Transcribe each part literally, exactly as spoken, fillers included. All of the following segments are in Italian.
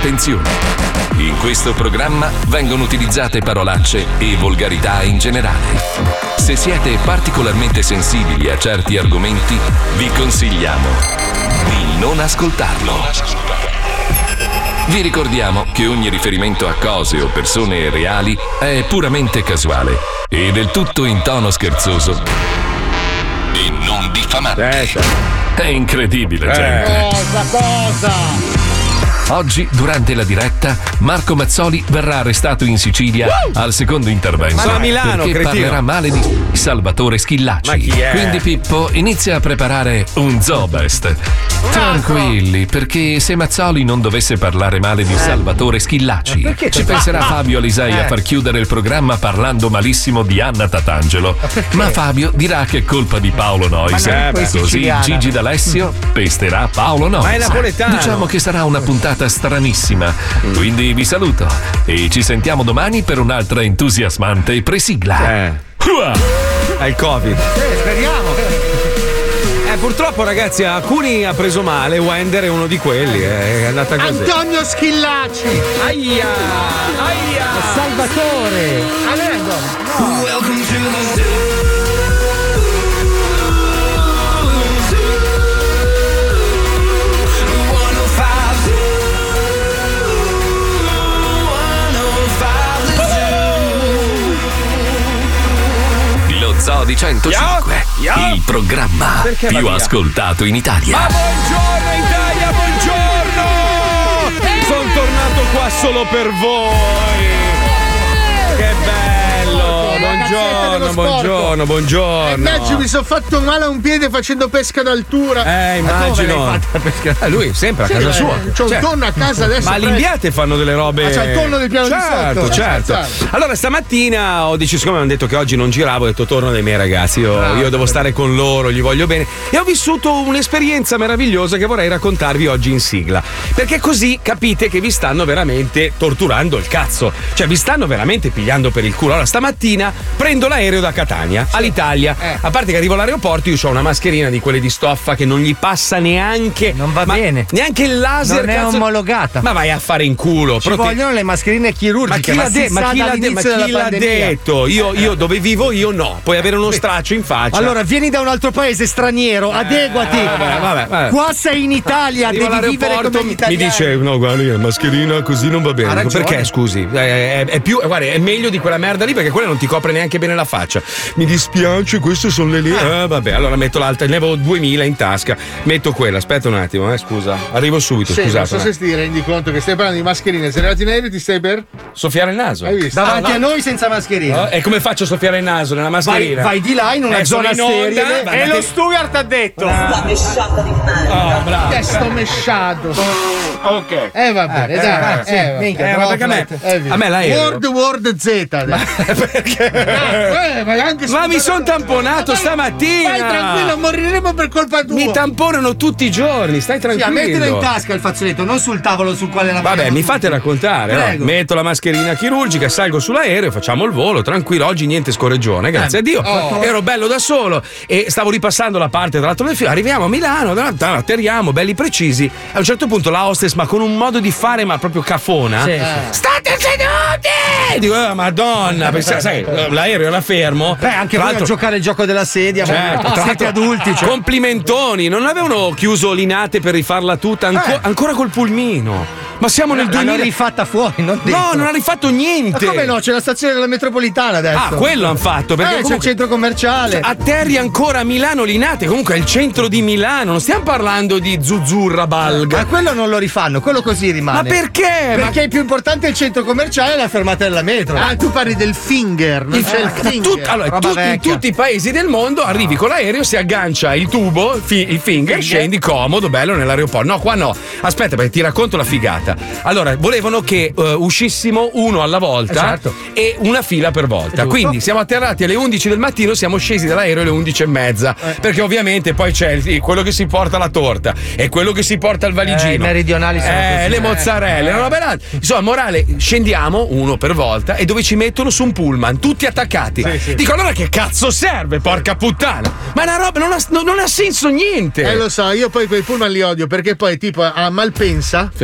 Attenzione! In questo programma vengono utilizzate parolacce e volgarità in generale. Se siete particolarmente sensibili a certi argomenti, vi consigliamo di non ascoltarlo. Vi ricordiamo che ogni riferimento a cose o persone reali è puramente casuale e del tutto in tono scherzoso e non diffamante. È incredibile, Eh. gente. Cosa, cosa? Oggi, durante la diretta, Marco Mazzoli verrà arrestato in Sicilia al secondo intervento. Ma a Milano, perché cretino. parlerà male di Salvatore Schillaci. Ma chi è? Quindi Pippo inizia a preparare un Zobest. Tranquilli, perché se Mazzoli non dovesse parlare male di Salvatore Schillaci, perché ci c'è- penserà Ah, Fabio Alisei eh. a far chiudere il programma parlando malissimo di Anna Tatangelo. Ma Fabio dirà che è colpa di Paolo Noyes. Ma non è poi Così siciliana. Gigi D'Alessio pesterà Paolo Noyes. Ma è napoletano. Diciamo che sarà una puntata stranissima. Quindi vi saluto e ci sentiamo domani per un'altra entusiasmante presigla. Eh. Uah! È il Covid. Eh, speriamo. Eh, purtroppo, ragazzi, a alcuni ha preso male. Wender è uno di quelli. È andata così. Antonio Schillaci. Aia! Aia! Salvatore. Alendo. Lo Zoo di centocinque, Yo! Yo! il programma Perché va più via? ascoltato in Italia. Ma buongiorno Italia, buongiorno! Sono tornato qua solo per voi! Che bello! Buongiorno, buongiorno, buongiorno! Mannaggia, mi sono fatto male a un piede facendo pesca d'altura. Eh, Ma dove l'hai immagino. fatta la pesca? Eh, lui sempre a Sì, casa eh, sua. c'ho un Cioè, tonno a casa adesso. Ma all'Imbiate fanno delle robe. Ah, c'è il tonno del piano di certo, sotto. certo. Certo. Allora, stamattina ho deciso, siccome mi hanno detto che oggi non giravo, ho detto torno dai miei ragazzi. Io, Ah, io devo vabbè. stare con loro, gli voglio bene. E ho vissuto un'esperienza meravigliosa che vorrei raccontarvi oggi in sigla. Perché così capite che vi stanno veramente torturando il cazzo. Cioè, vi stanno veramente pigliando per il culo. Allora, stamattina prendo l'aereo da Catania all'Italia. Eh. A parte che arrivo all'aeroporto, io ho una mascherina di quelle di stoffa che non gli passa neanche. Non va ma bene. Neanche il laser. Non è cazzo. omologata. Ma vai a fare in culo. Ci Prote- vogliono le mascherine ma chirurgiche. chi l'ha, de- si ma sa chi l'ha, de- ma dall'inizio chi della l'ha pandemia. detto? Io, io dove vivo io no. Puoi avere uno straccio in faccia. Allora, vieni da un altro paese straniero, adeguati. vabbè, vabbè, vabbè. Qua sei in Italia, Arrivo devi vivere all'aeroporto, come gli mi italiani. dice no guarda la mascherina così non va bene. Ha Dico, ragione. perché scusi? Eh, È, è più, guarda, è meglio di quella merda lì perché quella non ti copre neanche bene la faccia. Mi dispiace, queste sono le lì. Eh, vabbè, allora metto l'altra, ne avevo duemila in tasca. Metto quella, aspetta un attimo, eh, scusa. Arrivo subito, Sì, non scusate. so un se attimo. ti rendi conto che stai parlando di mascherine. Sei arrivato in aereo e ti stai per. Soffiare il naso. Hai visto? Davanti Ah, a no. noi senza mascherina. No? E come faccio a soffiare il naso nella Vai, mascherina? vai di là in una Eh, sono zona in onda, sterile. ma- E ma lo te- steward ha detto. Oh, bravo. Che sto mesciato. Ok. Eh va bene, Eh, dai. eh, sì, eh, va minchia, bene. Eh, ma perché a me, Eh, via. a me l'aereo. World World Z adesso. Eh, ma anche Ma mi son tamponato Vai, stamattina. Vai tranquillo, moriremo per colpa tua. Mi tamponano tutti i giorni, stai Sì, tranquillo. mettilo in tasca il fazzoletto, non sul tavolo sul quale la Vabbè, mi fate raccontare. no? Prego. Metto la mascherina chirurgica, salgo sull'aereo, facciamo il volo, tranquillo. Oggi niente scorreggione, grazie Eh, a Dio. oh. Ero bello da solo e stavo ripassando la parte tra l'altro del film. Arriviamo a Milano, da- da- atterriamo, belli precisi. A un certo punto la hostess, ma con un modo di fare, ma proprio cafona. Sì, Eh. sì. State seduti! Dico, eh, madonna, pensa- sai, l'aereo era fermo. Beh, anche Tra voi a l'altro- giocare il gioco della sedia. Certo, ma tra siete l'altro- adulti. Cioè. Complimentoni, non avevano chiuso Linate per rifarla tutta, anco- Eh. ancora col pulmino. Ma siamo nel L'hanno duemila. rifatta fuori, non dentro. No, non ha rifatto Ma niente. come no? C'è la stazione della metropolitana adesso. Ah, quello hanno fatto. Perché Eh, c'è il comunque centro commerciale. atterri ancora a Milano Linate, comunque è il centro di Milano, non stiamo parlando di Zuzzurra Balga. Ma quello non lo rifanno, quello così rimane. Ma perché? Ma Perché è più importante il centro commerciale e la fermata della metro. Ah, tu parli del finger, non il- c'è il ma finger. tut- allora, roba tu- in vecchia. tutti i paesi del mondo arrivi con l'aereo, si aggancia il tubo, fi- il finger, scendi comodo, bello nell'aeroporto. No, qua no. Aspetta, perché ti racconto la figata. Allora, volevano che eh, uscissimo uno alla volta Eh, certo. e una fila per volta. Giusto. Quindi siamo atterrati alle undici del mattino, siamo scesi dall'aereo alle undici e mezza. Eh. Perché ovviamente poi c'è il- quello che si porta la torta e quello che si porta il valigino. Eh, i meridionali sono Eh, così. le mozzarelle, Eh. una roba là. Insomma, morale, scendiamo uno per volta e dove ci mettono su un pullman, tutti attaccati. Sì, sì. Dico allora che cazzo serve, porca puttana? Ma è una roba non ha, non- non ha senso niente. Eh lo so, io poi quei pullman li odio perché poi tipo a Malpensa Sì. prendi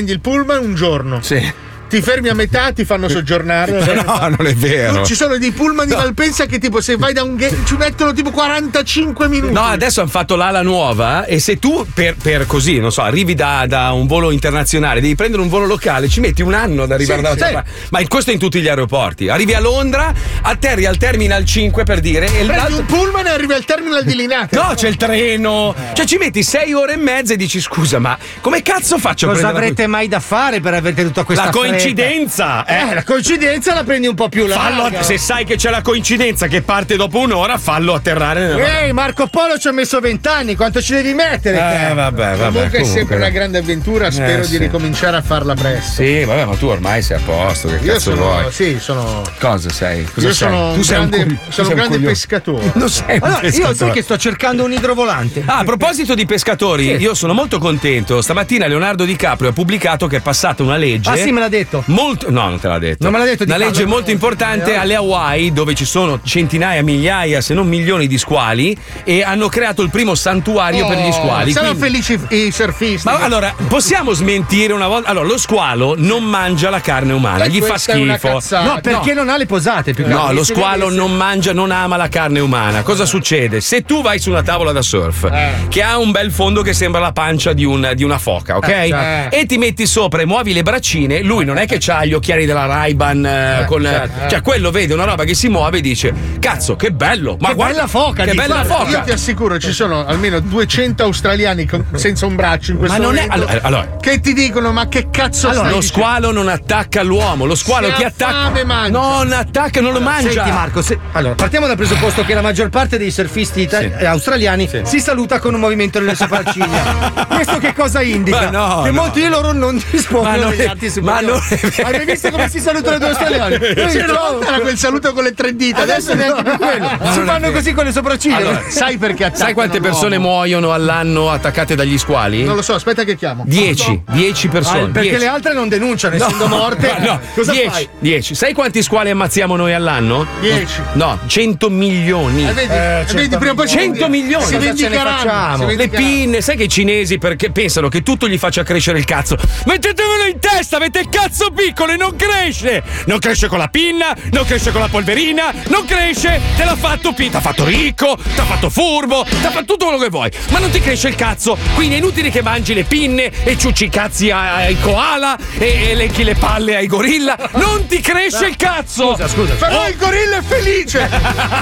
prendi il pullman un giorno. Sì. Ti fermi a metà, ti fanno soggiornare. No, non è vero. Ci sono dei pullman di Malpensa che tipo se vai da un gate ci mettono tipo quarantacinque minuti. No, adesso hanno fatto l'ala nuova e se tu per, per così, non so, arrivi da, da un volo internazionale, devi prendere un volo locale, ci metti un anno ad arrivare Sì, da sì. un'altra parte. Ma questo è in tutti gli aeroporti. Arrivi a Londra, atterri al Terminal cinque per dire e Prendi l'altro... un pullman e arrivi al terminal di Linate. No, c'è il treno. Cioè ci metti sei ore e mezza e dici scusa, ma come cazzo faccio a Cosa prendere avrete mai da fare per avere tutta questa la fretta? coincidenza? Eh, la coincidenza la prendi un po' più Fallo, larga. se sai che c'è la coincidenza che parte dopo un'ora, fallo atterrare nella... Ehi, Marco Polo ci ha messo vent'anni, quanto ci devi mettere? Eh, vabbè, vabbè. Comunque è sempre una grande avventura, spero Eh, di sì. ricominciare a farla presto. Sì, vabbè, ma tu ormai sei a posto, che Io cazzo sono, vuoi? sì, sono. Cosa sei? Cosa Io sei? sono tu un sei grande, un, cugli- tu sono sei un grande coglione. pescatore. Non sei un Allora, io pescatore. so che sto cercando un idrovolante. Ah, a proposito di pescatori, io sono molto contento. Stamattina Leonardo DiCaprio ha pubblicato che è passata una legge. Ah, sì, me l'ha detto. Molto, no, non te l'ha detto. Non me l'ha detto Una DiCaprio. legge molto importante alle Hawaii, dove ci sono centinaia, migliaia, se non milioni di squali, e hanno creato il primo santuario per gli squali. Saranno Quindi- felici i surfisti. Ma allora, possiamo smentire una volta? Allora, lo squalo non mangia la carne umana, E gli fa questa è una schifo. cazzata. No, perché non ha le posate più che No, altro. lo Si squalo vede- non mangia, non ama la carne umana. Cosa succede? Se tu vai su una tavola da surf Eh. che ha un bel fondo che sembra la pancia di, un- di una foca, ok? Eh, certo. E ti metti sopra e muovi le braccine, lui non è che ha gli occhiali della Ray-Ban eh, con. certo. Cioè, quello vede una roba che si muove e dice: cazzo, che bello! Ma Che guarda, bella foca, Che dici. bella Guarda, foca! io ti assicuro ci sono almeno duecento australiani con- senza un braccio in questo Ma non è- momento allora- allora- che ti dicono ma che cazzo Allora, stai lo dicendo? squalo non attacca l'uomo, lo squalo Se ti ha attacca. fame, mangia. Non attacca, non lo mangia. Senti Marco, se- allora partiamo dal presupposto che la maggior parte dei surfisti ita- Sì. eh, australiani Sì. si saluta con un movimento delle sopracciglia. Questo che cosa indica? Ma no, che no. molti di loro non Ma rispondono non agli è- altri ma superiori. non è vero. Hai mai visto come si salutano i due australiani? Ehi, Sì, una ciao. volta era quel saluto con le tre dita, adesso neanche più quello. Ma Si non è fanno vero. così con le sopracciglia. Allora, Sai perché attaccano Sai quante l'uomo? persone muoiono all'anno attaccate dagli squali? Non lo so, aspetta che chiamo. Dieci, dieci persone. Ah, perché dieci. le altre non denunciano, essendo morte. Ma no, Cosa dieci, fai? dieci. Sai quanti squali ammazziamo noi all'anno? Dieci. No, cento milioni. Eh, vedi, Eh, eh, vedi, cento prima o poi cento si- milioni. Si Cosa ce ne vendicheranno. facciamo? si Le vendicheranno. pinne, sai che i cinesi perché pensano che tutto gli faccia crescere il cazzo? Mettetevelo in testa, avete il cazzo piccolo e non cresce! Non cresce con la pinna, non cresce con la polverina, non cresce, te l'ha fatto pi- t'ha fatto ricco, t'ha fatto furbo, t'ha fatto tutto quello che vuoi, ma non ti cresce il cazzo, quindi è inutile che mangi le pinne e ciucci i cazzi ai koala e, e lecchi le palle ai gorilla, non ti cresce il cazzo! Scusa, scusa. Però il gorilla è felice.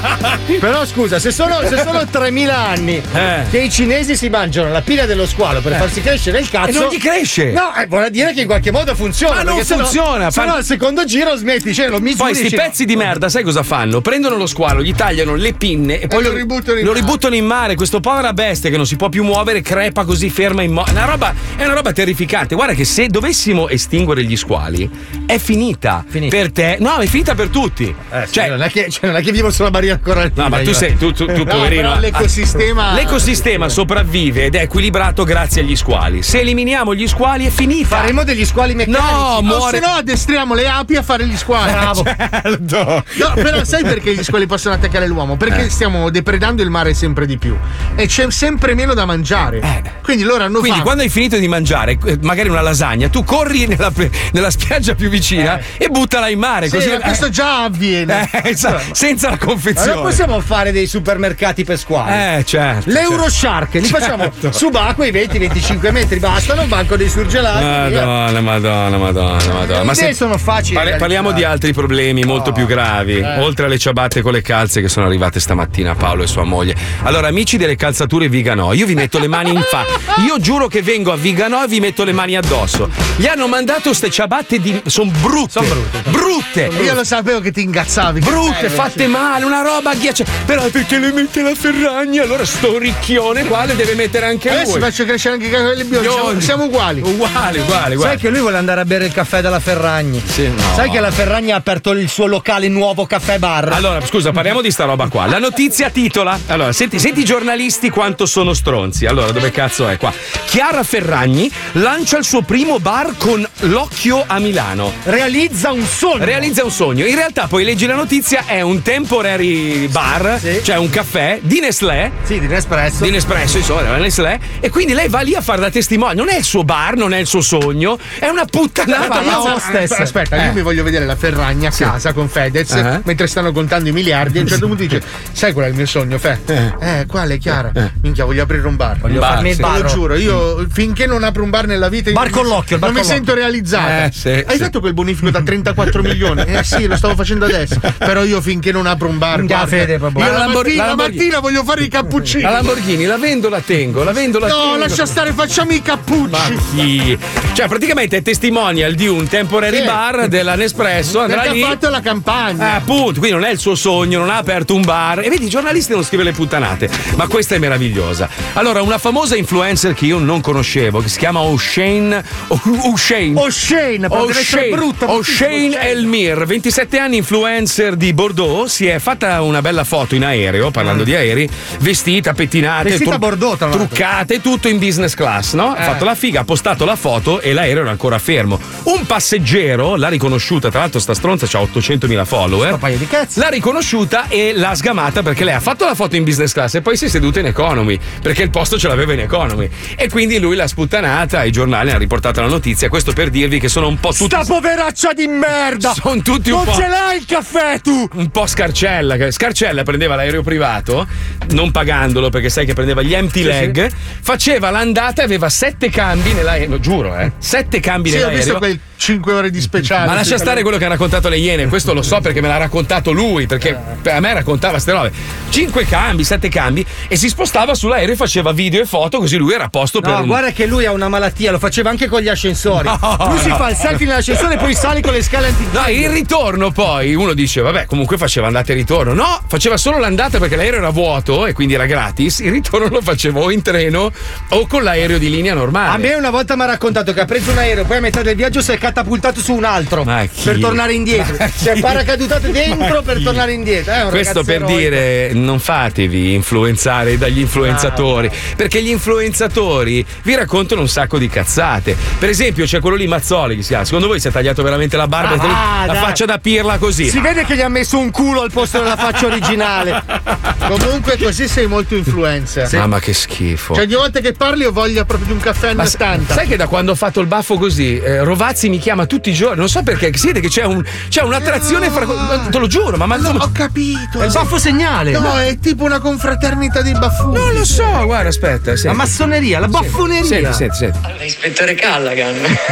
Però scusa, se sono, se sono tremila anni Eh. che i cinesi si mangiano la pila dello squalo per farsi crescere il cazzo. E non gli cresce! No, eh, vuol dire che in qualche modo funziona. Ma non perché sennò- funziona, Se fa- no al secondo giro smetti, cioè lo misuri. Poi sti dici, pezzi di merda, sai cosa fanno? Prendono lo squalo, gli tagliano le pinne e poi lo ributtano in lo mare. ributtano in mare. Questo povera bestia che non si può più muovere crepa così ferma in mare. Una roba, è una roba terrificante. Guarda che se dovessimo estinguere gli squali, è finita. Finita. Per te. No, è finita per tutti. Eh, sì, cioè, non, è che, cioè, non è che vivo sulla barriera corallina. no, ma tu io. sei, tu, tu, tu No, poverino. però l'ecosistema. L'ecosistema sopravvive ed è equilibrato grazie agli squali. Se eliminiamo gli squali è finita. Faremo degli squali meccanici. No, O muore. se no addestriamo le api a fare gli squali. Bravo. Certo. No, però sai perché gli squali possono attaccare l'uomo? Perché Eh. stiamo depredando il mare sempre di più e c'è sempre meno da mangiare. Quindi loro hanno Quindi fame. quando hai finito di mangiare eh, magari una lasagna, tu corri nella, nella spiaggia più vicina e buttala in mare. Sì, così, ma questo già avviene. eh, sa- senza la confezione. Allora possiamo fare dei supermercati per squali. Eh, certo. L'Euroshark, li facciamo Certo. subacquei venti venticinque metri, bastano, un banco dei surgelati. via. Madonna, madonna, madonna, madonna. Le idee se- sono facili da parli- parliamo di altri problemi molto più gravi, oltre alle ciabatte con le calze che sono arrivate stamattina a Paolo e sua moglie. Allora, amici delle calzature Viganò, io vi metto le mani in fa. Io giuro che vengo a Viganò e vi metto le mani addosso. Gli hanno mandato ste ciabatte di. Sono brutte. Son brutte. Brutte. Io lo sapevo che ti ingazzavi. Brutte, Eh, fatte sì. male, una roba ghiacciata. Però perché le mette la Ferragni? Allora sto ricchione qua le deve mettere anche Adesso lui. faccio crescere anche i capelli biondi. Siamo, Biondi. siamo uguali. Uguale, uguale, Sai uguale. che lui vuole andare a bere il caffè caffè della Ferragni. Sì, no. Sai che la Ferragni ha aperto il suo locale nuovo caffè bar? Allora, scusa, parliamo di sta roba qua. La notizia titola. Allora, senti, senti i giornalisti quanto sono stronzi. Allora, dove cazzo è qua? Chiara Ferragni lancia il suo primo bar con l'occhio a Milano. Realizza un sogno. Realizza un sogno. In realtà, poi leggi la notizia, è un temporary bar, sì. Cioè un caffè di Nestlé. Sì, di Nespresso. Di Nespresso, insomma, Nestlé. E quindi lei va lì a fare da testimone. Non è il suo bar, non è il suo sogno, è una puttanata. Ma aspetta, aspetta eh. io mi voglio vedere la Ferragni a sì. casa con Fedez uh-huh. mentre stanno contando i miliardi. E a un certo punto dice: sai qual è il mio sogno, Fe? Eh, eh quale, Chiara? Eh. Minchia, voglio aprire un bar. Voglio bar, farmi il sì. bar. Te lo giuro, io mm. finché non apro un bar nella vita. Bar con l'occhio, non bar mi con sento l'occhio. realizzata. Eh, sì, Hai sì. fatto quel bonifico da trentaquattro milioni? Eh sì, lo stavo facendo adesso. Però io finché non apro un bar. Guarda, Fede, proprio. Io la, la, mattina, la, la mattina voglio fare i cappuccini. La Lamborghini, la vendo, la tengo, la vendo, la no, tengo. lascia stare, facciamo i cappucci. Ma chi? Cioè, praticamente è testimonial di un temporary sì. bar della Nespresso. Andrà Perché lì. ha fatto la campagna. Eh, appunto, quindi non è il suo sogno, non ha aperto un bar. E vedi, i giornalisti non scrivono le puttanate. Ma questa è meravigliosa. Allora, una famosa influencer che io non conoscevo, che si chiama O'Shane. O'Shane. O'Shane, O'Shane. brutta. O'Shane Elmir, ventisette anni, influencer di Bordeaux. Si è fatta una bella foto in aereo, parlando di aerei, vestita, pettinata, Vestita tru- a Bordeaux, tra l'altro. truccata e tutto in business class, no? Ha Eh. fatto la figa, ha postato la foto e l'aereo era ancora fermo. Un passeggero l'ha riconosciuta, tra l'altro sta stronza c'ha ottocentomila follower. Un paio di cazzi. L'ha riconosciuta e l'ha sgamata perché lei ha fatto la foto in business class e poi si è seduta in economy perché il posto ce l'aveva in economy. E quindi lui l'ha sputtanata, i giornali hanno riportato la notizia. Questo per dirvi che sono un po' tutti. Sta poveraccia di merda! Sono tutti un non po'. ce l'hai il caffè tu! Un po' Scarcella. che- Scarcella prendeva l'aereo privato, non pagandolo perché sai che prendeva gli empty leg, faceva l'andata e aveva sette cambi nell'aereo. Giuro, eh? Sette cambi Sì, ho nell'aereo. visto quei cinque ore di speciale. Ma lascia stare quello che ha raccontato le Iene, questo lo so perché me l'ha raccontato lui, perché a me raccontava ste robe. Cinque cambi, sette cambi e si spostava sull'aereo e faceva video e foto così lui era a posto per No, un... guarda che lui ha una malattia, lo faceva anche con gli ascensori. No, lui si no. fa il selfie nell'ascensore e poi sale con le scale anti. No, il ritorno poi uno dice vabbè comunque faceva andata e ritorno, no, faceva solo l'andata perché l'aereo era vuoto e quindi era gratis, il ritorno lo facevo o in treno o con l'aereo di linea normale. A me una volta mi ha raccontato che ha preso un aereo, poi a metà del viaggio si è catapultato su un altro Ma chi? per tornare indietro. Si è paracadutato dentro per tornare indietro. È un Questo per ragazzo eroico. dire non fatevi influenzare dagli influenzatori, perché gli influenzatori vi raccontano un sacco di cazzate. Per esempio c'è quello lì Mazzoli che si chiama, secondo voi si è tagliato veramente la barba, Ah, la dai. faccia da pirla così? Si vede che gli ha messo un culo al posto della faccia originale. Comunque così sei molto influencer. Mamma che schifo. Cioè, ogni volta che parli ho voglia proprio di un caffè anni Ma ottanta. sai che da quando ho fatto il baffo così, eh, Rovazzi mi chiama tutti i giorni, non so perché, si vede che c'è, un, c'è un'attrazione fra. Te lo giuro, ma, ma No, ho capito. È il baffo segnale. No, è tipo una confraternita dei baffoni. non lo so, guarda, aspetta. La Senti. massoneria, la baffoneria. Senti, senti, senti. Allora, ispettore Callaghan,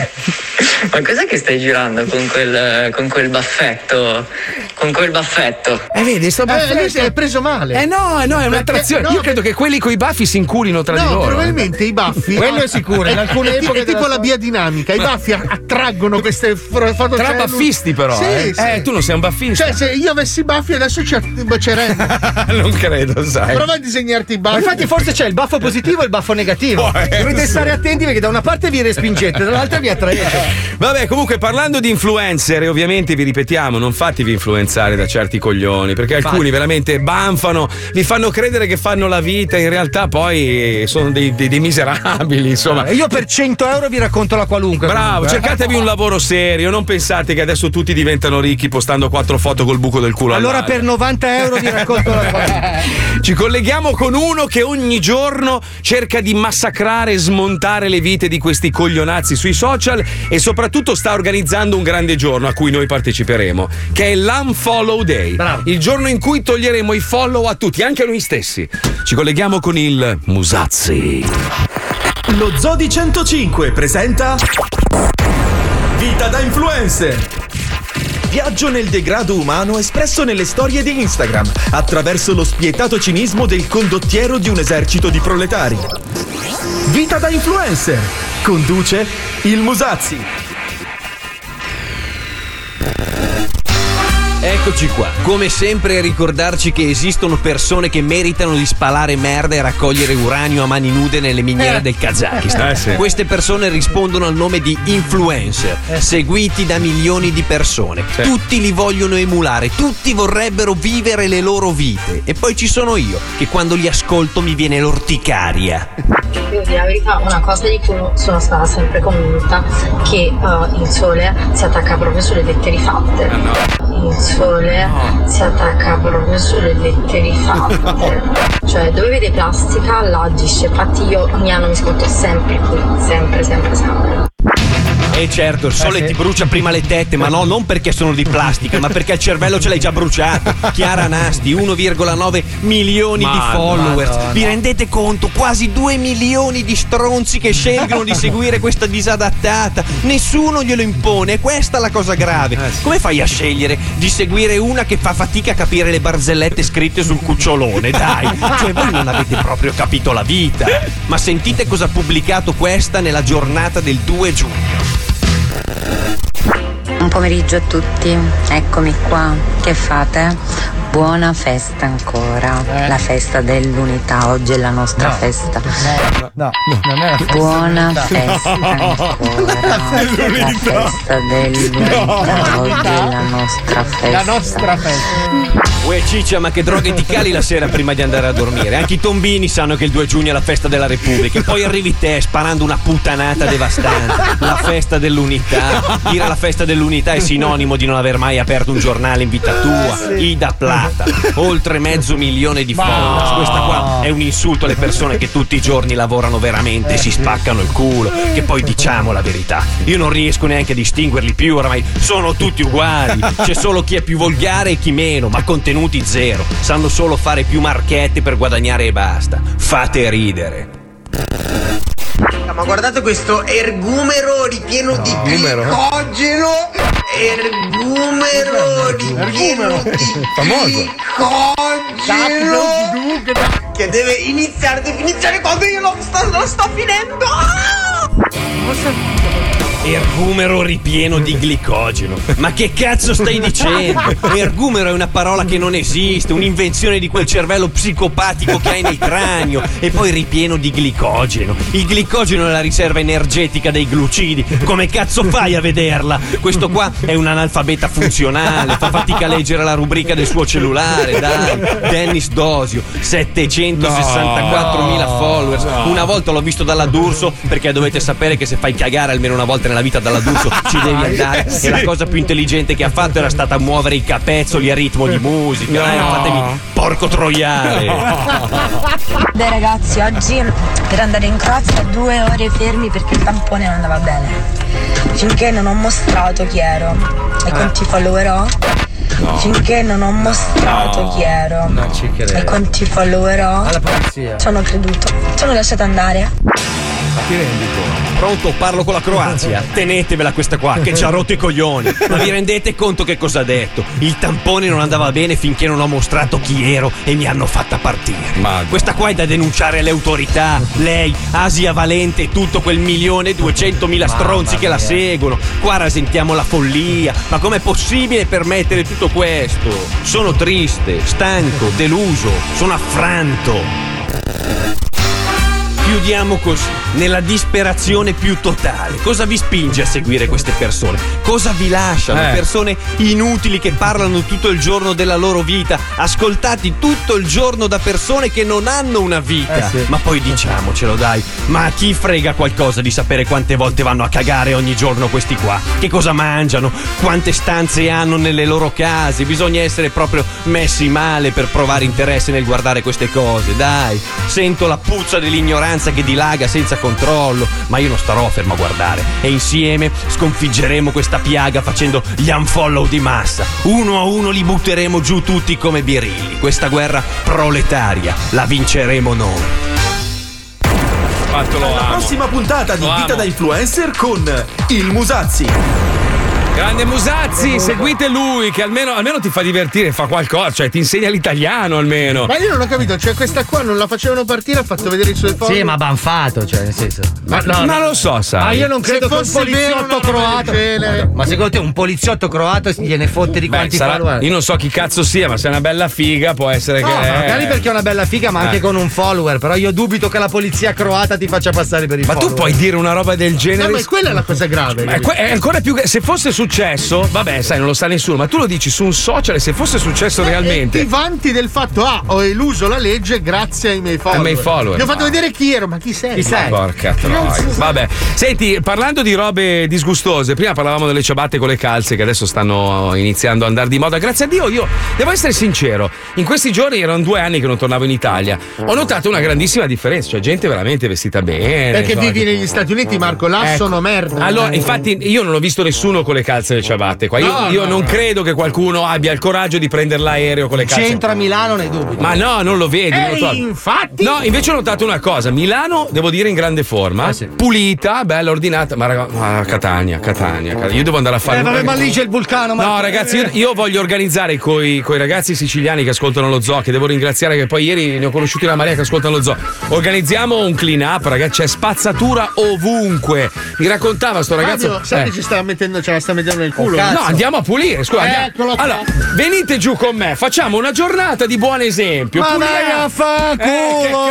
ma cos'è che stai girando con quel, con quel baffetto? Con quel baffetto? Eh, vedi, sto Eh, lui si baffetto. è preso male. Eh no, eh no, è un'attrazione. no, Io credo che quelli coi baffi si inculino tra di No, loro. probabilmente i baffi. Quello è sicuro, in alcune è, ti- epoche è tipo della la biodinamica. I baffi a- attraggono queste fro- foto. Tra baffisti, però. Sì, eh. sì. Eh, tu non sei un baffista. Cioè, se io avessi i baffi adesso ci bacerei. non credo, sai. Prova a disegnarti i Ma baffi. infatti forse c'è il baffo positivo e il baffo negativo. Oh, eh, Dovete sì. stare attenti perché da una parte vi respingete, dall'altra vi attraete. Vabbè, comunque parlando di influencer, e ovviamente vi ripetiamo, non fatevi influenzare da certi coglioni, perché alcuni veramente banfano, vi fanno credere che fanno la vita, in realtà poi sono dei, dei- dei miserabili, insomma. Io per cento euro vi racconto la qualunque. Bravo, comunque, eh. cercatevi un lavoro serio, non pensate che adesso tutti diventano ricchi postando quattro foto col buco del culo. Allora all'aria. per novanta euro vi racconto la qualunque. Ci colleghiamo con uno che ogni giorno cerca di massacrare e smontare le vite di questi coglionazzi sui social e soprattutto sta organizzando un grande giorno a cui noi parteciperemo, che è l'Unfollow Day. Bravo. Il giorno in cui toglieremo i follow a tutti, anche a noi stessi. Ci colleghiamo con il Musazzi. Lo Zodi centocinque presenta Vita da influencer. Viaggio nel degrado umano espresso nelle storie di Instagram attraverso lo spietato cinismo del condottiero di un esercito di proletari. Vita da influencer. Conduce il Musazzi. Eccoci qua, come sempre a ricordarci che esistono persone che meritano di spalare merda e raccogliere uranio a mani nude nelle miniere Eh. del Kazakistan. Eh, sì. Queste persone rispondono al nome di influencer, seguiti da milioni di persone. Sì. Tutti li vogliono emulare, tutti vorrebbero vivere le loro vite. E poi ci sono io, che quando li ascolto mi viene l'orticaria. Devo dire la verità, una cosa di cui sono stata sempre convinta, che uh, il sole si attacca proprio sulle lettere fatte. Il sole si attacca proprio sulle lettere fatte. Cioè, dove vede plastica, là agisce. Infatti io ogni anno mi scotto sempre qui, sempre, sempre, sempre. E certo, il sole Eh, sì. ti brucia prima le tette, ma no, non perché sono di plastica, ma perché il cervello ce l'hai già bruciato. Chiara Nasti, uno virgola nove milioni di Madonna, followers. Madonna. Vi rendete conto? Quasi due milioni di stronzi che scelgono di seguire questa disadattata. Nessuno glielo impone, è questa la cosa grave. Come fai a scegliere di seguire una che fa fatica a capire le barzellette scritte sul cucciolone? Dai, cioè voi non avete proprio capito la vita. Ma sentite cosa ha pubblicato questa nella giornata del due giugno. Buon pomeriggio a tutti, eccomi qua. Che fate? Buona festa ancora. La festa dell'unità, oggi è la nostra festa. No, non è la festa Buona dell'unità. festa ancora. La festa dell'unità, oggi è la nostra festa. La nostra festa. Uè ciccia, ma che droghe ti cali la sera prima di andare a dormire? Anche i tombini sanno che il due giugno è la festa della Repubblica. E poi arrivi te sparando una puttanata devastante. La festa dell'unità. Dire la festa dell'unità è sinonimo di non aver mai aperto un giornale in vita tua. Ida Plata, oltre mezzo milione di followers. Questa qua è un insulto alle persone che tutti i giorni lavorano veramente e si spaccano il culo. Che poi diciamo la verità, io non riesco neanche a distinguerli più, oramai sono tutti uguali. C'è solo chi è più volgare e chi meno, ma contenuti zero. Sanno solo fare più marchette per guadagnare e basta. Fate ridere. Ma guardate questo ergumero ripieno di glicogeno. Ergumero ripieno di glicogeno. Che deve iniziare, deve iniziare quando io lo sto, lo sto finendo. Ah! Ergumero ripieno di glicogeno. Ma che cazzo stai dicendo? Ergumero è una parola che non esiste, un'invenzione di quel cervello psicopatico che hai nel cranio. E poi ripieno di glicogeno. Il glicogeno è la riserva energetica dei glucidi. Come cazzo fai a vederla? Questo qua è un analfabeta funzionale, fa fatica a leggere la rubrica del suo cellulare, dai. Dennis Dosio, settecentosessantaquattromila followers. Una volta l'ho visto dalla D'Urso, perché dovete sapere che se fai cagare almeno una volta nella vita dalla D'Urso ci devi andare. E la cosa più intelligente che ha fatto era stata muovere i capezzoli a ritmo di musica. Dai, non fatemi porco troiale. Dai ragazzi, oggi per andare in Croazia due ore fermi perché il tampone non andava bene. Finché non ho mostrato chi ero e quanti follower ho. Finché non ho mostrato chi ero Non ci credo. e quanti follower ho, Alla polizia. ci hanno creduto, ci hanno lasciato andare. Ti rendi conto? Pronto, parlo con la Croazia. Tenetevela questa qua che ci ha rotto i coglioni. Ma vi rendete conto che cosa ha detto? Il tampone non andava bene finché non ho mostrato chi ero e mi hanno fatta partire. Madonna. Questa qua è da denunciare alle autorità. Lei, Asia Valente e tutto quel milione e duecentomila stronzi che la seguono. Qua rasentiamo la follia. Ma com'è possibile permettere tutto questo? Sono triste, stanco, deluso, sono affranto. Chiudiamo così, nella disperazione più totale. Cosa vi spinge a seguire queste persone? Cosa vi lasciano? Eh. Persone inutili che parlano tutto il giorno della loro vita, ascoltati tutto il giorno da persone che non hanno una vita. Eh sì. Ma poi diciamocelo, dai, ma a chi frega qualcosa di sapere quante volte vanno a cagare ogni giorno questi qua? Che cosa mangiano? Quante stanze hanno nelle loro case? Bisogna essere proprio messi male per provare interesse nel guardare queste cose, dai. Sento la puzza dell'ignoranza che dilaga senza controllo, ma io non starò fermo a guardare e insieme sconfiggeremo questa piaga facendo gli unfollow di massa. Uno a uno li butteremo giù tutti come birilli. Questa guerra proletaria la vinceremo noi. Quanto lo La amo. prossima puntata di Lo Vita amo. da Influencer con il Musazzi. Grande Musazzi, seguite lui che almeno, almeno ti fa divertire, fa qualcosa, cioè ti insegna l'italiano almeno. Ma io non ho capito, cioè questa qua non la facevano partire, ha fatto vedere i suoi foto. Sì, ma banfato, cioè nel senso. Ma, no, ma no, non lo so, sai. Ma io non credo Se che un fosse vero poliziotto una roba croato. del genere. Ma secondo te un poliziotto croato gliene fotte di Beh, quanti sarà- follower? io non so chi cazzo sia, ma se è una bella figa può essere No, che. ma magari perché è una bella figa, ma anche Eh. con un follower. Però io dubito che la polizia croata ti faccia passare per i Ma follower. tu puoi dire una roba del genere? No, ma quella è la cosa grave. Ma è, que- è ancora più. Se fosse successo, vabbè, sai, non lo sa nessuno, ma tu lo dici su un social e se fosse successo E realmente. ti vanti del fatto, ah, ho eluso la legge grazie ai miei follower. Ai miei follower. Gli ho fatto Ma- vedere chi ero, ma chi sei? Chi sei? Porca troia. Vabbè, senti, parlando di robe disgustose, prima parlavamo delle ciabatte con le calze che adesso stanno iniziando ad andare di moda. Grazie a Dio, io devo essere sincero, in questi giorni erano due anni che non tornavo in Italia. Ho notato una grandissima differenza, cioè gente veramente vestita bene. Perché insomma, vivi negli Stati Uniti, Marco, là Ecco. sono merda. Allora, infatti, io non ho visto nessuno con le calze e le ciabatte qua. Io, No, io no, non no. credo che qualcuno abbia il coraggio di prendere l'aereo con le calze. C'entra Milano, ne dubito. Ma no, non lo vedi. non lo Ehi, trovi. infatti. No, invece ho notato una cosa: Milano, devo dire, in grande forma, Ah, sì. pulita, bella, ordinata. Ma raga, ma Catania, Catania, Catania. Io devo andare a fare. Eh, un- vabbè, ma lì c'è il vulcano. Ma... No, ragazzi, io, io voglio organizzare coi, coi ragazzi siciliani che ascoltano lo zoo, che devo ringraziare, che poi ieri ne ho conosciuti una marea che ascoltano lo zoo. Organizziamo un clean up, ragazzi, c'è spazzatura ovunque. Mi raccontava sto ragazzo. Fabio, sai eh. che ci sta mettendo, ce la sta mettendo nel culo? No, andiamo a pulire. Scusa, andiamo- Eccolo qua. Allora, venite giù con me, facciamo una giornata di buon esempio. Ma Puliamo. vai a fa' Eh, che culo!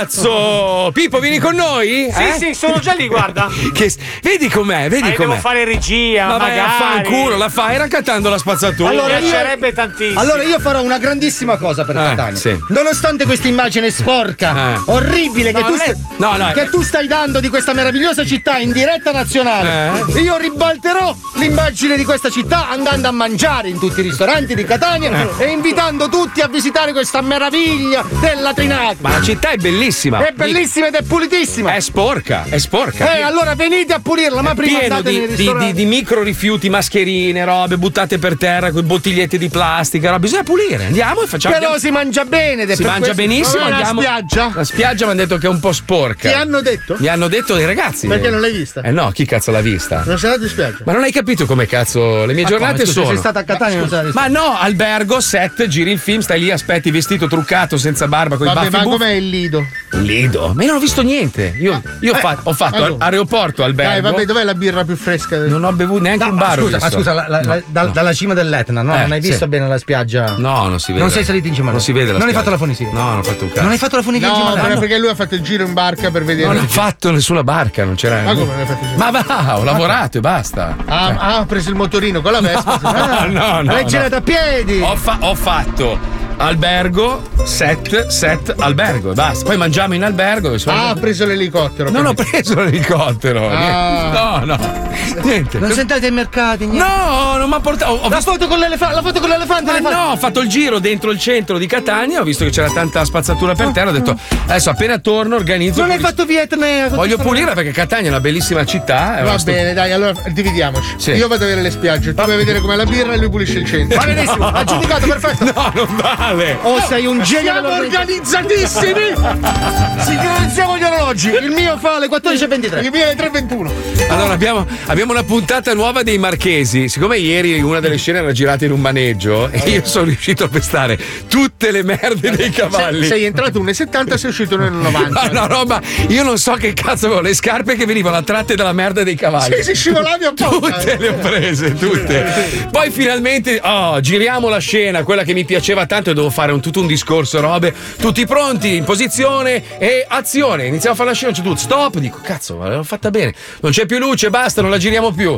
cazzo! Pippo, vieni con noi? Sì, Eh? sì, sono già lì, guarda. Che- vedi com'è, vedi Eh, com'è. devo fare regia, Ma vai a magari. fanculo, la fai raccattando la spazzatura. Allora, Mi io- piacerebbe tantissimo. Allora io farò una grandissima cosa per Eh, Catania. sì. Nonostante questa immagine sporca, Eh. orribile che, No, tu non è- stai, no, no, che tu stai dando di questa meravigliosa città in diretta nazionale, Eh. io ribalterò l'immagine di questa città andando a mangiare in tutti i ristoranti di Catania Eh. e invitando tutti a visitare questa meraviglia della Trinacria. Ma la città è bellissima. È bellissima ed è pulitissima. È sporca, è sporca. Eh, allora venite a pulirla, ma prima Pieno andate nei di, di, ristoranti. di, di micro rifiuti, mascherine, robe buttate per terra, con bottigliette di plastica, roba. Bisogna pulire. Andiamo e facciamo. Però si mangia bene ed è si per mangia questo- benissimo. Dov'è la Andiamo. spiaggia? La spiaggia mi hanno detto che è un po' sporca. Ti hanno detto? Mi hanno detto dei ragazzi. Perché non l'hai vista? Eh no, chi cazzo l'ha vista? Non sei andato in spiaggia? Ma non hai capito come cazzo le mie Ma giornate come, scusa, sono? sei stata a Catania e non sai Ma no, albergo, set, giri il film, stai lì, aspetti vestito, truccato, senza barba, con i Vabbè, baffi ma buffi. com'è il lido? Lido? Ma io non ho visto niente. Io, io ho, Eh, fa- ho fatto allora. aeroporto, albergo. Dai, vabbè, dov'è la birra più fresca? Non ho bevuto neanche No, un ma bar. ho scusa, ma visto. scusa, la- la- la- No, dal- no. dalla cima dell'Etna, no? Eh, non hai visto sì. bene la spiaggia? No, non si vede. Non sei salito in cima alla- Non si vede la Non hai spiaggia. fatto la funivia? No, non ho fatto un cazzo. Non hai fatto la funivia in cima No, all'Etna? perché lui ha fatto il giro in barca per vedere. Non ho fatto nessuna barca, non c'era. Ma come non hai fatto il giro? Ma va, ho lavorato e basta. Ah, ah, ha preso il motorino con la Vespa. No, no, no. L'hai no. girata a piedi! Ho, fa- ho fatto albergo, set, set, albergo e basta. Poi mangiamo in albergo. e sono- Ah, ha preso l'elicottero. non ho preso l'elicottero. Ah. No, no. Niente. Non sentate ai mercati, niente. No, non mi ha portato. Ho La visto- foto con l'elefante, la foto con l'elefante, Ma l'hai fatta? no, ho fatto il giro dentro il centro di Catania, ho visto che c'era tanta spazzatura per terra, ho detto adesso appena torno organizzo. Non hai puliz- fatto Vietnam. Voglio pulire perché Catania è una bellissima città. e Va basta- bene, dai, allora dividiamoci. Sì. Io vado a vedere le spiagge, tu vai a vedere com'è la birra e lui pulisce il centro. Va benissimo, ha giudicato, perfetto. No, non vale. Oh, sei un genio Siamo dell'organizzazione. organizzatissimi! Sincronizziamo gli orologi. Il mio fa alle quattordici e ventitré. Il mio è tre e ventuno. Allora abbiamo, abbiamo una puntata nuova dei Marchesi. Siccome ieri una delle scene era girata in un maneggio e io sono riuscito a pestare tutte le merde dei cavalli. Sei entrato uno e settanta, sei uscito uno e novanta. Ma una roba, io non so che cazzo avevo, le scarpe che venivano attratte dalla merda dei cavalli. Sì, sì, scivolavi apposta. Tutte le ho prese, tutte. Poi finalmente, oh, giriamo la scena, quella che mi piaceva tanto e devo fare un, tutto un discorso, robe. Tutti pronti, in posizione e azione. Iniziamo a fare la scena, c'è tutto. Stop, dico, cazzo, ma l'ho fatta bene. Non c'è più luce, basta, non la giriamo più.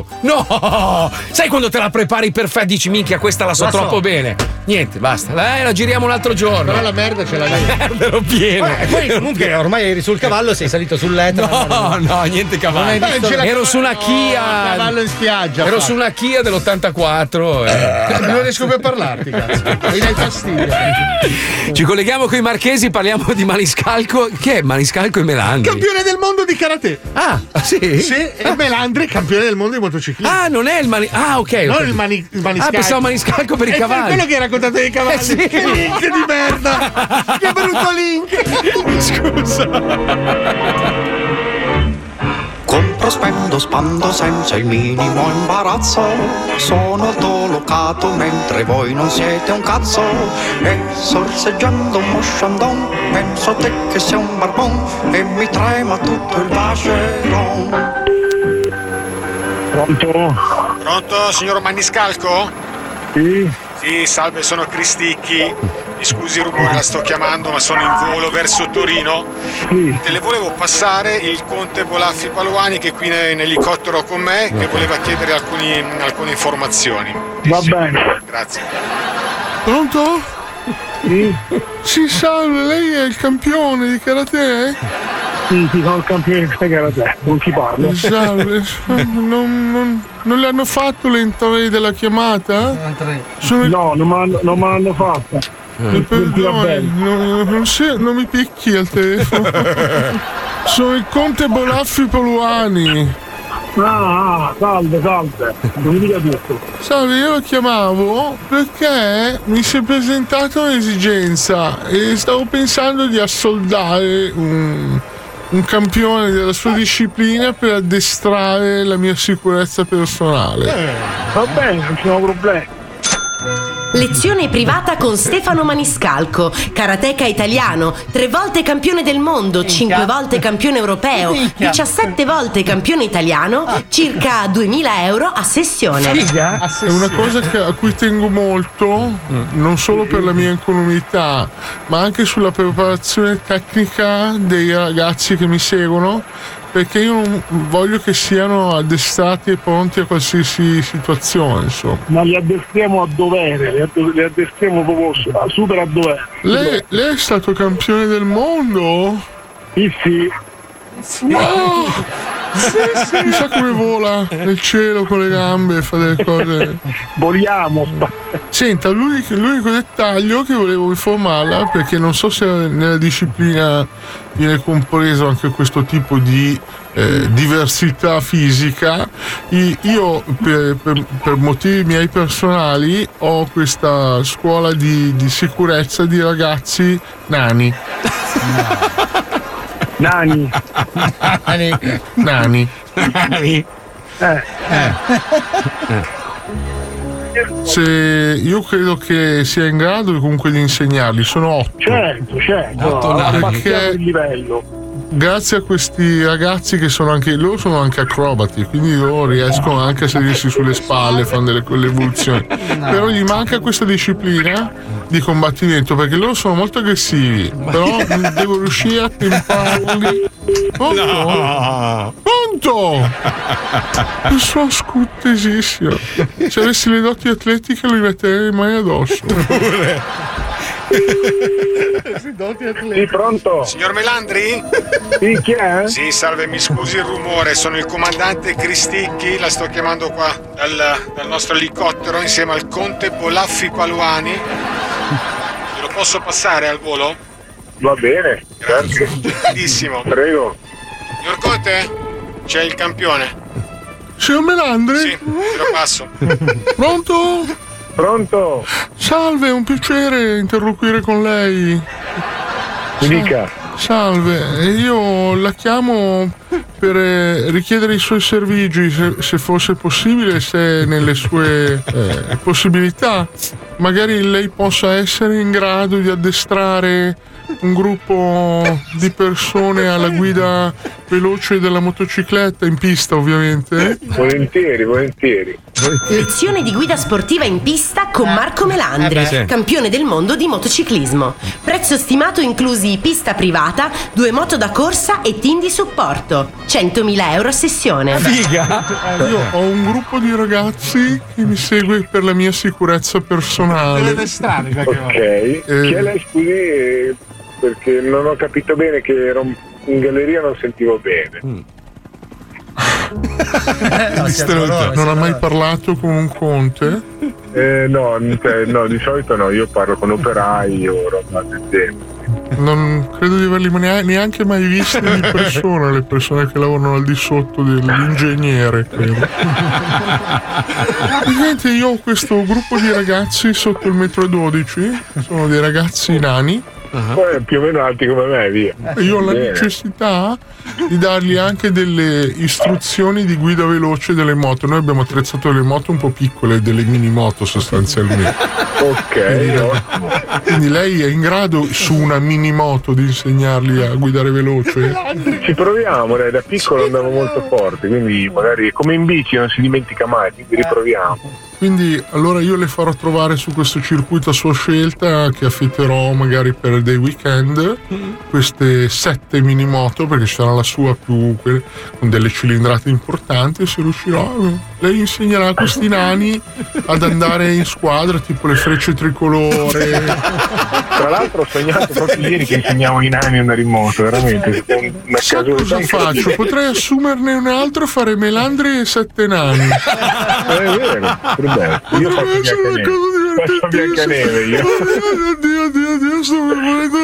No! Sai quando te la prepari perfetta, dici, minchia, questa la so La so. troppo bene. Niente, basta. Eh, la giriamo un altro giorno. Però la merda ce l'avevi. merda ero pieno. E poi comunque ormai eri sul cavallo, sei salito sull'Etna. No, no, niente cavallo. Non hai visto- ce la- Ero su una No, Kia. cavallo in spiaggia. Ero fa. su una Kia dell'ottantaquattro. eh. Non riesco più a parlarti, cazzo. Mi dai fastidio. Ci colleghiamo con i Marchesi, parliamo di Maniscalco. Che è Maniscalco e Melandri? Campione del mondo di karate. Ah, sì? Sì, e Melandri, campione del mondo di motociclismo. Ah, non è il Mani. Ah, ok. Non ok. il, mani, il Ah, maniscalco. pensavo Maniscalco per i È cavalli. quello che hai raccontato dei cavalli. Eh, sì. Che link di merda. Che brutto link. Scusa. Compra sempre spendo, spando senza il minimo imbarazzo. Sono autolocato mentre voi non siete un cazzo. E sorseggiando un mosciandon, penso a te che sei un barbon e mi trema tutto il vacheron. Pronto? Pronto, signor Maniscalco? Sì. Sì, salve, sono Cristicchi. Mi scusi il rumore, la sto chiamando, ma sono in volo verso Torino. Sì. Te le volevo passare il conte Bolaffi Paluani, che è qui in elicottero con me, che voleva chiedere alcuni, alcune informazioni. Va bene. Grazie. Pronto? Sì. Sì, salve, lei è il campione di karate? Sì, sì, sono il campione di karate, non ti parlo. Salve, non, non, non le hanno fatto l'entry della chiamata? Sono... No, non me l'hanno, non me l'hanno fatta. Mi perdoni, non, non, si, non mi picchi al telefono. Sono il conte Bolaffi Paluani. Ah, ah, salve, salve. Non mi dica tutto. Salve, io lo chiamavo perché mi si è presentata un'esigenza e stavo pensando di assoldare un, un campione della sua disciplina per addestrare la mia sicurezza personale. Eh, va bene, non ci sono problemi. Lezione privata con Stefano Maniscalco, karateka italiano, tre volte campione del mondo, cinque volte campione europeo, diciassette volte campione italiano, circa duemila euro a sessione. È una cosa che, a cui tengo molto, non solo per la mia incolumità, ma anche sulla preparazione tecnica dei ragazzi che mi seguono, perché io non voglio che siano addestrati e pronti a qualsiasi situazione, insomma. Ma li addestriamo a dovere, li, add- li addestriamo proprio super a dovere. Lei, lei è stato campione del mondo? Sì, sì. Wow! Sì, sì. Chissà come vola nel cielo con le gambe e fa delle cose. Voliamo. Senta, l'unico, l'unico dettaglio che volevo informarla, perché non so se nella disciplina viene compreso anche questo tipo di eh, diversità fisica. Io per, per, per motivi miei personali ho questa scuola di, di sicurezza di ragazzi nani. Nani. Nani. Nani. Nani. Eh. Eh. Se io credo che sia in grado comunque di insegnarli, sono otto. Certo, certo. Perché il livello. Grazie a questi ragazzi che sono anche loro sono anche acrobati, quindi loro riescono anche a sedersi sulle spalle, fanno delle quelle evoluzioni. No. Però gli manca questa disciplina di combattimento perché loro sono molto aggressivi. Però devo riuscire a temparli. Pronto? No. Pronto? Sono scuttesissimo. Se avessi le doti atletiche lo metterei le mani addosso. Sì, pronto? Signor Melandri? Sì, chi è? Sì, salve, mi scusi il rumore, sono il comandante Cristicchi, la sto chiamando qua dal, dal nostro elicottero insieme al conte Bolaffi Paluani. Me lo posso passare al volo? Va bene. Grazie. Gentilissimo. Prego. Signor Conte, c'è il campione. Signor Melandri? Sì, te lo passo. Pronto? Pronto? Salve, è un piacere interloquire con lei. Mi dica. Salve, io la chiamo per eh, richiedere i suoi servigi, se, se fosse possibile, se nelle sue eh, possibilità. Magari lei possa essere in grado di addestrare un gruppo di persone alla guida veloce della motocicletta in pista, ovviamente. Volentieri, volentieri. Lezione di guida sportiva in pista con Marco Melandri, Eh beh, sì. campione del mondo di motociclismo. Prezzo stimato inclusi pista privata, due moto da corsa e team di supporto. centomila euro a sessione. Figa! Io ho un gruppo di ragazzi che mi segue per la mia sicurezza personale. Ok. Eh, Chi è lei, scusi? eh, Perché non ho capito bene, che ero in galleria, non sentivo bene. Mm. Non ha mai parlato con un conte? Eh, no, cioè, no, di solito no, io parlo con operai o roba del genere. Non credo di averli nea- neanche mai visti di persona, le persone che lavorano al di sotto dell'ingegnere, credo. Niente, io ho questo gruppo di ragazzi sotto il metro dodici, sono dei ragazzi nani. poi più o meno alti come me, via. Io ho la Bene. necessità di dargli anche delle istruzioni di guida veloce delle moto. Noi abbiamo attrezzato delle moto un po' piccole, delle mini moto sostanzialmente. Ok, no. Quindi lei è in grado su una mini moto di insegnarli a guidare veloce? Ci proviamo, dai, da piccolo andavo molto forte, quindi magari come in bici non si dimentica mai, quindi riproviamo. Quindi allora io le farò trovare su questo circuito a sua scelta, che affitterò magari per dei weekend, queste sette mini moto, perché ci sarà la sua più quelle con delle cilindrate importanti, e se riuscirò lei insegnerà a questi nani ad andare in squadra, tipo le frecce tricolore. Tra l'altro ho sognato proprio ieri che insegnavo ai nani ad andare in moto, veramente. Una Sa cosa faccio? Potrei assumerne un altro e fare Melandri e sette nani. È vero, bello. Io faccio Biancaneve. Faccio Biancaneve io. Oddio, oddio, oddio, sto morendo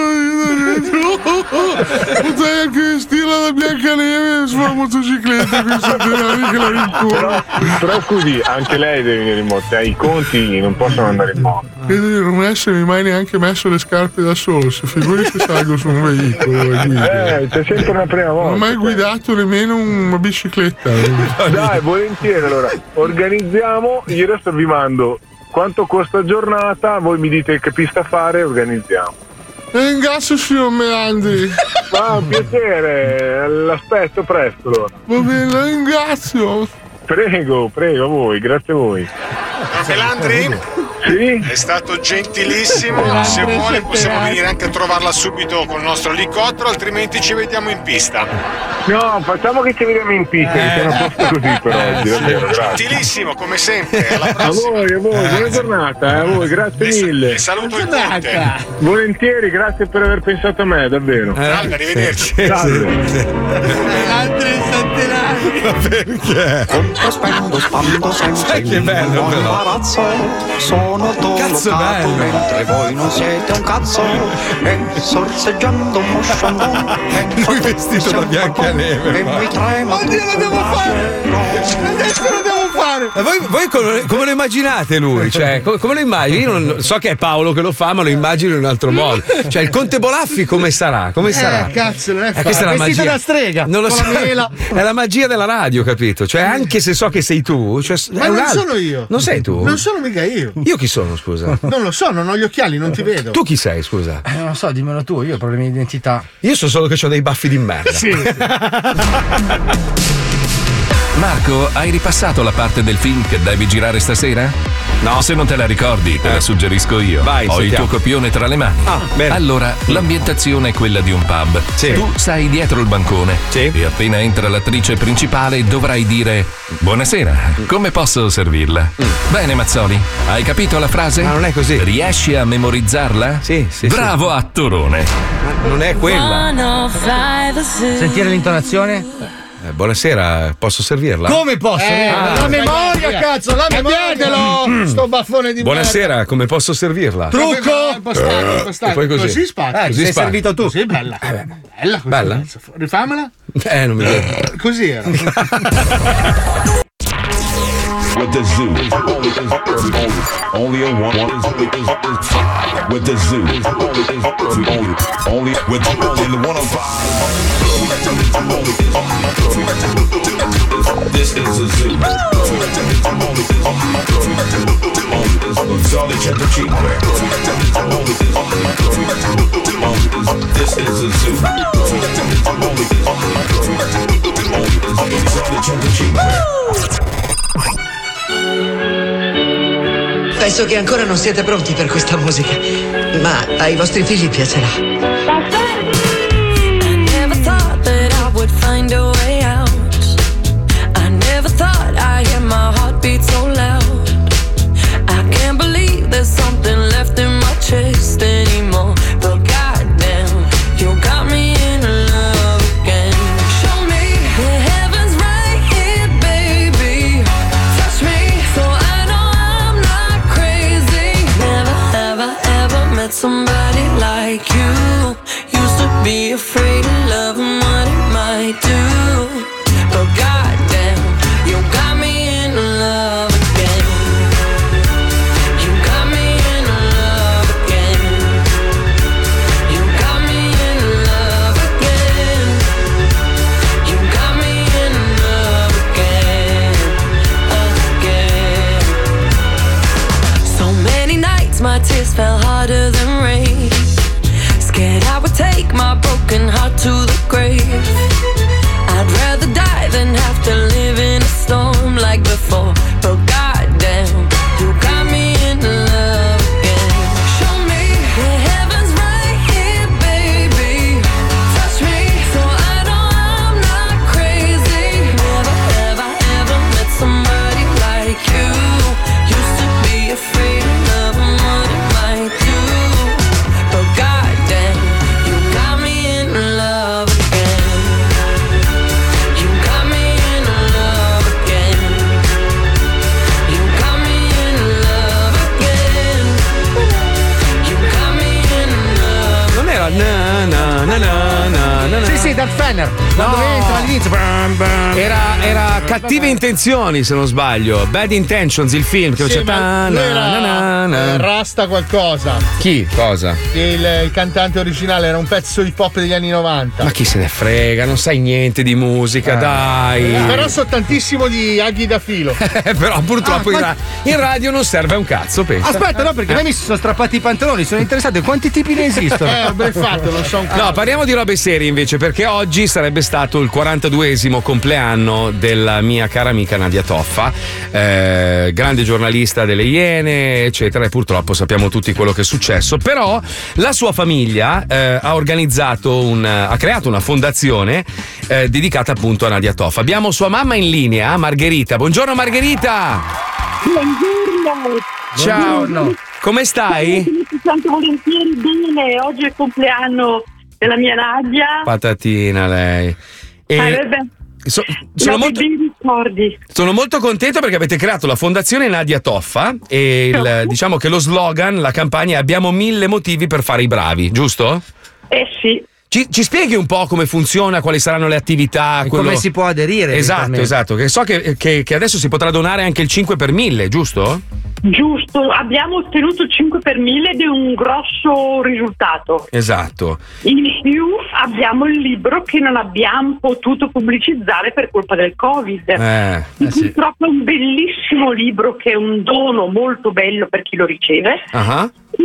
di potrei anche vestirla da Biancaneve sulla motocicletta con i sette nani che la rincorrono. Però, però scusi, anche lei deve venire in moto, eh, i conti non possono andare in moto. Credo di non essermi mai neanche messo le scarpe da solo, se figuri se salgo su un veicolo e guido. Eh, c'è sempre una prima volta. Non ho mai guidato nemmeno una bicicletta. Dai, volentieri, allora organizziamo, io adesso vi mando quanto costa giornata, voi mi dite che pista fare e organizziamo. Ringrazio signor Melandri. Ma un piacere, l'aspetto presto allora. Va bene, la ringrazio. Prego, prego a voi, grazie a voi. Melandri? Sì? È stato gentilissimo, se vuole possiamo venire anche a trovarla subito col nostro elicottero, altrimenti ci vediamo in pista. No, facciamo che ci vediamo in pista, che sono a posto così per oggi, davvero, grazie. Gentilissimo, come sempre, alla A prossima. voi, a voi, buona giornata, eh, a voi, grazie mille. E saluto il Conte. Volentieri, grazie per aver pensato a me, davvero. Salve, arrivederci. Salve. Altri sette nani. Ma perché? Spendo, spando senza Sai che bello però. imbarazzo. Sono Cazzo dolocato bello. mentre voi non siete un cazzo. E sorseggiando un sciandon. Lui vestito da Biancaneve. E mi trema Oddio, lo devo fare. Adesso lo devo fare. Ma voi, voi come, come lo immaginate lui? Cioè, come, come lo immagini? Io non, so che è Paolo che lo fa, ma lo immagino in un altro modo. Cioè, il Conte Bolaffi come sarà? Come sarà? Eh, cazzo, non è Eh, questa è la vestito magia. da strega. Non lo con so. la mela. È la magia della radio, capito? Cioè, anche se so che sei tu, cioè, Ma è un non altro. sono io. Non sei tu? Non sono mica io. Io chi sono, scusa? Non lo so, non ho gli occhiali, non ti vedo. Tu chi sei, scusa? Eh, non lo so, dimmelo tu, io ho problemi di identità. Io so solo che ho dei baffi di merda. Sì. Marco, hai ripassato la parte del film che devi girare stasera? No. Se non te la ricordi, te la suggerisco io. Vai, Ho il sentiamo. tuo copione tra le mani. Ah, bene. Allora, l'ambientazione è quella di un pub. Sì. Tu sei dietro il bancone. Sì. E appena entra l'attrice principale dovrai dire: buonasera, come posso servirla? Bene, Mazzoli, hai capito la frase? Ma non è così. Riesci a memorizzarla? Sì, sì, Bravo attorone. Ma non è quella. Sentire l'intonazione? Eh, buonasera, posso servirla? Come posso? Eh, la ah, memoria, cazzo, la memoria. Sto baffone di Buonasera, come posso servirla? merda. Trucco. Impostato, impostato. E poi così. Così spacca. Eh, Così ti sei spacca. servito tu. Così bella. Bella così. Bella? Rifamela. Eh, non mi vedo. Così era. With the zoo, only a one with the zoo, only only with only the one on five. This is a zoo. Zone centocinque. This is a zoo. Zone centocinque. Penso che ancora non siete pronti per questa musica, ma ai vostri figli piacerà. I never thought that I would find a way out. I never thought I'd hear my heartbeat so loud. I can't believe there's something left in my chest anymore. But goddamn, you got me in love again. Show me the heavens right here, baby. Touch me so I know I'm not crazy. Never, ever, ever met somebody like you. Used to be afraid of love and what it might do. But goddamn, you got me in love again. You got me in love again. You harder than rain. Scared I would take my broken heart to the grave. I'd rather die than have to live in a storm like before. But goddamn, you got me in love again. Show me the heavens right here, baby. Touch me so I know I'm not crazy. Never have I ever met somebody like you. Used to be afraid of love and what it might do. But goddamn, you got me in love again. You got me in love again. You got me in love again. You got me in love. Non era na na na na na na. Sì, sì, Darth Fenner. Quando No. entra all'inizio. bam, bam. Era, era Cattive Intenzioni, se non sbaglio. Bad Intentions, il film che Sì, c'è. ma lui era, na, na, na. eh, Rasta qualcosa. Chi? Cosa? Il, il cantante originale era un pezzo hip hop degli anni novanta. Ma chi se ne frega, non sai niente di musica, dai. Eh, Però so tantissimo di aghi da filo. Eh, però purtroppo Ah, in, ma- ra- in radio non serve a un cazzo, pensa. Aspetta, no, perché a me mi si sono strappati i pantaloni, sono interessato. Quanti tipi ne esistono? Eh, ben fatto, non so un cazzo. No, parliamo di robe serie invece, perché oggi sarebbe stato il quarantaduesimo compleanno della mia cara amica Nadia Toffa, eh, grande giornalista delle Iene, eccetera, e purtroppo sappiamo tutti quello che è successo. Però la sua famiglia eh, ha organizzato un, ha creato una fondazione eh, dedicata appunto a Nadia Toffa. Abbiamo sua mamma in linea, Margherita. Buongiorno Margherita. Buongiorno. Ciao. Buongiorno. Come stai? Mi sento volentieri bene, oggi è il compleanno della mia Nadia. Patatina lei. E Eh, vabbè. so- sono, No, molto, bei ricordi. sono molto contento perché avete creato la fondazione Nadia Toffa e il- diciamo che lo slogan, la campagna è abbiamo mille motivi per fare i bravi, giusto? Eh sì. Ci, ci spieghi un po' come funziona, quali saranno le attività? E come si può aderire, Esatto, eventualmente. esatto. Che so che, che- che adesso si potrà donare anche il cinque per mille, giusto? Giusto, abbiamo ottenuto il cinque per mille ed è un grosso risultato. Esatto. In più abbiamo il libro che non abbiamo potuto pubblicizzare per colpa del Covid. Eh, Purtroppo è un bellissimo libro che è un dono molto bello per chi lo riceve ah,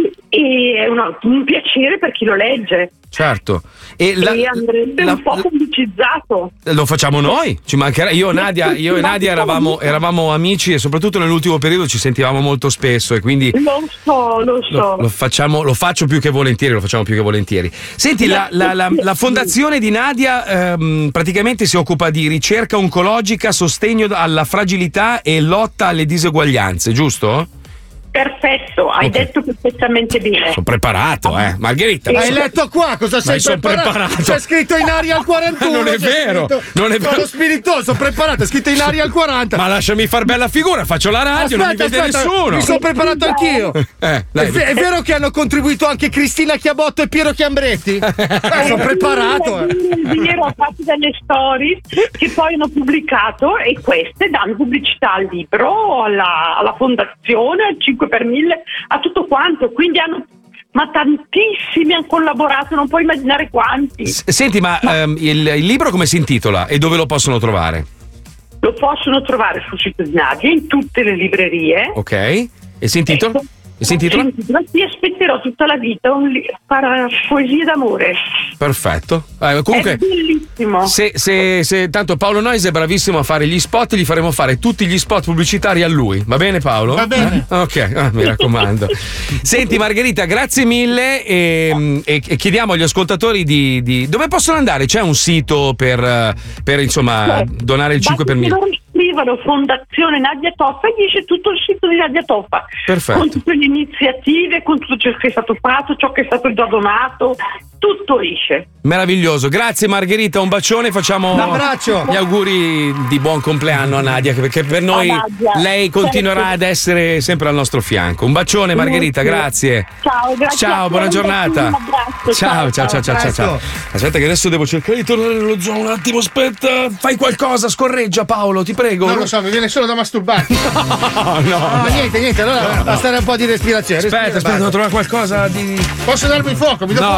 e è una- un piacere per chi lo legge. certo. E la- e andrebbe la- un po' pubblicizzato. Lo facciamo noi, ci mancherà. Io, Nadia, io e Nadia eravamo, eravamo amici e soprattutto nell'ultimo periodo ci sentivamo molto spesso e quindi Lo so, lo so. lo, lo facciamo, lo faccio più che volentieri, lo facciamo più che volentieri. Senti, la, la- la- la fondazione di Nadia ehm, praticamente si occupa di ricerca oncologica, sostegno alla fragilità e lotta alle diseguaglianze, giusto? Perfetto, hai Ok. detto perfettamente bene. Sono preparato, eh. Margherita. Hai letto qua cosa Ma sei son preparato? preparato. C'è scritto in aria al quarantuno. Non è c'è vero, scritto- non è vero. Sono spiritoso, sono preparato, è scritto in aria al quaranta. Ma lasciami far bella figura, faccio la radio, non mi Aspetta, vede aspetta, nessuno. mi sono preparato anch'io. Eh, È, dai. ve- è vero che hanno contribuito anche Cristina Chiabotto e Piero Chiambretti? Eh, sono preparato. eh. È vero, ho fatto delle stories che poi hanno pubblicato e queste danno pubblicità al libro, alla, alla fondazione, al cinque per mille, a tutto quanto. Quindi hanno, ma tantissimi hanno collaborato, non puoi immaginare quanti. S- Senti, ma ehm, il, il libro come si intitola e dove lo possono trovare? Lo possono trovare sul sito di Nadia, in tutte le librerie. Ok. E si intitola? E si intitola? Ma ti aspetterò tutta la vita un li- para- poesie d'amore. Perfetto. Eh, comunque, È bellissimo. se, se, se tanto Paolo Noise è bravissimo a fare gli spot, gli faremo fare tutti gli spot pubblicitari a lui. Va bene, Paolo? Va bene. Eh? Ok, ah, mi raccomando. Senti, Margherita, grazie mille. E, e- e chiediamo agli ascoltatori di, di- dove possono andare? C'è un sito per, eh, per insomma donare il cinque per Basta che mille? loro scrivano Fondazione Nadia Toffa e gli esce tutto il sito di Nadia Toffa. Perfetto. Con tutte le iniziative, con tutto ciò che è stato fatto, ciò che è stato già donato, tutto esce. Meraviglioso, grazie Margherita, un bacione, facciamo Un abbraccio. gli auguri di buon compleanno a Nadia, perché per noi A Nadia. lei continuerà Certo. ad essere sempre al nostro fianco. Un bacione Margherita, grazie. Ciao, grazie. Ciao, a buona te, giornata. Un abbraccio. Ciao, ciao, ciao, ciao, ciao, ciao. Aspetta che adesso devo cercare di tornare nello zoo un attimo, aspetta. Fai qualcosa, scorreggia Paolo, ti prego. Non lo so, mi viene solo da masturbare. No, no. Ah, niente, niente, allora basta un po' di respirazione. Aspetta, respira, aspetta, devo basta. trovare qualcosa di... Posso darmi fuoco? Mi do No, fuoco? perché io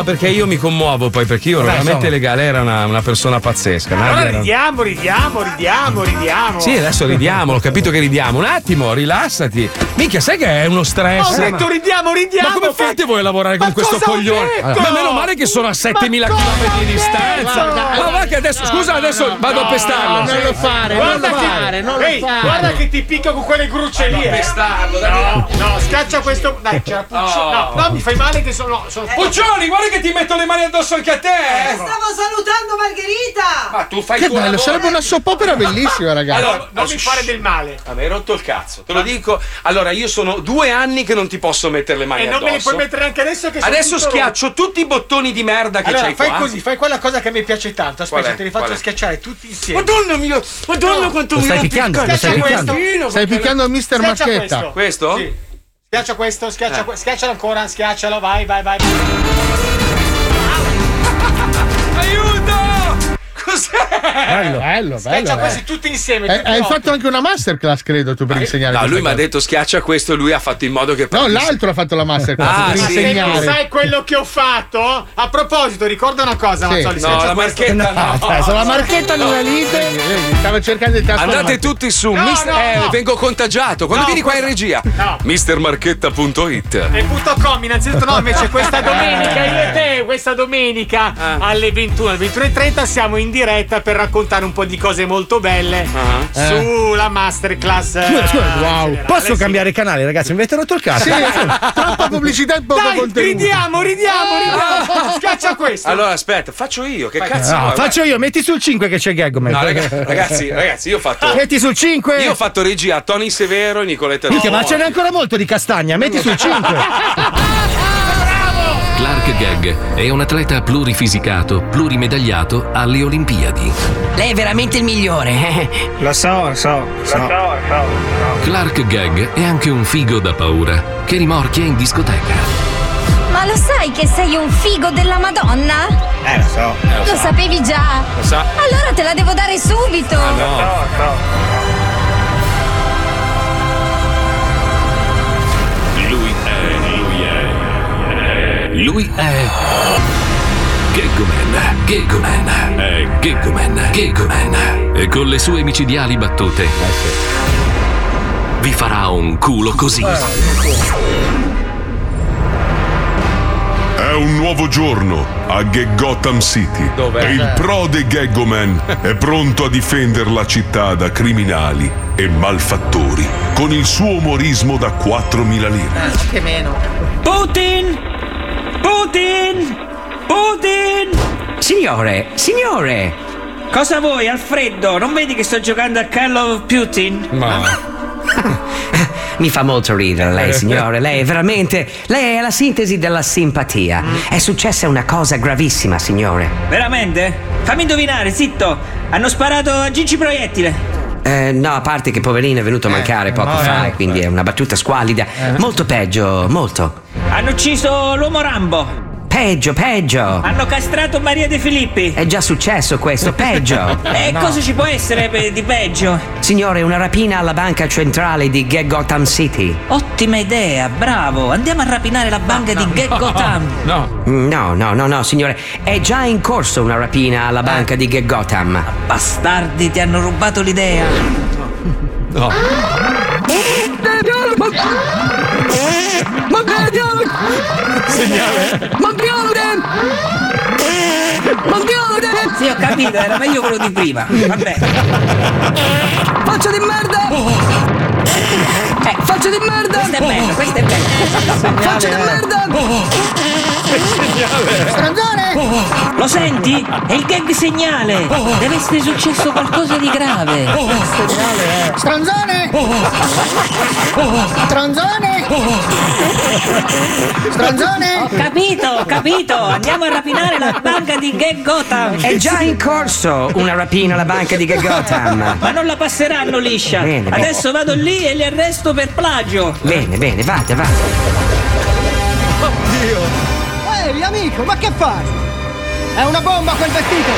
mi commuovo poi perché io ero Beh, veramente insomma. legale, era una, una persona pazzesca. Allora Nadia era- ridiamo, ridiamo, ridiamo, ridiamo. Sì, adesso ridiamo, ho capito che ridiamo. Un attimo, rilassati. Minchia, sai che è uno stress? Ho detto ridiamo, ridiamo. Ma come fate voi a lavorare con Ma questo cosa ho coglione? detto? Ma meno male che sono a settemila Ma cosa chilometri di ho distanza. detto? Ma va che adesso, scusa, adesso vado a pestarlo. non lo fare, non Guarda lo che- fare, non lo Ehi, fare. guarda che ti picchio con quelle grucce lì. a eh. pestarlo, dai. No, no, schiaccia questo. Dai, c'era Puccioni. No, no, mi fai male che sono. sono... Puccioni, guarda che ti metto le mani addosso anche a te. Stavo salutando Margherita! Ma tu fai Che il tuo bello, lavoro. sarebbe una soppopera bellissima, ragazzi. Allora, Non mi fare del male. Vabbè, hai rotto il cazzo, te lo dico. Allora, io sono due anni che non ti posso mettere le mani E non addosso. me li puoi mettere anche adesso che sono Adesso tutto schiaccio tutti i bottoni di merda che Allora, c'hai fai qua. così, fai quella cosa che mi piace tanto. Qual Aspetta, è? te li faccio Qual è? schiacciare tutti insieme. Madonna mia, madonna No. quanto Lo mi stai rompi il picchiando, lo cazzo. stai Schiaccia picchiando. questo. Stai picchiando il mister Schiaccia Marchetta. questo. Questo? Sì. Schiaccia questo, schiaccia Eh. que- schiaccialo ancora, schiaccialo, vai, vai, vai. Aiuto! Cos'è? Bello, bello, Schiaccia bello. questi eh. tutti insieme. Eh, tutti Hai lotti. fatto anche una masterclass, credo, tu per insegnare. No, questa lui mi ha cosa. detto schiaccia questo e lui ha fatto in modo che No, l'altro ha fatto la masterclass Ah, per sì. Se non insegnare. sai quello che ho fatto? A proposito, ricorda una cosa, Sì. Mazzoli. No, schiaccia la questo. marchetta no. Adesso la marchetta non è lì. Stava cercando di trasformare. Andate tutti su No, mister no, eh, no. vengo contagiato. Quando No, vieni qua in cosa- regia. No. mister marchetta punto it. E punto com, innanzitutto no, invece questa domenica io e te, questa domenica Ah. alle ventuno, alle ventuno e trenta siamo in diretta per raccontare un po' di cose molto belle Ah. sulla masterclass. Scusa, scusa, eh, wow. generale, Posso sì. cambiare canale, ragazzi? Mi avete rotto il cazzo. Sì, troppa pubblicità e poco Dai, contenuto. ridiamo, ridiamo, ridiamo. Schiaccia questo. Allora aspetta, faccio io. Che cazzo No, vuoi? faccio io, metti sul cinque che c'è Gaggoman. No, raga- ragazzi, ragazzi, io ho fatto. Metti sul cinque. Io ho fatto regia a Tony Severo e Nicoletta Minchia, ma Del ce n'è Forte. ancora molto di castagna, metti sul cinque. Clark Gagg è un atleta plurifisicato, plurimedagliato alle Olimpiadi. Lei è veramente il migliore. Lo so, lo so, lo so. Clark Gagg è anche un figo da paura che rimorchia in discoteca. Ma lo sai che sei un figo della Madonna? Eh, lo so. Eh, lo Lo so. sapevi già? Lo sa. Allora te la devo dare subito. Ah, no. Lui è. Lui è. Lui è Gaggoman, Gaggoman, è Gaggoman, Gaggoman. E con le sue micidiali battute vi farà un culo così. È un nuovo giorno a Gotham City. Dov'è? E il prode Gaggoman è pronto a difendere la città da criminali e malfattori con il suo umorismo da quattromila lire. Che meno. Putin! Putin! Putin! Signore, signore. Cosa vuoi, Alfredo? Non vedi che sto giocando a Call of Putin? Ma. Mi fa molto ridere lei, signore. Lei è veramente. Lei è la sintesi della simpatia. È successa una cosa gravissima, signore. Veramente? Fammi indovinare, zitto! Hanno sparato a Gigi proiettile! Eh, no, a parte che poverino è venuto a mancare poco no, fa, eh. quindi è una battuta squallida. Molto peggio, molto. Hanno ucciso l'uomo Rambo! Peggio, peggio. Hanno castrato Maria De Filippi! È già successo questo, peggio. E cosa ci può essere pe- di peggio? Signore, una rapina alla banca centrale di Gotham City. Ottima idea, bravo! Andiamo a rapinare la banca di Gotham! No. No, no, no, no, signore. È già in corso una rapina alla banca di Gotham. Bastardi, ti hanno rubato l'idea! No. Segnale. Sì, ho capito, era meglio quello di prima. Vabbè. Faccia di merda! Eh, faccia di merda! Questo è bello, questo è bello. Faccia di merda! Stronzone! Lo senti? È il gag segnale! Deve essere successo qualcosa di grave! Stronzone! Stronzone! Stronzone! Ho capito, ho capito! Andiamo a rapinare la banca di Gag Gotham! È già in corso una rapina alla banca di Gotham. Ma non la passeranno liscia! Bene, bene. Adesso vado lì e li arresto per plagio! Bene, bene, vada, vada. Oddio! Ehi, amico, ma che fai? È una bomba quel vestito!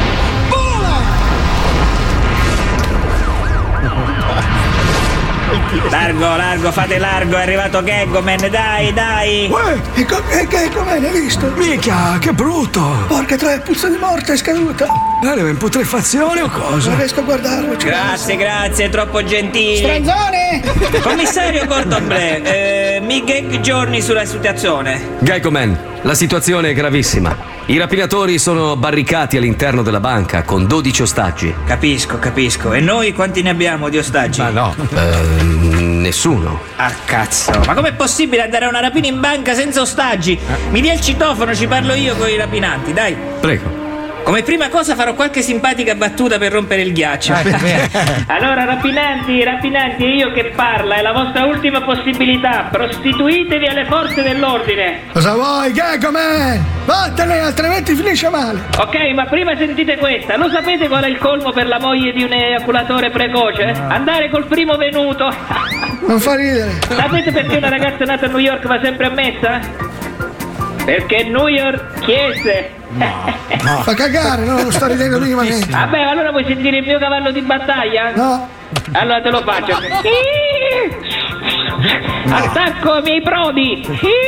Vola! Il Largo, largo, fate largo, è arrivato Gaggoman, dai, dai. Uè, e co- e Gaggoman, hai visto? Minchia, che brutto! Porca troia, puzza di morte, è scaduta. Bene, in putrefazione o cosa? Non riesco a guardarlo. Grazie, grazie, troppo gentili. Stranzone! Commissario Gordon Bleu, eh, mi gag giorni sulla situazione. Geckoman, la situazione è gravissima. I rapinatori sono barricati all'interno della banca con dodici ostaggi. Capisco, capisco. E noi quanti ne abbiamo di ostaggi? Ma no. Eh, nessuno. Ah, cazzo. Ma com'è possibile andare a una rapina in banca senza ostaggi? Mi dia il citofono, ci parlo io con i rapinanti, dai. Prego. Come prima cosa farò qualche simpatica battuta per rompere il ghiaccio. Allora, rapinanti, rapinanti, è io che parla, è la vostra ultima possibilità. Prostituitevi alle forze dell'ordine. Cosa vuoi, Gaggoman? Vattene, altrimenti finisce male. Ok, ma prima sentite questa. Lo sapete qual è il colmo per la moglie di un ejaculatore precoce? Andare col primo venuto. Non fa ridere. Sapete perché una ragazza nata a New York va sempre ammessa? Perché New York chiese. No, no. Fa cagare, no? Lo sto ridendo minimamente. Vabbè, allora vuoi sentire il mio cavallo di battaglia? No. Allora te lo faccio. Attacco ai miei prodi.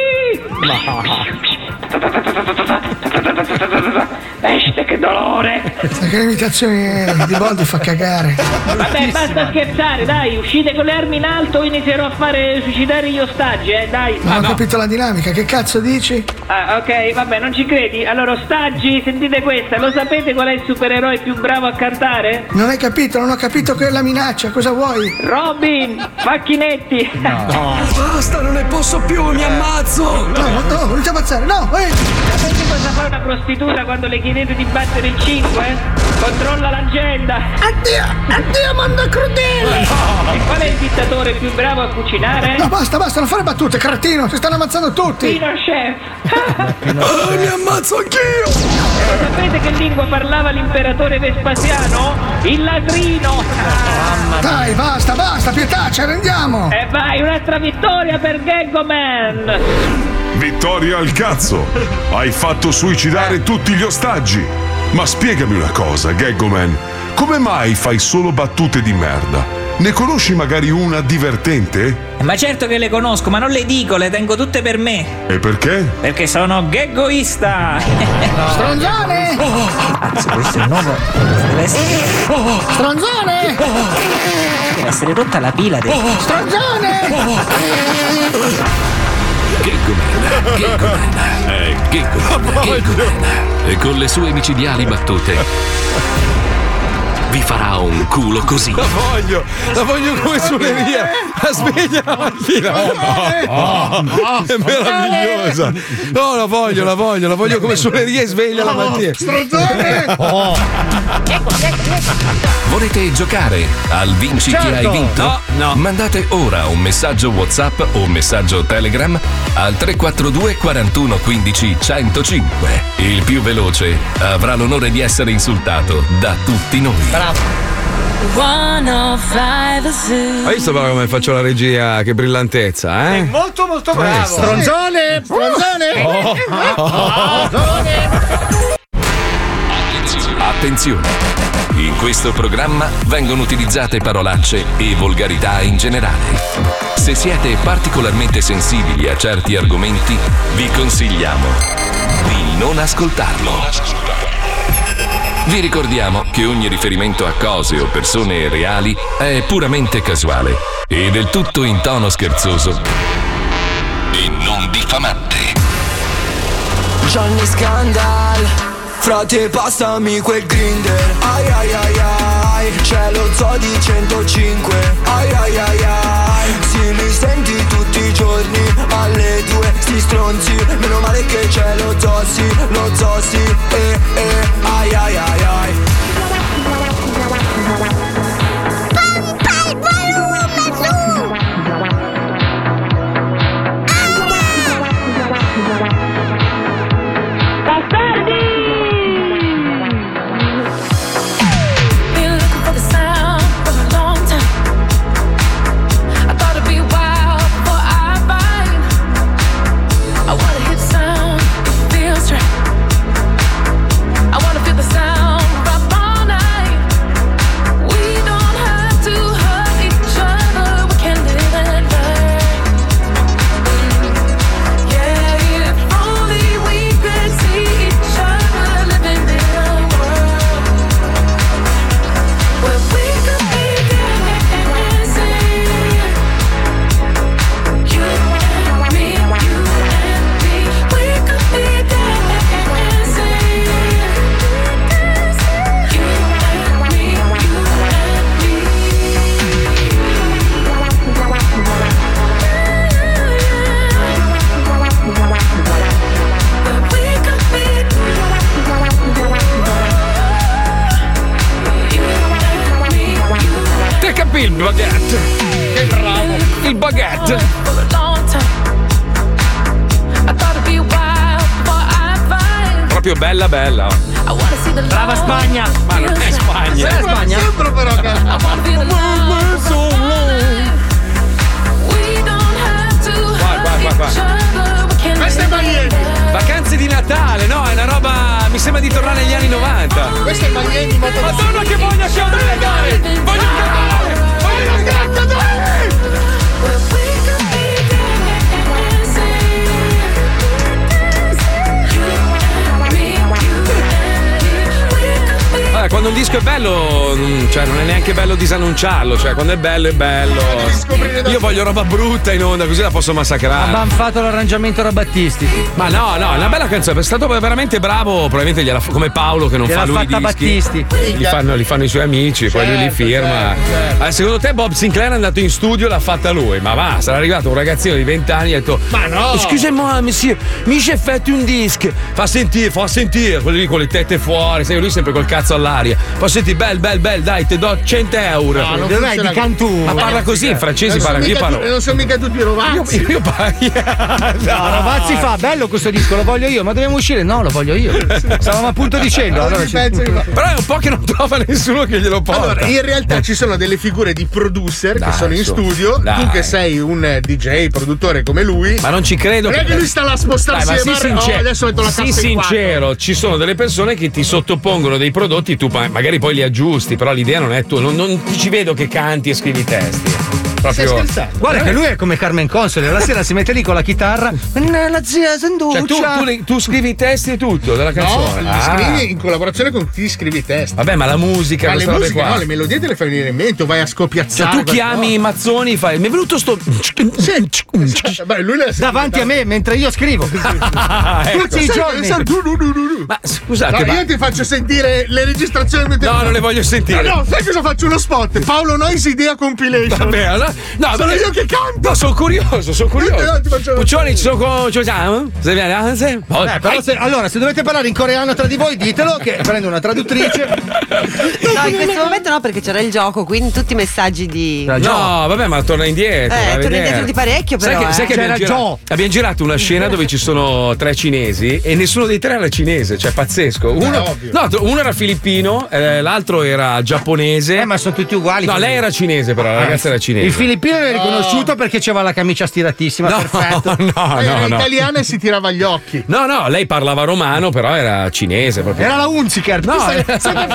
Peste, che dolore. Sai che l'imitazione di Boldi fa cagare. Vabbè, basta scherzare, dai. Uscite con le armi in alto o inizierò a fare suicidare gli ostaggi, eh, dai. Non ho no. capito la dinamica, che cazzo dici? Ah, ok, vabbè, non ci credi. Allora, ostaggi, sentite questa. Lo sapete qual è il supereroe più bravo a cantare? Non hai capito, non ho capito che è la minaccia. Cosa vuoi? Robin, Facchinetti. No. no. Basta, non ne posso più, mi ammazzo. No, no, no, non ti ammazzare, no. Eh. Sapete cosa fa una prostituta quando le chiedete di battere il cinque? Controlla l'agenda. Addio, addio, mondo crudele. No. E qual è il dittatore più bravo a cucinare? No, basta, basta, non fare battute, cretino, si stanno ammazzando tutti. Pinochet. Oh, mi ammazzo anch'io. E lo sapete che lingua parlava l'imperatore Vespasiano? Il ladrino. Ah, Dai, basta, basta, pietà, ci arrendiamo. E vai, un'altra vittoria per Gaggoman. Vittoria al cazzo! Hai fatto suicidare tutti gli ostaggi! Ma spiegami una cosa, Gaggoman, come mai fai solo battute di merda? Ne conosci magari una divertente? Ma certo che le conosco, ma non le dico, le tengo tutte per me. E perché? Perché sono gaggoista. No. Stronzone! Oh. Anzi, questo è il nuovo. Deve essere. Oh. Stronzone! Oh. Deve essere rotta la pila. Del... Oh. Stronzone! Oh. Gaggoman, Gaggoman, è Gaggoman, Gaggoman. E con le sue micidiali battute vi farà un culo così. La voglio, la voglio come sulle vie. La sveglia la mattina. Oh, no, è meravigliosa. No, la voglio, la voglio, la voglio come sulle vie e sveglia la mattina. Stronzone! Oh. Volete giocare al Vinci certo. chi hai vinto? No, no. Mandate ora un messaggio WhatsApp o un messaggio Telegram al tre quattro due quarantuno quindici centocinque. Il più veloce avrà l'onore di essere insultato da tutti noi. Bravo. Hai visto però come faccio la regia? Che brillantezza, eh? È molto molto bravo. Stronzone! Stronzone! Oh. Oh. Stronzone! Attenzione! In questo programma vengono utilizzate parolacce e volgarità in generale. Se siete particolarmente sensibili a certi argomenti, vi consigliamo di non ascoltarlo. Vi ricordiamo che ogni riferimento a cose o persone reali è puramente casuale e del tutto in tono scherzoso e non diffamante. Johnny Scandal, frate passami quel grinder. Ai ai ai ai, c'è lo zoo di centocinque. Ai ai ai ai, si li senti tutti i giorni alle due, sti stronzi. Meno male che c'è lo zoo, sì, lo zoo, sì. Eh eh, ai ai ai ai. Che bravo. Il baguette. Proprio bella bella. Brava Spagna. Ma non è Spagna. È Spagna? Sempre però che Qua, qua, qua, qua. Questa è Miami. Vacanze di Natale, no? È una roba. Mi sembra di tornare negli anni novanta. Questa è Miami, ma Madonna che voglia che ho da legare! Voglio cantare! Voglio cantare! Vabbè, quando un disco è bello, cioè non è neanche bello disannunciarlo, cioè quando è bello è bello. Io voglio roba brutta in onda, così la posso massacrare. Ha banfato l'arrangiamento Rabattisti. Ma no, no, è una bella canzone, è stato veramente bravo, probabilmente gliela fa, come Paolo che non Gliel'ha fa lui i fatta dischi. Battisti. Li fanno, li fanno i suoi amici, poi lui li Certo, firma. certo, certo. Eh, secondo te Bob Sinclair è andato in studio e l'ha fatta lui? Ma va, sarà arrivato un ragazzino di venti anni e ha detto: Ma no! Scusami, monsieur, mi c'è fatto un disco. Fa sentire, fa sentire, quelli lì con le tette fuori, sai, lui sempre col cazzo all'aria. Fa sentire, bel, bel, bel, dai, ti do cento euro. No, non Dov'è funziona di Cantù? Ma parla così, in francese Non sono parla. Io mica parlo. tu- non sono mica tutti rovazzi. Io, io parlo. No, Rovazzi fa, bello questo disco, lo voglio io, ma dobbiamo uscire? No, lo voglio io. Stavamo appunto dicendo. Allora Ogni ci- pezzo di- Però è un po' che non trova nessuno che glielo porta. Allora, in realtà ci sono delle figure di producer Dai, che sono in su. studio. Dai. Tu che sei un eh, D J, produttore come lui. Ma non ci credo. Non è che lui sta là a spostarsi Dai, ma le sii barre. sincer- Oh, adesso metto la sii cassa in quattro. sincero, ci sono delle persone che ti sottopongono dei prodotti, tu pa- magari poi li aggiusti, però l'idea non è tua. Non, non ti ci vedo che canti e scrivi i testi. Stai Proprio. scherzando? Guarda che lui è come Carmen Console, la sera si mette lì con la chitarra. La zia Sanduccia. Cioè, tu, tu, li- tu scrivi i testi e tutto della No, canzone. li Ah. scrivi in collaborazione con chi scrivi i testi. Vabbè, ma la musica, Ma le queste robe musiche, qua. no, le melodie te le fai venire in mente, o vai a Cioè, scopiazzare. tu chiami Mazzoni, fai. Mi è venuto sto. Beh, lui le Davanti a me mentre io scrivo. Tutti i giorni. Ma scusate, No, ma- io ti faccio sentire le registrazioni mentre- No, non le voglio sentire. No, no, sai cosa faccio? Uno spot. Paolo Nois Idea Compilation. Vabbè, allora- no, sono vabbè. io che canto. No, sono curioso, sono curioso. No, ti faccio- Puccioni, ci sono con. ci siamo? Se viene, ah, se- oh, Eh, però se, allora, se dovete parlare in coreano tra di voi, ditelo che prendo una traduttrice. No, in questo momento no, perché c'era il gioco, quindi tutti i messaggi di. No, vabbè, ma torna indietro. Eh, vai a torna vedere. indietro di parecchio, però, Sai che, sai eh. che abbiamo, C'era girato, Joe. abbiamo girato una scena dove ci sono tre cinesi e nessuno dei tre era cinese, cioè pazzesco. Uno, ovvio. no, uno era filippino, eh, l'altro era giapponese. Eh, ma sono tutti uguali. No, lei era cinese, però la ragazza era cinese. Il filippino l'hai riconosciuto perché c'aveva la camicia stiratissima, No, perfetto. no, Eh, no, era no. italiana e si tirava gli occhi. No, no, lei parlava romano, però era cinese proprio. Era la Unziker. No, sai, era- sai che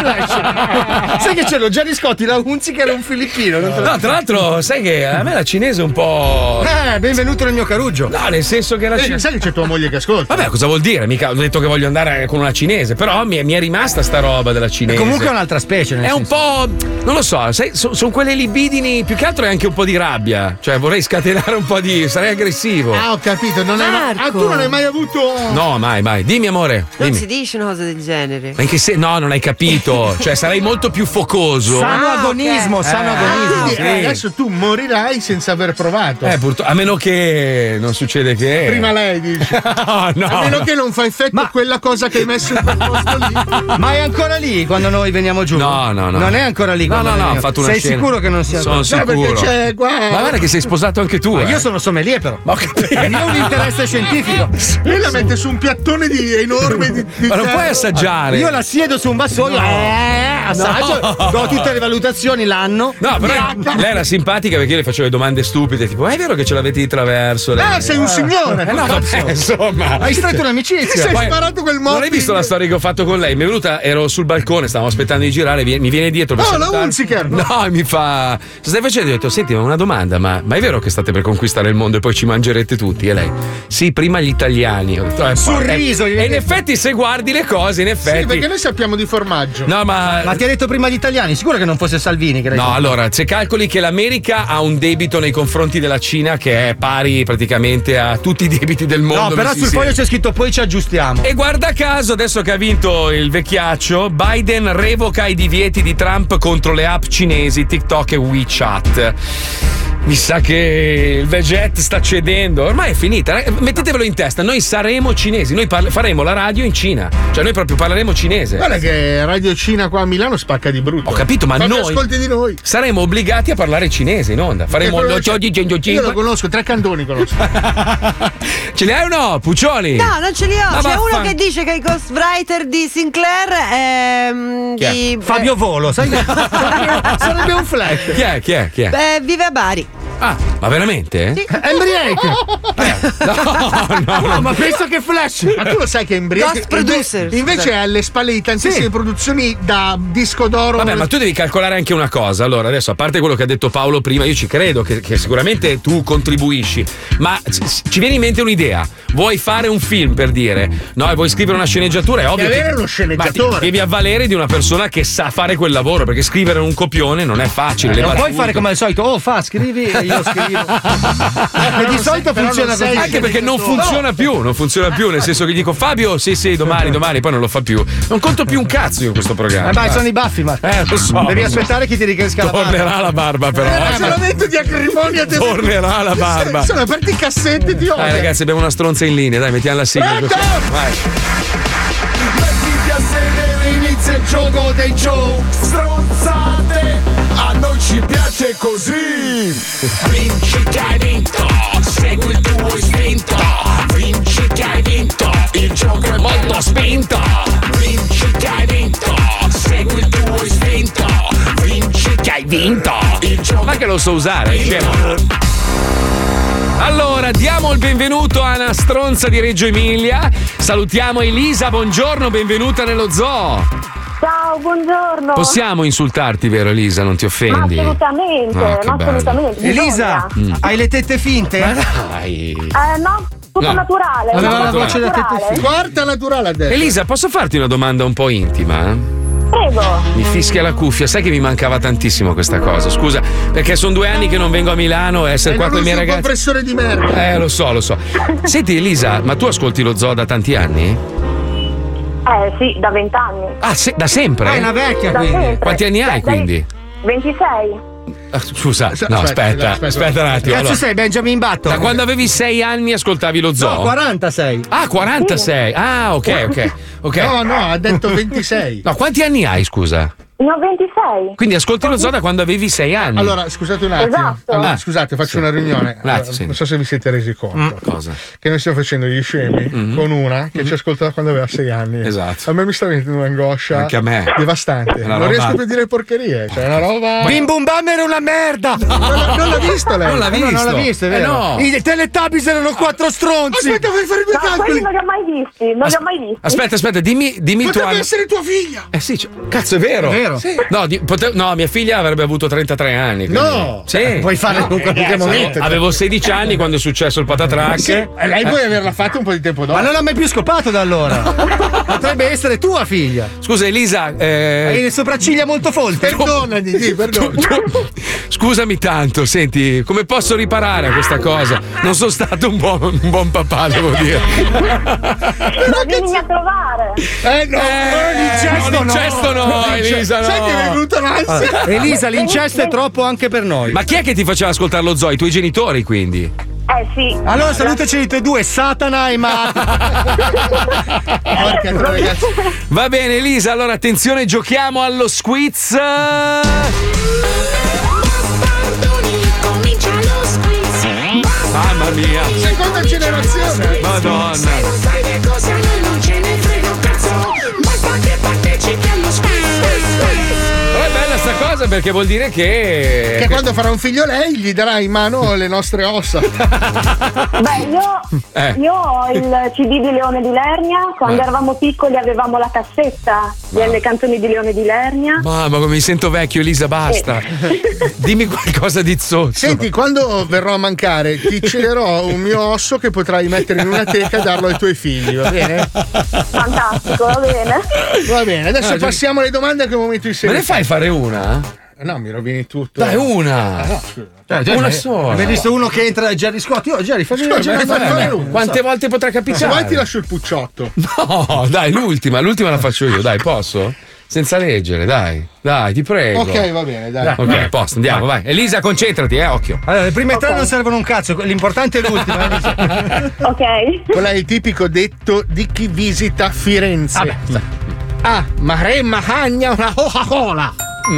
flash? Sai che c'era Gianni Scotti, la Unziker è un filippino. Non te lo- No, tra l'altro, sai che a me la cinese è un po'. Eh, benvenuto nel mio caruggio. No, nel senso che la Eh, cinese. sai che c'è tua moglie che ascolta? Vabbè, cosa vuol dire? Mica ho detto che voglio andare con una cinese, però mi è, mi è rimasta sta roba della cinese. Comunque è un'altra specie. Nel È un senso. po'. Non lo so, sai, so- sono quelle libidini, più che altro è anche un po' di rabbia. Cioè, vorrei scatenare un po' di. Sarei aggressivo. Ah, ho capito. Non hai mai... Ah, tu non hai mai avuto. No, mai, mai. Dimmi, amore. Non Dimmi. si dice una cosa del genere. Ma in che se- No, non hai capito. Cioè, sarei molto più focoso. Sano Ah, agonismo, ok. sano Eh, agonismo. Quindi, sì. eh, adesso tu morirai senza aver provato. Eh, purtroppo. A meno che non succede che. Prima lei dice. No, no. A meno che non fa effetto quella cosa che hai messo in quel posto lì. Ma è ancora lì quando noi veniamo giù? No, no, no. Non è ancora lì. No, quando no, no, veniamo- ho fatto una Sei scena. sicuro che non sia Sono ancora? No, perché sicuro. c'è qua. Ma guarda che sei sposato anche tu. Ma eh. io sono sommelier però. Ma ho capito. Io ho un interesse scientifico. Lui la mette su un piattone di enorme di, di Ma non ferro. puoi assaggiare. Io la siedo su un vassoio, eh, assaggio, No. do tutte le valutazioni l'anno. No, però lei era simpatica perché io le facevo le domande stupide, tipo, "Ma è vero che ce l'avete di traverso?" Lei? Ah, sei un signore. Eh no, vabbè, insomma. Hai stretto un'amicizia. Ti sei Poi- sparato quel modo. Non hai visto la storia che ho fatto con lei? Mi è venuta, ero sul balcone, stavamo aspettando di girare, vie- mi viene dietro per Oh, la salutarmi. Hunziker! No, e mi fa. Cosa stai facendo? Io ho detto, senti, ma una domanda, ma, ma è vero che state per conquistare il mondo e poi ci mangerete tutti? E lei? Sì, prima gli italiani. Ho detto, eh, Sorriso, eh, gli E in vede- effetti, se guardi le cose, in effetti. Sì, perché noi sappiamo di formaggio. No, ma. Ma ti ha detto prima gli italiani? Sicuro che non fosse Salvini? Che l'hai No, detto? allora, se calcoli che l'America ha un debito nei confronti della Cina che è pari praticamente a tutti i debiti del mondo. No, però messi sul insieme. foglio c'è scritto poi ci aggiustiamo. E guarda caso, adesso che ha vinto il vecchiaccio, Biden revoca i divieti di Trump contro le app cinesi TikTok e WeChat. Mi sa che il Veget sta cedendo. Ormai è finita. Mettetevelo in testa. Noi saremo cinesi. Noi parle- faremo la radio in Cina. Cioè, noi proprio parleremo cinese. Guarda che Radio Cina qua a Milano spacca di brutto. Ho capito, ma Fammi noi ascolti di noi. saremo obbligati a parlare cinese in onda. Faremo lo Giogi Gengiogin. Io lo conosco, tre cantoni conosco. Ce li hai o no, Puccioli? No, non ce li ho. Ma C'è vaffan- uno che dice che il ghostwriter di Sinclair è. mm, Chi è? di, Fabio Volo, sai? Sarebbe un flash. Chi è? Chi è? Chi è? eh, vive a Bari. Ah, ma veramente? Sì. Embriake. No, no, no, ma penso che flash. Ma tu lo sai che Embriake Ghost producer, invece è alle spalle di tantissime Sì. produzioni da disco d'oro. Vabbè, ma tu devi calcolare anche una cosa. Allora, adesso, a parte quello che ha detto Paolo prima, io ci credo che, che sicuramente tu contribuisci, ma c- ci viene in mente un'idea. Vuoi fare un film, per dire, no, e vuoi scrivere una sceneggiatura, è ovvio Devi che avere uno sceneggiatore. ma ti devi avvalere di una persona che sa fare quel lavoro, perché scrivere un copione non è facile. le Non puoi battute. fare come al solito, oh fa, scrivi e io scrivo. E di solito però funziona non sei- così. Anche perché non funziona più, non funziona più, nel senso che dico Fabio, sì, sì, domani, domani, poi non lo fa più. Non conto più un cazzo io in questo programma. Eh, ma sono i baffi, ma Eh, lo so. devi aspettare che ti ricresca la barba. Tornerà la barba, però. Eh, eh, ma- ragionamento di acrimonia deve- Tornerà la barba. Sono aperti i cassetti di odio. Dai, ragazzi, abbiamo una stronza in linea, dai, mettiamo la sigla. Pronto? Vai. Mettiti a sedere, inizia il gioco dei show. Stronzate, a noi ci piace così. Vinci che hai vinto, segui il tuo istinto. Vinci che hai vinto, il gioco è molto spinto. Vinci che hai vinto, segui il tuo istinto. Vinci che hai vinto, il gioco. Ma che lo so usare, scemo. Allora, diamo il benvenuto a una stronza di Reggio Emilia. Salutiamo Elisa, buongiorno, benvenuta nello zoo. Ciao, buongiorno. Possiamo insultarti, vero Elisa? Non ti Ma offendi? assolutamente, Ah, che ma bello. assolutamente. Elisa, Mm. hai le tette finte? Ma dai. Eh, no, tutto No. naturale. Aveva tutto la voce da naturale. tette finte. Quarta naturale adesso. Elisa, posso farti una domanda un po' intima? Prego. Mi fischia la cuffia, sai che mi mancava tantissimo questa cosa. Scusa, perché sono due anni che non vengo a Milano e essere E qua non con i miei usi un ragazzi. compressore di merda. Eh, lo so, lo so. Senti, Elisa, ma tu ascolti lo zoo da tanti anni? Eh sì, da vent'anni. Ah, se- da sempre? Ah, è una vecchia, Da quindi. sempre. Quanti anni hai, Dai, dai, quindi? ventisei. Ah, scusa, no, Aspetta, aspetta, aspetta. aspetta un attimo. Cazzo allora. sei Benjamin Button? Da quando avevi sei anni ascoltavi lo zoo? No, quarantasei. Ah, quarantasei. Ah, ok, ok. ok. No, no, ha detto ventisei. No, quanti anni hai, scusa? Ne ho ventisei. Quindi ascolti lo zoo da quando avevi sei anni. Allora, scusate un attimo. Esatto. Allora, Ah, scusate, faccio sì. una riunione. Un attimo, Allora, sì. non so se vi siete resi conto. Mm, cosa? Che noi stiamo facendo gli scemi Mm-hmm. con una che ci ascolta da quando aveva sei anni. Esatto. A me mi sta venendo un'angoscia Anche a me. devastante. È una Non roba- riesco più a dire porcherie. Cioè, è una roba. Bim Bum Bam era una merda! Non l'ha, non l'ha visto lei? Non l'ha Eh, no, visto. non l'ha visto, è Eh, vero. no. I Teletubbies erano quattro stronzi! Aspetta, vuoi fare due No, quelli calcoli? non li ho mai visti, non li ho mai visti. Aspetta, aspetta, dimmi, dimmi il tuo Potrebbe anno. essere tua figlia. Eh sì, cioè- cazzo, è vero. È vero. Sì. No, di- pote- no, mia figlia avrebbe avuto trentatré anni. quindi- No. Sì. Puoi fare in qualche momento. Avevo sedici anni quando è successo il patatrack. Sì, e lei puoi averla fatta un po' di tempo dopo. Ma non ha mai più scopato da allora. Potrebbe essere tua figlia. Scusa, Elisa. Hai Eh, le sopracciglia molto folte. Perdonami, sì, perdona. scusami tanto, senti, come posso riparare a questa cosa? Non sono stato un buon, un buon papà, devo dire. Ma vieni a trovare. Eh no, Eh, l'incesto no, l'incesto no, no. Elisa, no. Sai che mi è venuta l'ansia? Elisa, l'incesto è troppo anche per noi. Ma chi è che ti faceva ascoltare lo zoo? I tuoi genitori, quindi? Eh sì. Allora salutaci tutti e due, Satana e Mata. Porca troia, ragazzi. Va bene, Elisa, allora attenzione, giochiamo allo squiz. Comincia lo squiz. Mamma mia. Seconda generazione. Madonna. Se non sai le cose a noi non ce ne frega un cazzo. Basta che partecipi allo squiz. Però è bella sta cosa perché vuol dire che. Che quando farà un figlio lei gli darà in mano le nostre ossa. Beh, io, Eh. io ho il C D di Leone di Lernia. Quando Eh. eravamo piccoli avevamo la cassetta delle canzoni di Leone di Lernia. Mamma, come mi sento vecchio, Elisa, basta. Dimmi qualcosa di zozzo. Senti, quando verrò a mancare ti cederò un mio osso che potrai mettere in una teca e darlo ai tuoi figli, va bene? Fantastico, va bene. Va bene, adesso Ah, già- passiamo alle domande che è il momento di Me serie. ne fai fare una? No, mi rovini tutto. Dai, una. Ah, no, scusa. Cioè, Una eh, sola. Hai visto uno che entra Jerry Scott? Io Jerry fammi Scusa, Jerry, ma fammi- fai fammi- uno. Quante volte potrà Se capitare? vuoi ti lascio il pucciotto. No, dai, l'ultima, l'ultima la faccio io, dai, posso? senza leggere, dai. Dai, ti prego. Ok, va bene, dai. Ok, a posto, andiamo, vai. Elisa, concentrati, eh, occhio. Allora, le prime tre Ok. non servono un cazzo, l'importante è l'ultima. Elisa. Ok. Qual è il tipico detto di chi visita Firenze? Vabbè, sta- A. Maremma cagna una Coca-Cola.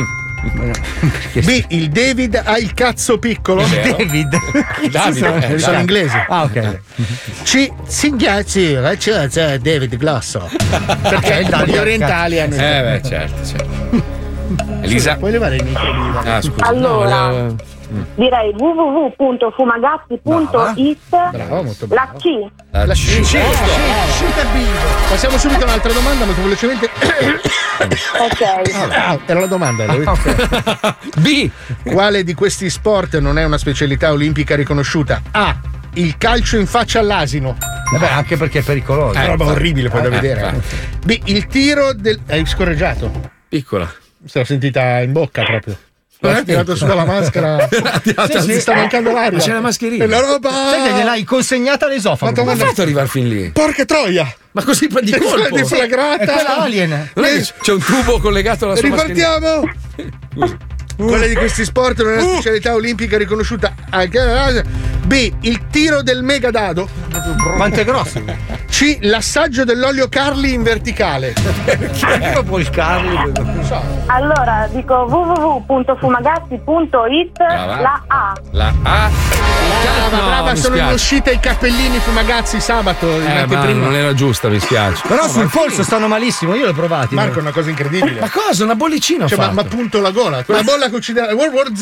B. Il David ha il cazzo piccolo. Vero. David. Davide, eh, Sono dai. inglese. Ah, ok. C. Singhiazzi, c'è, c'è David Glasso. Perché gli orientali hanno. Eh, beh, certo, certo. Elisa. Puoi levare il micro viva? Ah, scusa. Allora. no, volevo- Direi w w w punto fumagazzi punto it. Bravo, molto bravo. La C. La La C. C. C. Passiamo subito a un'altra domanda molto velocemente. Ok. Ah, era la domanda. l'ho detto. B. Quale di questi sport non è una specialità olimpica riconosciuta? A. Il calcio in faccia all'asino. Vabbè, anche perché è pericoloso. È una roba orribile poi da Eh, vedere. eh. B. Il tiro del. Hai scorreggiato. Piccola. Se l'ho sentita in bocca proprio. L'ho Eh? tirato su dalla maschera. Sì, Mi sì. sta mancando l'aria. Ma c'è la mascherina. È la roba. Sai che gliel'hai consegnata all'esofago. Quanto Come ha fatto ad arrivare fin lì? Porca troia! Ma così di colpo? Deflagrata! È quella alien. Non è che c'è un tubo collegato alla sua mascherina? Ripartiamo! Quale di questi sport non è una specialità olimpica riconosciuta? B. Il tiro del megadado. Quanto è grosso? C. L'assaggio dell'olio Carli in verticale. Perché proprio il Carli? Non so. Allora dico w w w punto fumagazzi punto it. Brava. La A. La A. Brava, No, brava, mi sono in spiace. uscita i cappellini fumagazzi sabato. in Eh, ma anteprima. non era giusta, mi spiace. Però sul polso stanno malissimo, io l'ho provati. Marco, è una cosa incredibile. Ma cosa? Una bollicina ho Cioè, ma, fatto. ma punto la gola, quella bolla che ucciderà World War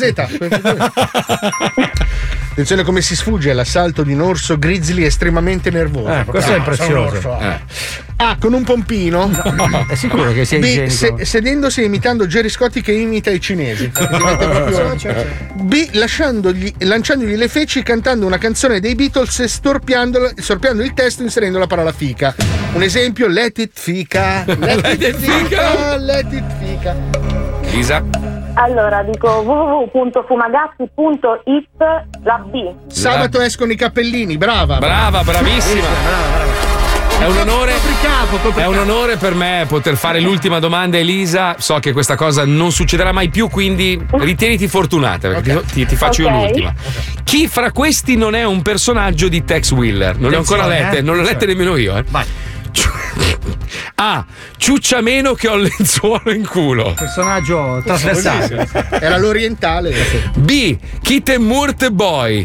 Z. Attenzione come si sfugge all'assalto di un orso grizzly estremamente nervoso. Eh, questo è Ah, sono un prezioso. orso. Eh. A. Con un pompino. È sicuro che sia B. igienico? se- sedendosi e imitando Gerry Scotti che imita i cinesi. Diventa proprio- B. Lasciandogli, lanciandogli le feci cantando una canzone dei Beatles e storpiando, storpiando il testo inserendo la parola fica. Un esempio: let it fica. Let, Let it it fica. fica. Let it fica. Elisa. Allora dico w w w punto fumagazzi punto it. La B. Sabato escono i cappellini, brava. Brava, bravissima. È un onore. Copricapo, copricapo. È un onore per me poter fare l'ultima domanda, Elisa. So che questa cosa non succederà mai più, quindi ritieniti fortunata, perché Ok. ti, ti faccio Ok. io l'ultima. Chi fra questi non è un personaggio di Tex Willer? Non le ho ancora Attenzione, lette, eh. non le ho lette nemmeno io. Eh. Vai. A. Ciuccia meno che ho il lenzuolo in culo. Personaggio trasversale. Era l'orientale. B. Kite Murte Boy.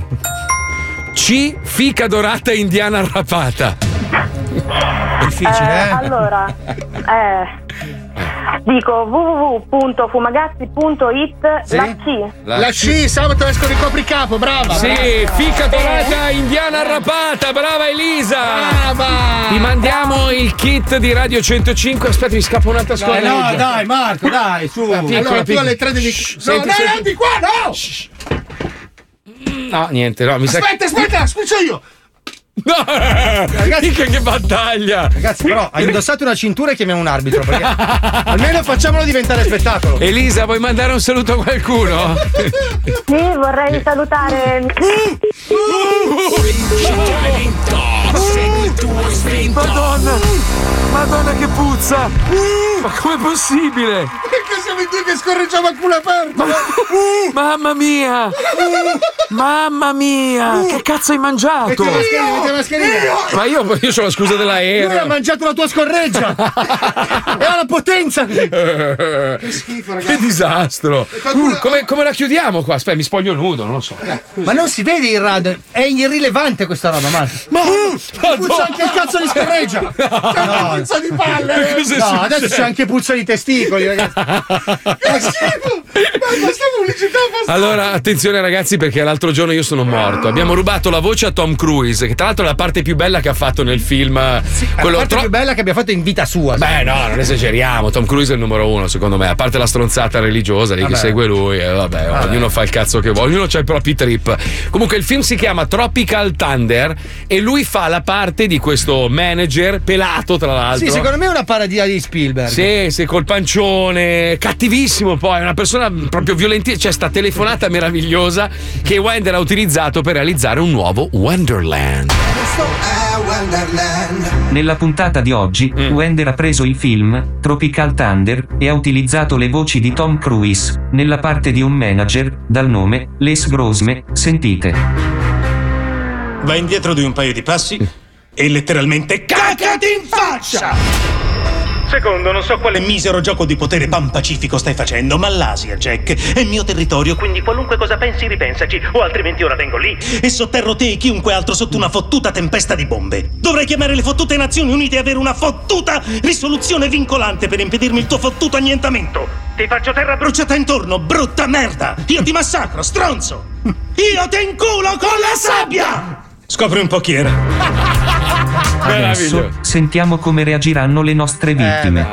C. Fica dorata indiana rapata. Difficile, Eh, eh? allora eh, dico w w w punto fumagazzi punto it. Sì? La C. La C, sabato escono i copricapo, brava. Sì, brava. fica dorata indiana rapata, brava Elisa! Brava! Ti mandiamo il kit di Radio centocinque. Aspetta, mi scappa un'altra Eh, scuola. no, dai, Marco, dai, su. Allora tu piccola. alle tre devi. Shh, No, senti, no, senti. no, di qua, no! No, niente, no, mi sa che. Aspetta, aspetta, spiccio io! No! Ragazzi, che, che battaglia! Ragazzi, però hai indossato una cintura e chiamiamo un arbitro, perché almeno facciamolo diventare spettacolo. Elisa, vuoi mandare un saluto a qualcuno? Sì, vorrei salutare. Madonna! Madonna che puzza! Ma com'è possibile? Perché siamo in due che scorreggiamo a culo aperto? Mamma mia! Mamma mia! Che cazzo hai mangiato? Metti la mascherina, metti la mascherina. Ma io, io ho la scusa Lui ha dell'aereo. mangiato la tua scorreggia! Era la potenza! Che schifo, Che ragazzi. disastro! Uh, come, come la chiudiamo qua? Aspetta, mi spoglio nudo, non lo so. Ma non si vede il radio, è irrilevante questa roba, Marco. Ma Puzza anche il cazzo di scorreggia! No, puzza di palle! Cos'è No, successo? adesso c'è anche puzza di testicoli, ragazzi. Che schifo! Ma questa pubblicità fa Allora, attenzione ragazzi, perché l'altro giorno io sono morto. Abbiamo rubato la voce a Tom Cruise, che tra l'altro è la parte più bella che ha fatto nel film. È la parte tro- più bella che abbia fatto in vita sua. Beh, no, non esageriamo. Tom Cruise è il numero uno, secondo me. A parte la stronzata religiosa lì che Vabbè. segue lui, eh, vabbè, Vabbè. ognuno fa il cazzo che vuole, ognuno ha i propri trip. Comunque, il film si chiama Tropical Thunder e lui fa la parte di questo manager pelato, tra l'altro. Sì, secondo me è una parodia di Spielberg. Sì, sì, col pancione, cattivissimo poi, è una persona proprio violenti, c'è sta telefonata meravigliosa che Wender ha utilizzato per realizzare un nuovo Wonderland. Nella puntata di oggi, mm. Wender ha preso il film Tropical Thunder e ha utilizzato le voci di Tom Cruise nella parte di un manager dal nome Les Grosme. Sentite. Va indietro di un paio di passi e letteralmente cacati in faccia! Secondo, non so quale misero gioco di potere panpacifico stai facendo, ma l'Asia, Jack, è mio territorio, quindi qualunque cosa pensi ripensaci, o altrimenti ora vengo lì e sotterro te e chiunque altro sotto una fottuta tempesta di bombe. Dovrei chiamare le fottute Nazioni Unite e avere una fottuta risoluzione vincolante per impedirmi il tuo fottuto annientamento. Ti faccio terra bruciata intorno, brutta merda! Io ti massacro, stronzo! Io ti inculo con la sabbia! Scopri un po' chi era. Adesso sentiamo come reagiranno le nostre vittime.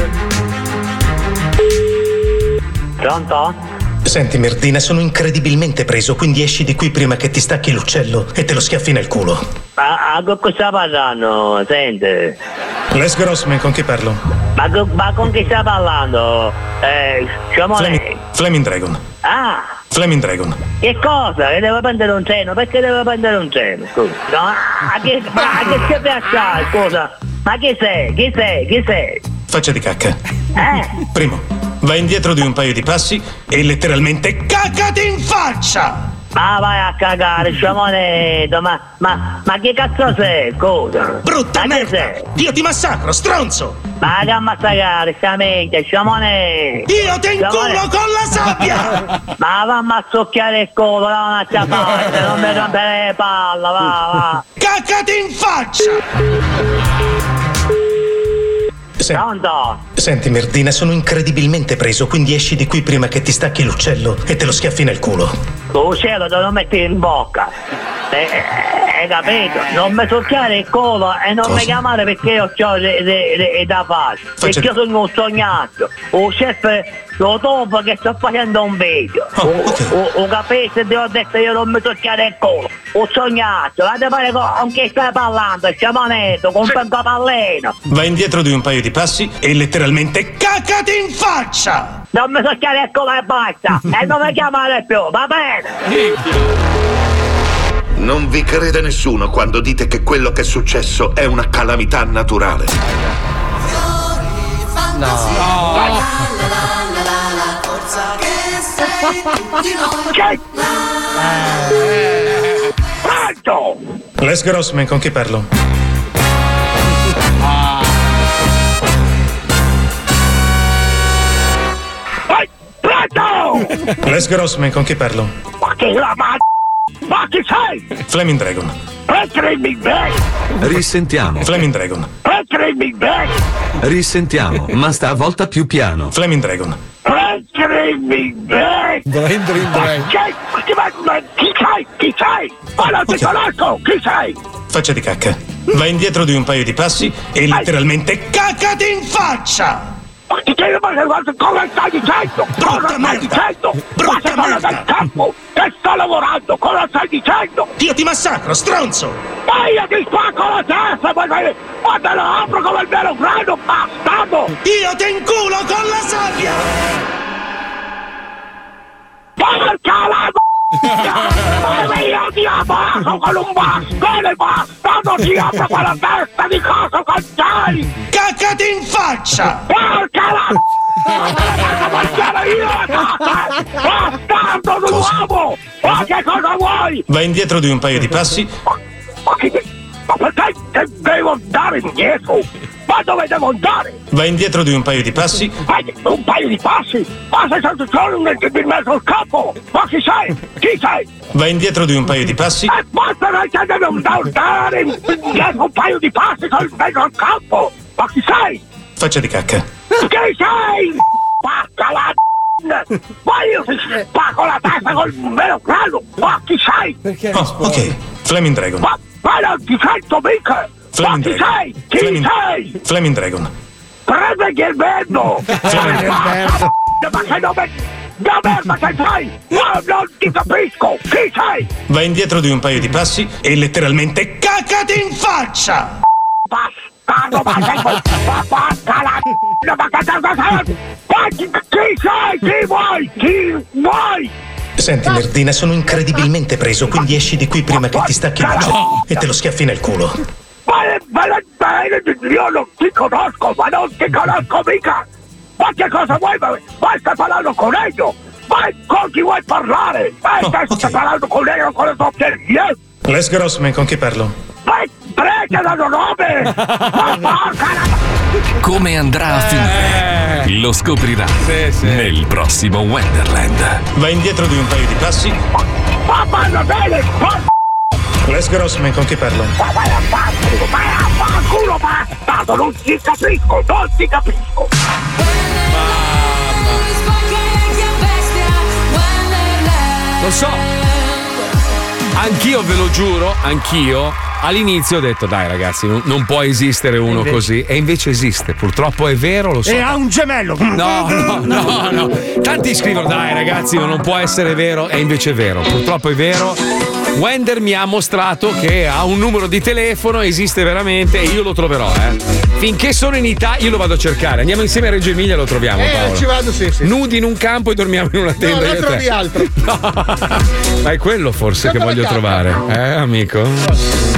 Pronto? Senti Merdina, sono incredibilmente preso, quindi esci di qui prima che ti stacchi l'uccello e te lo schiaffi nel culo. Ma a cosa sta parlando? Senti. Les Grossman, con chi parlo? Ma, ma con chi sta parlando? Eh, Fleming, Fleming Dragon. Ah! Fleming Dragon. Che cosa? Che devo prendere un treno? Perché devo prendere un treno? Scusa. No, a che, ma a che stai piazzando? Scusa. Ma chi sei? Chi sei? Chi sei? Faccia di cacca. Eh? Primo, vai indietro di un paio di passi e letteralmente cacati in faccia! Ma vai a cagare, sciamonetto, ma, ma, ma che cazzo sei, scusa? Brutta ma merda! Sei? Io ti massacro, stronzo! Ma che ammazzare, sta mente, sciamonetto! Io ti inculo con la sabbia! Ma va a succhiare il culo da un'altra parte, non mi rompere le palle, va, va! Cacati in faccia! Sen- Senti Merdina, sono incredibilmente preso, quindi esci di qui prima che ti stacchi l'uccello e te lo schiaffi nel culo. L'uccello te lo metti in bocca. Eh, hai capito? Non mi succhiare il culo e non Cosa? mi chiamare perché io ho da fare. Faccia- Perché io sono un sognato. Un chef lo dopo che sto facendo un video. Oh, okay. O, o, o capito? Ti ho detto io non mi succhiare il culo. Un sognato. Vado a fare con chi stai parlando, sciamonetto, con un pallino. Vai indietro di un paio di passi e letteralmente cacati in faccia! Non mi succhiare il culo e basta. E non mi chiamare più, va bene? Non vi crede nessuno quando dite che quello che è successo è una calamità naturale. No. No. Pronto! Les Grossman, con chi parlo? Pronto! Les Grossman, con chi parlo? Ma che la ma... Ma chi sei? Fleming Dragon. Prendere il Big Bang! Risentiamo. Fleming Dragon. Prendere il Big Bang! Risentiamo, ma stavolta più piano. Fleming Dragon. Prendere il Big Bang! Prendere il Bang! Chi sei? Chi sei? Ma non ti conosco! Chi sei? Faccia di cacca. Vai indietro di un paio di passi e letteralmente cacati in faccia! Ma ti chiedo cosa stai dicendo? Cosa stai dicendo? Ma sei quello del campo che sto lavorando, cosa stai dicendo? Io ti massacro, stronzo! Ma io ti spacco la testa, ma te lo apro come il vero grano, bastardo! Io ti inculo con la sabbia! Porca la ma io ti ammazzo con un bastone, bastardo, ti apro quella testa di cosa che sei! Cacati in faccia! Porca la ma mangiare io la casa! Bastardo d'uomo! Ma che cosa vuoi? Vai indietro di un paio di passi. Ma, che, ma perché devo andare indietro? Ma dove devo andare? Vai indietro di un paio di passi. Vai, un paio di passi? Ma sei stato solo un in mezzo al capo! Ma chi sei? Chi sei? Vai indietro di un paio di passi. E basta che devo andare indietro un paio di passi con il mezzo al capo! Ma chi sei? Faccia di cacca. Chi sei? Spacca la ma io ti spacco la testa col vero grano! Ma chi sei? Perché oh, ok, Fleming Dragon. Ma, ma non ti sento mica! Ma chi sei? Chi Fleming, sei? Fleming Dragon. Prende il verbo! Fleming Dragon. Ma che nome... Da merda che sei! Ma non ti capisco! Chi sei? Vai indietro di un paio di passi e letteralmente cacati in faccia! Bastardo! no, ma sei ma porca la ma che sei? Ma chi sei? Chi vuoi? Chi vuoi? Senti Merdina, sono incredibilmente preso, quindi esci di qui prima che ti stacchi la no. e te lo schiaffi nel culo. Ma, ma, ma io non ti conosco, ma non ti conosco mica! Ma che cosa vuoi? Ma, ma stai parlando con io! Ma con chi vuoi parlare? Ma Oh, stai ok. parlando con lei o con le toccherie? Les Grossman, con chi parlo? Ma prega da nome! Ma porca la... Come andrà a finire? Lo scoprirà nel prossimo Wonderland. Vai indietro di un paio di passi. Ma parla bene! Ma Les Grossman, con chi parlo? ma vai a fanculo! Vai a fanculo, bastardo! Non ti capisco! Non ti capisco! Lo so. Anch'io ve lo giuro, anch'io all'inizio ho detto dai ragazzi non, non può esistere uno invece- così e invece esiste, purtroppo è vero, lo so. E ha un gemello. No, no, no, no. Tanti scrivono dai ragazzi non può essere vero e invece è vero, purtroppo è vero. Wender mi ha mostrato che ha un numero di telefono, esiste veramente e io lo troverò, eh. Finché sono in Italia io lo vado a cercare. Andiamo insieme a Reggio Emilia e lo troviamo. Eh, Paolo. ci vado, sì, sì. Nudi in un campo e dormiamo in una No, tenda. là io e te. trovi altro. Ma è quello forse che Gioca la voglio carta. trovare, eh, amico?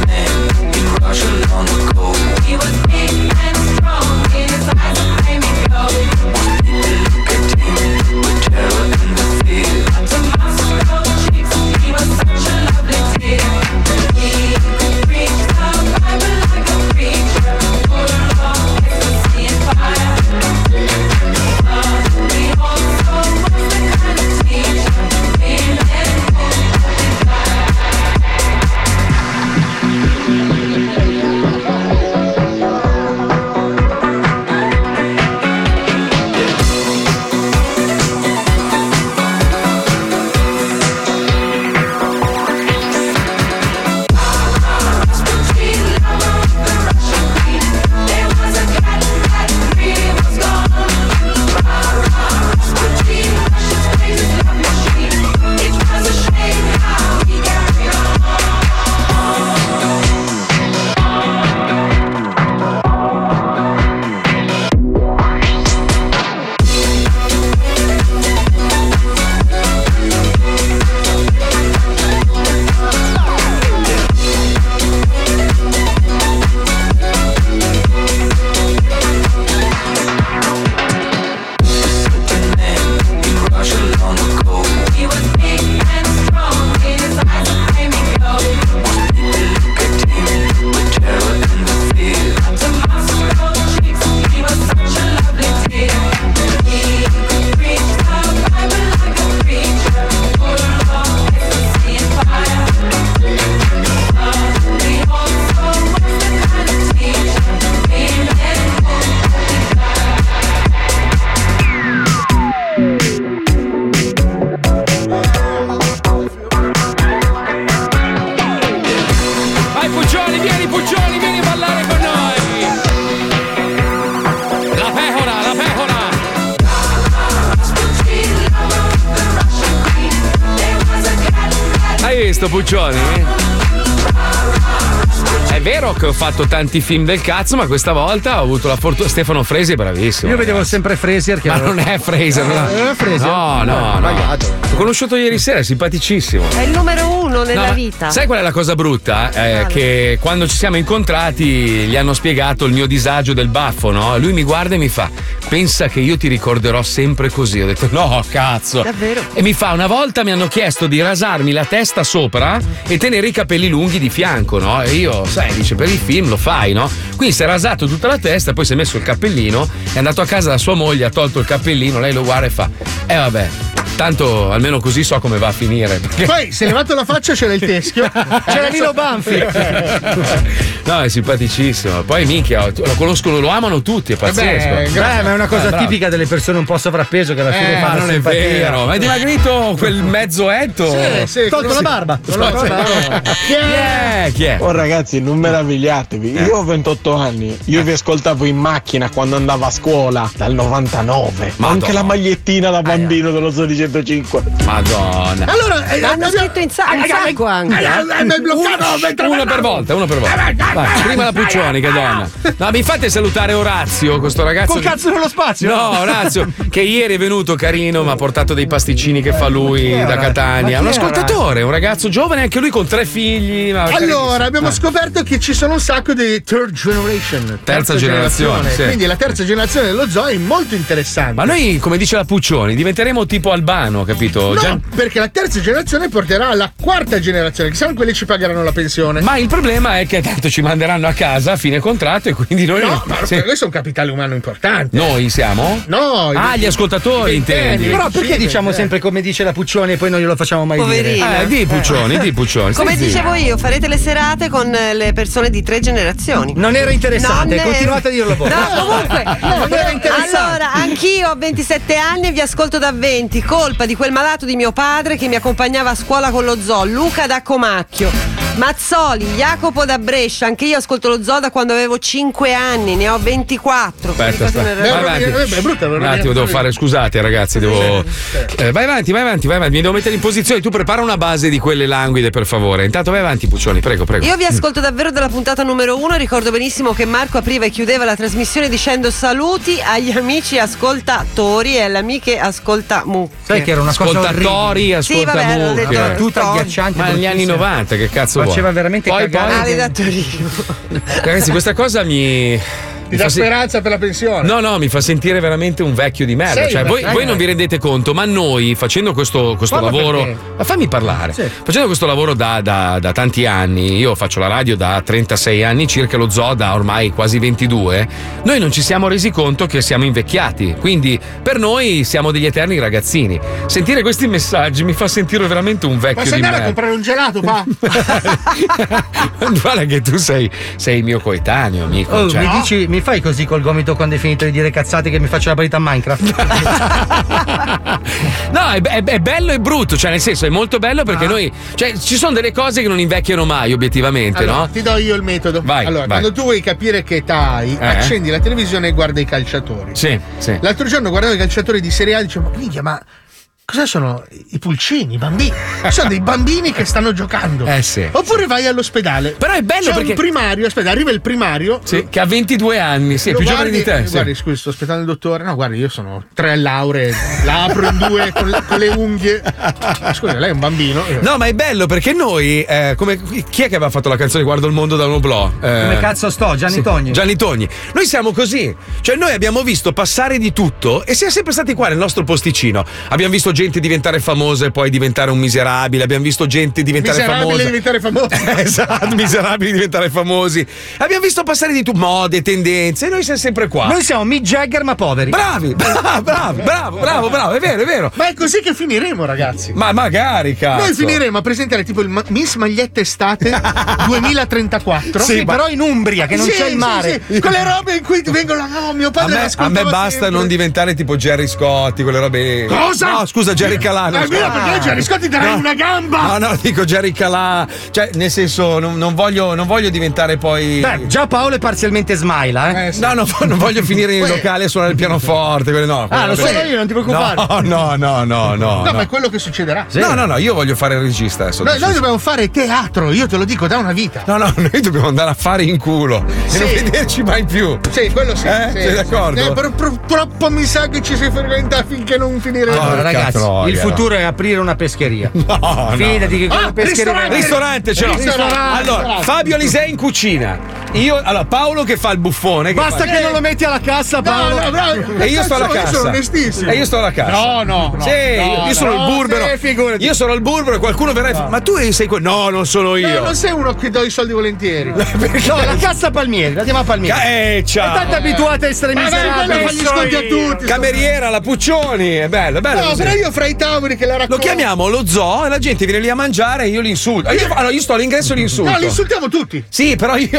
Vai Puccioni, vieni Puccioni, vieni a ballare con noi! La pecora, la pecora! Hai visto Puccioni? È vero che ho fatto tanti film del cazzo, ma questa volta ho avuto la fortuna. Stefano Fresi è bravissimo. Io vedevo sempre Frasier che Ma aveva- non è Fraser, no? Non è Fraser? No, no, Eh, no. sbagliato. L'ho conosciuto ieri sera, è simpaticissimo. È il numero uno nella No, ma vita. sai qual è la cosa brutta? Eh, che quando ci siamo incontrati gli hanno spiegato il mio disagio del baffo, no? Lui mi guarda e mi fa: pensa che io ti ricorderò sempre così. Ho detto: no, cazzo. Davvero? E mi fa: una volta mi hanno chiesto di rasarmi la testa sopra e tenere i capelli lunghi di fianco, no? E io, sai, dice, per il film lo fai, no? Quindi si è rasato tutta la testa, poi si è messo il cappellino, è andato a casa da sua moglie, ha tolto il cappellino, lei lo guarda e fa: eh vabbè. Tanto almeno così so come va a finire. Perché... Poi si è levato la faccia, c'era il teschio. C'era Nino Banfi. No, è simpaticissimo. Poi minchia, lo conoscono, lo amano tutti, è pazzesco. Beh, ma è una cosa Eh, bravo. tipica delle persone un po' sovrappeso che alla fine Eh, fanno ma non è simpatia. vero, ma è dimagrito quel mezzoetto. Sì, sì, tolto la barba. Chi è? Chi è? Oh ragazzi, non meravigliatevi, io ho ventotto anni, io vi ascoltavo in macchina quando andavo a scuola dal novantanove, ma anche la magliettina da bambino dello zoo di centocinque. Madonna. Allora, eh, l'hanno abbiamo- scritto in, sa- in Eh, sacco anche. eh, eh, mi hai bloccato mentre Uno per parlavo. volta, uno per volta. Vai, prima la Puccioni, che donna. No, mi fate salutare Orazio, questo ragazzo. Con che- cazzo nello spazio? No, Orazio, che ieri è venuto carino, mi ha portato dei pasticcini che fa lui chi da era? Catania. Ma Un chi era? ascoltatore, un ragazzo giovane, anche lui con tre figli. ma Allora, abbiamo Ah. scoperto che ci sono un sacco di third generation. Terza generazione, sì. Quindi la terza generazione dello zoo è molto interessante. Ma noi, come dice la Puccioni, diventeremo tipo Albano, capito? No, Già- perché la terza generazione porterà alla quarta generazione, che saranno quelli che ci pagheranno la pensione. Ma il problema è che tanto ci manderanno a casa a fine contratto e quindi noi. No, ma sì. questo è un capitale umano importante. Noi siamo? No, i- Ah, gli ascoltatori i intendi. ventenni, Però i perché sì, diciamo eh. sempre come dice la Puccioni e poi non glielo facciamo mai Poverina. Eh, di Puccioni, di Puccioni. Come stai zitto. dicevo io, farete le serate con eh, le persone di tre generazioni. Non era interessante, Non è- continuate a dirlo voi. No, comunque. non era interessante. Allora, anch'io ho ventisette anni e vi ascolto da venti. Colpa di quel malato di mio padre che mi accompagnava a scuola con lo zoo, Luca da Comacchio. Mazzoli, Jacopo da Brescia, anche io ascolto lo zoo da quando avevo cinque anni, ne ho ventiquattro. Aspetta, aspetta. Vai Vai avanti. Eh, beh, è brutta, Un attimo, devo fare. Scusate, ragazzi, devo. Eh, vai avanti, vai avanti, vai avanti. Mi devo mettere in posizione. Tu prepara una base di quelle languide, per favore. Intanto vai avanti, Puccioni, prego, prego. Io vi ascolto davvero dalla puntata numero uno. Ricordo benissimo che Marco apriva e chiudeva la trasmissione dicendo saluti agli amici ascoltatori e alle amiche ascoltamucche. Sai che era una cosa Ascoltatori, Sì, ascolta vabbè, l'ho mucche. detto. battuta agghiacciante. Ma negli anni bruttissima. novanta, che cazzo vuoi? Faceva veramente Poi, cagare. poi- Ale da Torino. Ragazzi, questa cosa mi. Ti dà fa se- speranza per la pensione. No, no, mi fa sentire veramente un vecchio di merda. Sei, Cioè, ma- voi, sai, voi ma- non vi rendete conto, ma noi facendo questo, questo Parla lavoro. perché. Ma fammi parlare. Sì. Facendo questo lavoro da, da- da tanti anni, io faccio la radio da trentasei anni, circa lo zoo da ormai quasi ventidue. Noi non ci siamo resi conto che siamo invecchiati. Quindi per noi siamo degli eterni ragazzini. Sentire questi messaggi mi fa sentire veramente un vecchio Ma di sai andare a merda. comprare un gelato, pa? Guarda che tu sei, sei il mio coetaneo, amico. Oh, cioè- mi dici, mi fai così col gomito quando hai finito di dire cazzate che mi faccio la partita a Minecraft? No, è, è- è bello e brutto, cioè nel senso è molto bello perché noi, cioè ci sono delle cose che non invecchiano mai obiettivamente, Allora, no? ti do io il metodo. Vai, allora, vai. quando tu vuoi capire che età hai, Eh? accendi la televisione e guarda i calciatori. Sì, sì. L'altro giorno guardavo i calciatori di Serie A e dicevo, ma minchia, ma cosa sono i pulcini, i bambini? Sono dei bambini che stanno giocando. Eh sì. Oppure vai all'ospedale. Però è bello C'è perché- un primario, aspetta, arriva il primario. Sì, che ha ventidue anni, sì, è Lo più giovane guardi- di te. sì. Guardi, scusi, sto aspettando il dottore. No, guardi, io sono tre lauree, la apro in due con le, con le unghie. Scusa, lei è un bambino. No, ma è bello perché noi, eh, come chi è che aveva fatto la canzone Guardo il mondo da un oblò? Eh, Come cazzo sto? Gianni sì, Togni. Gianni Togni. Noi siamo così. Cioè, noi abbiamo visto passare di tutto e siamo sempre stati qua nel nostro posticino. Abbiamo visto gente diventare famosa e poi diventare un miserabile. Abbiamo visto gente diventare Miserabile famosa. diventare famoso. Esatto, miserabili diventare famosi. Abbiamo visto passare di tutto, mode, tendenze, e noi siamo sempre qua. Noi siamo Mick Jagger ma poveri. Bravi, bravo, bravo, bravo, bravo, bravo, è vero, è vero. Ma è così che finiremo, ragazzi. Ma magari, cazzo. Noi finiremo a presentare tipo il ma- Miss Maglietta Estate duemilatrentaquattro. Sì, ma- Però in Umbria, che non Sì, c'è il sì, mare. sì. Quelle robe in cui ti vengono. No, mio A padre me, a l'ascoltava me basta sempre. non diventare tipo Gerry Scotti, quelle robe. Cosa? No, scusa, Jerry Calà. no, Eh, scusa. mio, perché Gerry Scotti darai No. una gamba. No, no, dico Jerry Calà. Cioè, nel senso, non, non voglio, non voglio diventare poi. Beh, già Paolo è parzialmente smaila, eh? Eh, sì. No, no, non voglio finire in Poi- locale a suonare il pianoforte. quelle no, Ah, lo quelle so robe- io, non ti preoccupare. No, no, no, no, no. No, no. ma è quello che succederà. No, no, no, io voglio fare il regista adesso. Noi, noi dobbiamo fare teatro, io te lo dico da una vita. No, no, noi dobbiamo andare a fare in culo Sì. e non vederci mai più. Sì, quello sì. Eh? sì, Sei sì. d'accordo? Eh, però purtroppo mi sa che ci si frequenta finché non finiremo. Porca Allora, ragazzi, troia. il futuro è aprire una pescheria. No, Fidati che con Ah, la pescheria. ristorante! Ristorante ce l'ho. Ristorante, Allora, ristorante. Fabio Alisei in cucina. Io, allora, Paolo che fa il buffone. che Basta fa- che non lo metti alla cassa, No, Paolo. no, bravo. E io sto alla Cazzo, cassa. Io sono onestissimo. E io sto alla cassa. No, no, no. Sì, no, io sono no, il burbero. sì, figurati. Io sono il burbero e qualcuno verrà e fa, ma tu sei quello. No, non sono io. No, non sei uno che do i soldi volentieri. No, la cassa Palmieri, la diamo a Palmieri. Eh, È ciao. tanto abituata a essere Ma vai, quello fa miserabile. gli sconti a tutti. Cameriera, la Puccioni. È bello, è bello. No, così. però io fra i tavoli che la racconto. Lo chiamiamo lo zoo e la gente viene lì a mangiare e io li insulto. Ah, Io, allora, io sto all'ingresso e li insulto. No, li insultiamo tutti. Sì, però io, tu fai.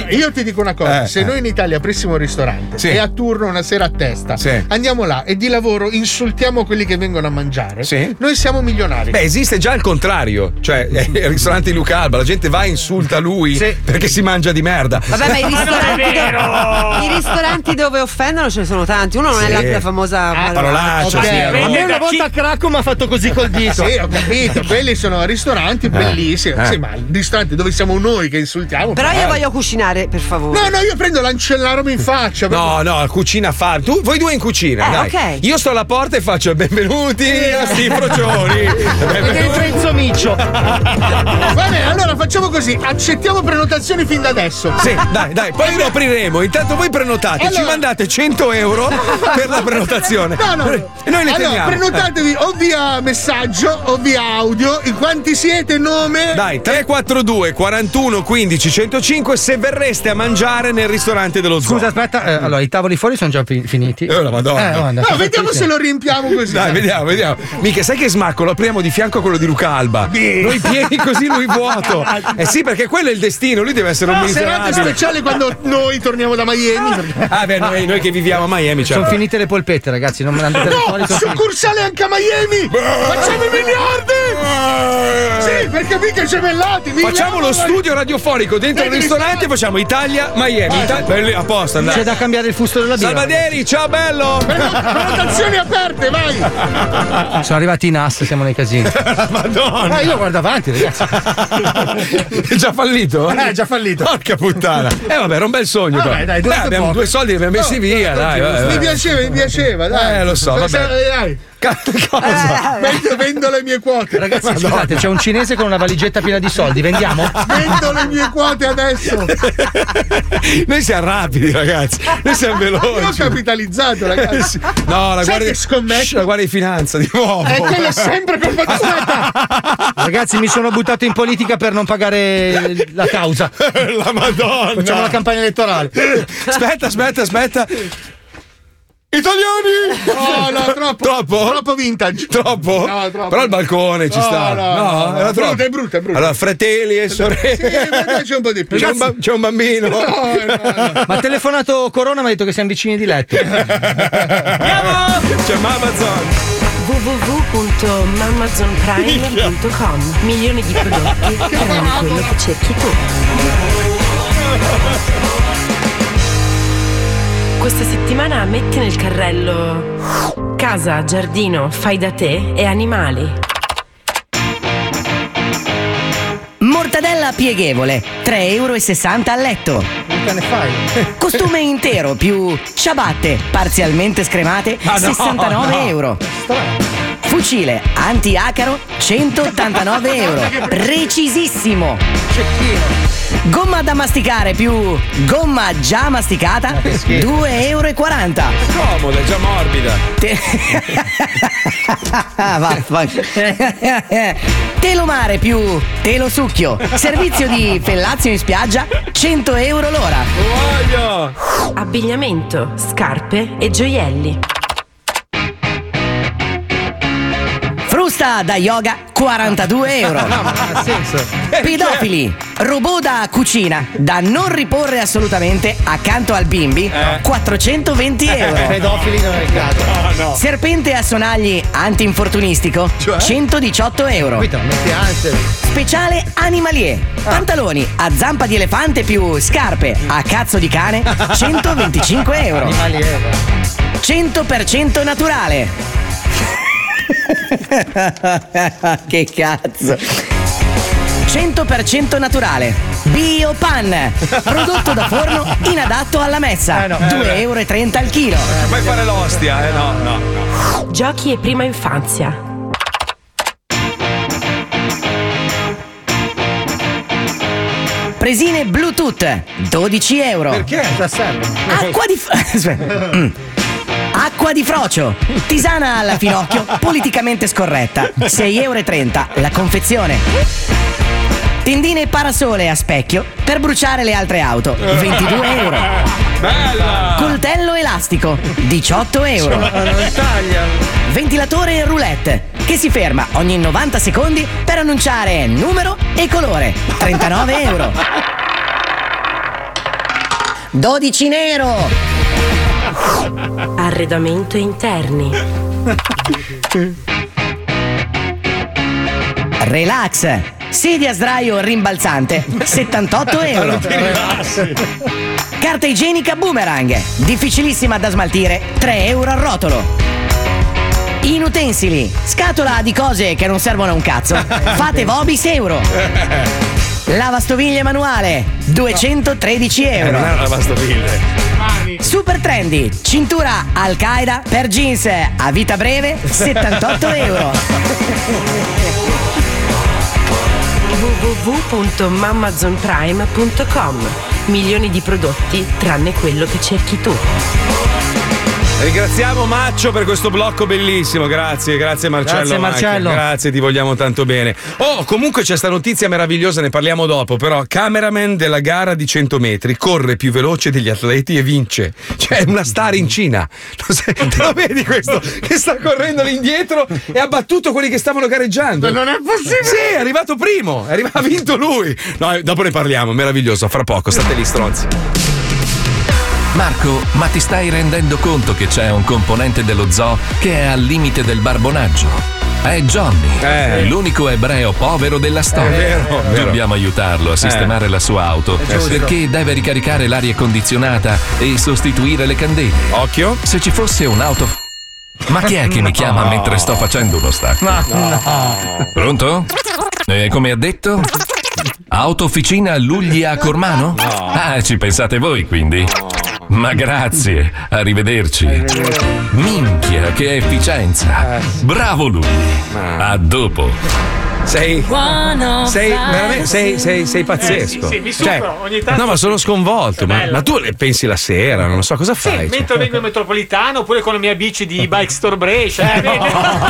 Allora, io ti dico una cosa: Eh, se eh. noi in Italia aprissimo un ristorante Sì. e a turno una sera a testa Sì. andiamo là e di lavoro insultiamo quelli che vengono a mangiare, Sì. noi siamo milionari. Beh, esiste già il contrario, cioè eh, il ristorante di Luca Alba, la gente va e insulta lui perché si mangia di merda. Vabbè, ma i ristoranti, dove, i ristoranti dove offendono ce ne sono tanti. Uno non Sì. è la, la famosa Ah, parolaccia, Ok, sì, a no? me una volta a Cracco mi ha fatto così col dito. Sì, ho capito, quelli sono ristoranti bellissimi. Eh. Sì, ma il ristorante dove siamo noi che insultiamo. Però io eh. voglio cucinare, per favore. No, no, io prendo l'ancellaromi in faccia. No, no, cucina fa. Tu, voi due in cucina, Eh, dai. ok. Io sto alla porta e faccio benvenuti a sti procioni. Ed entra Enzo Miccio. Va bene, allora facciamo così: accettiamo prenotazioni fin da adesso. Sì, dai, dai, poi lo apriremo. Intanto voi prenotate, ci Allora- mandate cento euro per la prenotazione. No, no. E noi ne allora, teniamo. prenotatevi o via messaggio o via audio. In quanti siete, nome? Dai, tre quattro due quarantuno quindici centocinque se verreste a mangiare nel ristorante dello zoo. Scusa, aspetta, eh, allora i tavoli fuori sono già fi- finiti. Eh, la Madonna. Eh, guarda. No, vediamo se lo riempiamo così. Dai, vediamo, vediamo. Mica, sai che smacco? Lo apriamo di fianco a quello di Luca Alba. Sì. Noi pieni così, lui vuoto. Eh sì, perché quello è il destino, lui deve essere un No, serata miserabile. speciale quando noi torniamo da Miami. perché- Ah, beh, noi, noi che viviamo a Miami, cioè. Sono finite le polpette, ragazzi, non me ne andate fuori. No, sono finite. succursale anche a Miami! Facciamo i miliardi! Sì, perché mica gemellati! Facciamo lo studio radiofonico dentro il ristorante e facciamo Italia, Miami. Ita- belli, a posto, andate. C'è da cambiare il fusto della birra. Salvaderi, ciao bello! Prenotazioni aperte, vai! Sono arrivati i N A S, siamo nei casini. Madonna! Ah, io guardo avanti, ragazzi. È già fallito? Eh, è già fallito. Porca puttana! Eh vabbè, era un bel sogno. Vabbè, però. dai, Beh, durate abbiamo poco. due soldi li abbiamo messi via, dai. vai, Mi vai. piaceva, mi piaceva, dai. Eh, lo so, vabbè. Dai. Ca- cosa? Vendo, vendo le mie quote. Ragazzi, scusate, c'è un cinese con una valigetta piena di soldi, vendiamo? Vendo le mie quote adesso. Noi siamo rapidi, ragazzi. Noi siamo Io ho veloci. capitalizzato, ragazzi. No, la Sai guardia, che scommetto? Shh, la guardia di finanza di nuovo. Eh, quello è sempre colpa tua. Aspetta. Ragazzi, mi sono buttato in politica per non pagare la causa. La Madonna. Facciamo la campagna elettorale. Aspetta, aspetta, aspetta. Italiani! No, no, troppo. Troppo? Troppo vintage. Troppo? No, troppo. Però il balcone ci No, sta. no, no, era è troppo. brutto, è brutto, è brutto. Allora, fratelli e sorelle. Sì, ma dai, c'è un po' di più. C'è un, ba- c'è un bambino. No, no, no. Ma ha telefonato Corona, mi ha detto che siamo vicini di letto. Andiamo! C'è Amazon. w w w punto amazon prime punto com. Milioni di prodotti che fanno quello che cerchi tu. Questa settimana metti nel carrello casa, giardino, fai da te e animali. Mortadella pieghevole, tre e sessanta euro a letto. Che ne fai? Costume intero più ciabatte parzialmente scremate, Ah, no, sessantanove no. euro. Fucile anti-acaro, centottantanove euro. Precisissimo. Gomma da masticare più gomma già masticata, due e quaranta euro. È comoda, è già morbida. Te- Vaffanculo. Telo mare più telo succhio. Servizio di fellazio in spiaggia, cento euro l'ora. Voglio! Abbigliamento, scarpe e gioielli. Frusta da yoga, quarantadue euro. No, ma non ha senso. Pedofili, robot da cucina, da non riporre assolutamente accanto al bimbi, quattrocentoventi euro. Pedofili non è il caso. Serpente a sonagli anti-infortunistico, Cioè? centodiciotto euro. Qui te lo metti ansia. Speciale animalier, pantaloni a zampa di elefante più scarpe a cazzo di cane, centoventicinque euro. Animaliere. cento per cento naturale. Che cazzo. cento per cento naturale. Biopan, prodotto da forno inadatto alla messa, Eh no. due e trenta euro al chilo. Non puoi fare l'ostia, eh? No, no, no. Giochi e prima infanzia. Presine Bluetooth, dodici euro. Perché? Cosa serve? Acqua di f- Aspetta. Mm. Acqua di frocio, tisana alla finocchio, politicamente scorretta, sei e trenta euro la confezione. Tendine parasole a specchio per bruciare le altre auto, ventidue euro. Bella! Coltello elastico, diciotto euro. Non taglia. Ventilatore roulette che si ferma ogni novanta secondi per annunciare numero e colore, trentanove euro. dodici nero. Arredamento interni. Relax. Sedia a sdraio rimbalzante, settantotto euro. Carta igienica Boomerang, difficilissima da smaltire, tre euro al rotolo. Inutensili, scatola di cose che non servono a un cazzo, fate Vobis euro. Lavastoviglie manuale, duecentotredici euro. Eh, non è una lavastoviglie. Super trendy, cintura Al Qaeda per jeans a vita breve, settantotto euro. w w w punto mamazon prime punto com. Milioni di prodotti tranne quello che cerchi tu. Ringraziamo Maccio per questo blocco bellissimo, grazie, grazie Marcello. Grazie, Marcello. Anche. Grazie, ti vogliamo tanto bene. Oh, comunque c'è sta notizia meravigliosa, ne parliamo dopo, però cameraman della gara di cento metri corre più veloce degli atleti e vince. Cioè, una star in Cina. Te lo vedi questo? Che sta correndo lì indietro e ha battuto quelli che stavano gareggiando. Ma non è possibile! Sì, è arrivato primo, è arrivato, ha vinto lui. No, dopo ne parliamo, meraviglioso, fra poco, state lì stronzi. Marco, ma ti stai rendendo conto che c'è un componente dello zoo che è al limite del barbonaggio? È Johnny, Eh. l'unico ebreo povero della storia. È vero, è vero. Dobbiamo aiutarlo a sistemare Eh. la sua auto È giusto. perché deve ricaricare l'aria condizionata e sostituire le candele. Occhio. Se ci fosse un'auto. Ma chi è che mi chiama No. mentre sto facendo uno stacco? No. Pronto? E come ha detto? Autofficina Lugli a Cormano? No. Ah, ci pensate voi quindi? Ma grazie, arrivederci. Minchia, che efficienza. Bravo Lugli. A dopo. Sei, sei veramente sei, sei, sei pazzesco. Eh, sì, sì, mi supero, ogni tanto- no, ma sono sconvolto. Ma, ma tu le pensi la sera, non so cosa Sì, fai. cioè. mentre vengo in metropolitana oppure con la mia bici di Bike Store Brescia. Eh, vedi?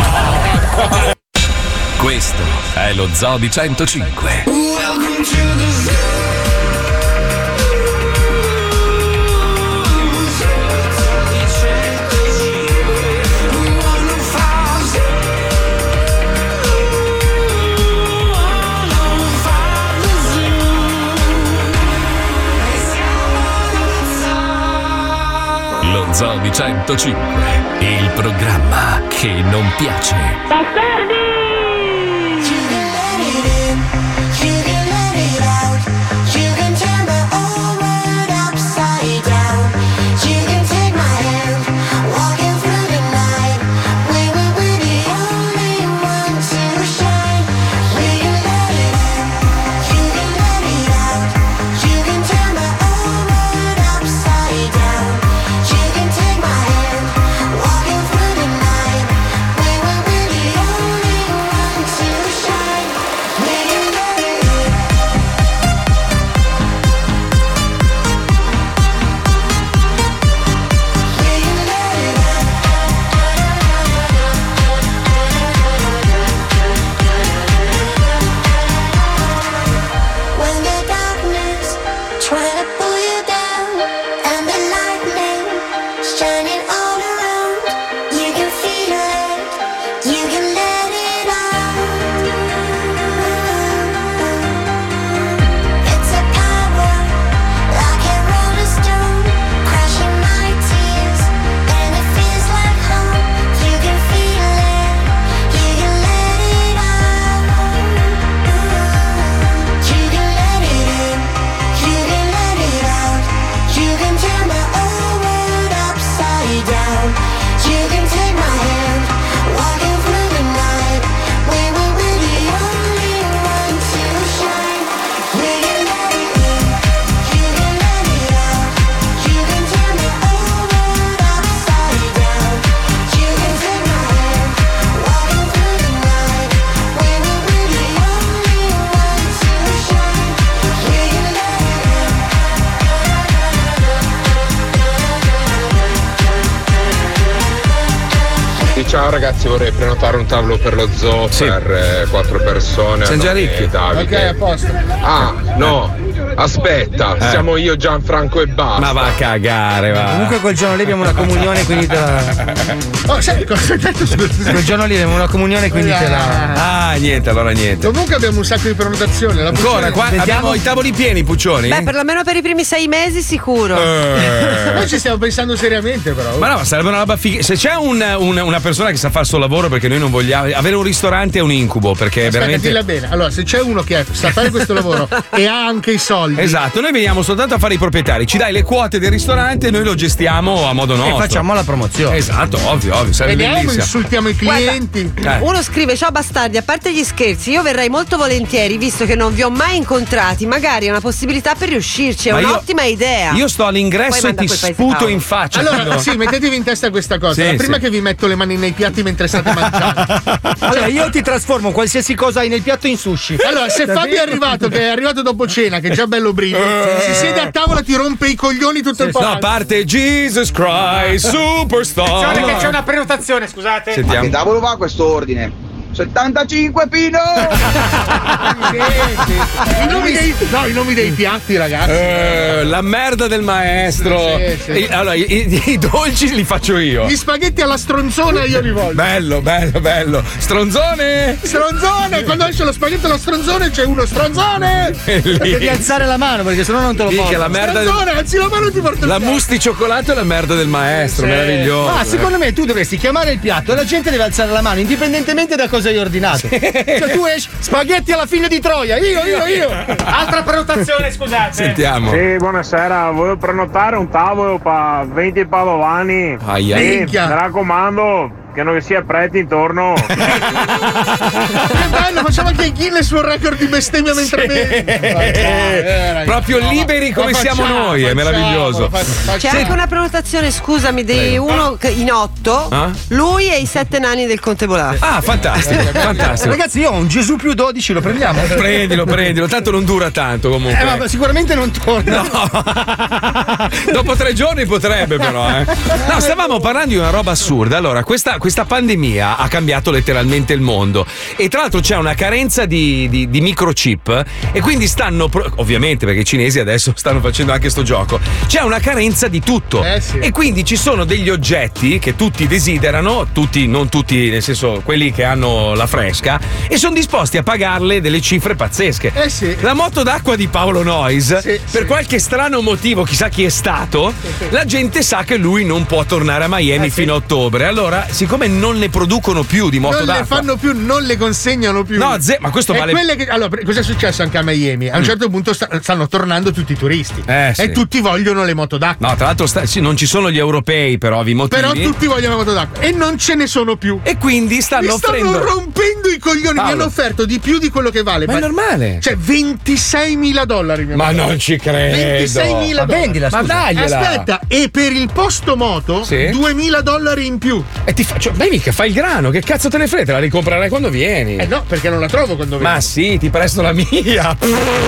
Questo è lo Zoo di centocinque. Welcome to the zoo. Lo Zoo di centocinque, il programma che non piace. Ciao ragazzi, vorrei prenotare un tavolo per lo zoo per eh, quattro persone. Siamo già Adone e ricchi. Davide. Ok, a posto. Ah, no, Aspetta, Eh. siamo io, Gianfranco e basta. Ma va a cagare, va. Comunque quel giorno lì abbiamo una comunione, quindi te la. Oh, sai cosa hai detto? Scusa. Quel giorno lì abbiamo una comunione, quindi te la. Ah, niente, allora niente. Comunque abbiamo un sacco di prenotazioni. La Ancora, qua abbiamo i tavoli pieni, Puccioni? Beh, perlomeno per i primi sei mesi sicuro. Eh. Noi ci stiamo pensando seriamente, però. Ma no, ma sarebbe una roba figa. Se c'è un, un- una persona che sa fare il suo lavoro, perché noi non vogliamo. Avere un ristorante è un incubo, perché è Aspetta, veramente. dilla bene. Allora, se c'è uno che sa fare questo lavoro e ha anche i soldi. Esatto, noi veniamo soltanto a fare i proprietari, ci dai le quote del ristorante e noi lo gestiamo a modo nostro. facciamo la promozione. Esatto, ovvio, ovvio. Sarebbe Vediamo, bellissimo. insultiamo i clienti. Eh. Uno scrive: ciao bastardi, a parte gli scherzi, io verrei molto volentieri, visto che non vi ho mai incontrati. Magari è una possibilità per riuscirci, è Ma io- un'ottima idea. Io sto all'ingresso Poi e manda ti quel paese sputo Paolo. in faccia. Allora, quando- sì, mettetevi in testa questa cosa. Sì, La prima sì. che vi metto le mani nei piatti mentre state mangiando. Allora, io ti trasformo qualsiasi cosa hai nel piatto in sushi. Allora, se Fabio è arrivato, che è arrivato dopo cena, che è già bello brivido, si siede a tavola, ti rompe i coglioni tutto il No, pomeriggio. a parte Jesus Christ, Superstar. Attenzione che c'è una prenotazione, scusate. Sentiamo. Ma che tavolo va questo ordine? settantacinque Pino! I nomi dei, no, i nomi dei piatti, ragazzi. Eh, la merda del maestro. Sì, sì. E- allora, i, i- i dolci li faccio io. Gli spaghetti alla stronzona io li voglio. Bello, bello, bello. Stronzone! Stronzone! Quando esce lo spaghetto alla stronzone c'è uno stronzone! Devi alzare la mano perché sennò non te lo Minchia, porto. la merda del- Stronzone, alzi la mano e ti porto il La piatto. mousse di cioccolato e la merda del maestro, Sì. meraviglioso. Ma secondo me tu dovresti chiamare il piatto e la gente deve alzare la mano indipendentemente da cosa hai ordinato. Cioè tu esci spaghetti alla figlia di Troia, io, io, io. Altra prenotazione, scusate. Sentiamo. Sì, buonasera, voglio prenotare un tavolo per venti padovani. Ai, ai. Sì, Minchia. mi raccomando, che non sia preti intorno. Che bello, facciamo anche il Guinness sul record di bestemmia mentre bevi. Proprio liberi come Ma siamo facciamo, noi, è facciamo, meraviglioso. fa- facciamo. C'è anche una prenotazione, scusami, di Prego. uno che- in otto. Ah? Lui e i sette nani del Conte Bolà. Ah, fantastico, fantastico. Ragazzi, io ho un Gesù più dodici, lo prendiamo? Prendilo, prendilo, tanto non dura tanto comunque. Eh, ma sicuramente non torna. Dopo tre giorni potrebbe però, eh. No, stavamo parlando di una roba assurda. Allora, questa, questa pandemia ha cambiato letteralmente il mondo. E tra l'altro c'è una carenza di, di- di microchip. E quindi stanno. pro- Ovviamente, perché i cinesi adesso stanno facendo anche sto gioco. C'è una carenza di tutto. Eh, sì. E quindi ci sono degli oggetti che tutti desiderano, tutti, non tutti, nel senso, quelli che hanno la fresca, e sono disposti a pagarle delle cifre pazzesche. Eh sì. La moto d'acqua di Paolo Noyes, Sì, per sì. qualche strano motivo, chissà chi è stato, la gente sa che lui non può tornare a Miami Eh, sì. fino a ottobre. Allora, siccome non ne producono più di moto Non d'acqua. le fanno più, non le consegnano più. No, ze- ma questo E vale- quelle che, allora, cosa è successo anche a Miami? A un certo punto sta- stanno tornando tutti i turisti. Eh, sì. E tutti vogliono le moto d'acqua. No, tra l'altro sta- sì, non ci sono gli europei per ovvi motivi. Però tutti vogliono le moto d'acqua. E non ce ne sono più. E quindi stanno Mi stanno offrendo. rompendo i coglioni. Mi Paolo. hanno offerto di più di quello che vale. Ma è normale. Cioè, ventiseimila dollari. mi hanno Ma offerto. non ci credo. ventiseimila Ma dollari. vendila, Ma scusa. dagliela. Aspetta, e per il posto moto Sì. duemila dollari in più. E ti faccio. Beh, mica fai il grano, che cazzo te ne frega? Te la ricomprerai quando vieni. Eh no, perché non la trovo quando Ma vengo. sì, ti presto la mia.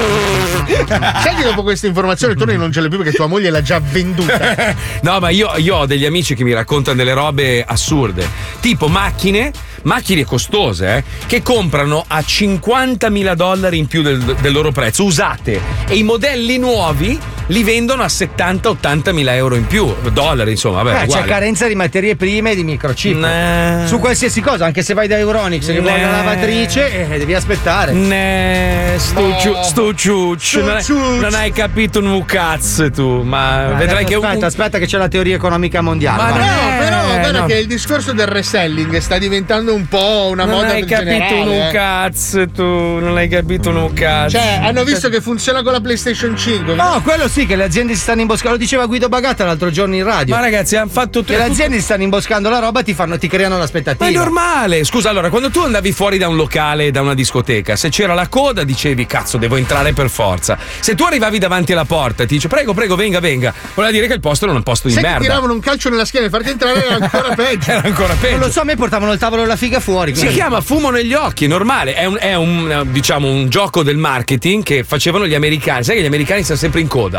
Sai che dopo questa informazione torni non ce l'hai più perché tua moglie l'ha già venduta. No, ma io, io ho degli amici che mi raccontano delle robe assurde. Tipo macchine, macchine costose, eh, che comprano a cinquantamila dollari in più del, del loro prezzo, usate. E i modelli nuovi li vendono a settanta ottanta mila euro in più. Dollari, insomma, vabbè. Eh, c'è uguale. carenza di materie prime e di microchip. Nah. Su qualsiasi cosa, anche se vai da Euronics che vuoi una Nah. lavatrice, eh, devi aspettare. Ne, sto, No. ciu- sto ciuccio, Sto non, hai- ciuccio. non hai capito un cazzo tu, ma Ah, vedrai adesso che aspetta, un, aspetta che c'è la teoria economica mondiale. Ma vai. no, No, però Eh, guarda no. che il discorso del reselling sta diventando un po' una non moda hai del capito generale, un eh. cazzo tu, non hai capito un cazzo. Cioè, hanno visto che funziona con la PlayStation cinque. No, quello sì, che le aziende si stanno imboscando. Lo diceva Guido Bagatta l'altro giorno in radio. Ma ragazzi, hanno fatto che le aziende si stanno imboscando la roba, ti fanno, ti creano l'aspettativa. Ma è normale. Scusa, allora, quando tu andavi fuori da un locale, da una discoteca, se c'era la coda, dicevi cazzo, devo entrare per forza. Se tu arrivavi davanti alla porta e ti dice prego, prego, venga, venga, voleva dire che il posto era un posto di Se ti merda. tiravano un calcio nella schiena e farti entrare era ancora peggio. Era ancora peggio. Non lo so, a me portavano il tavolo della figa fuori. Si quindi- chiama fumo negli occhi, è normale, è un, è un, diciamo un gioco del marketing che facevano gli americani. Sai che gli americani stanno sempre in coda.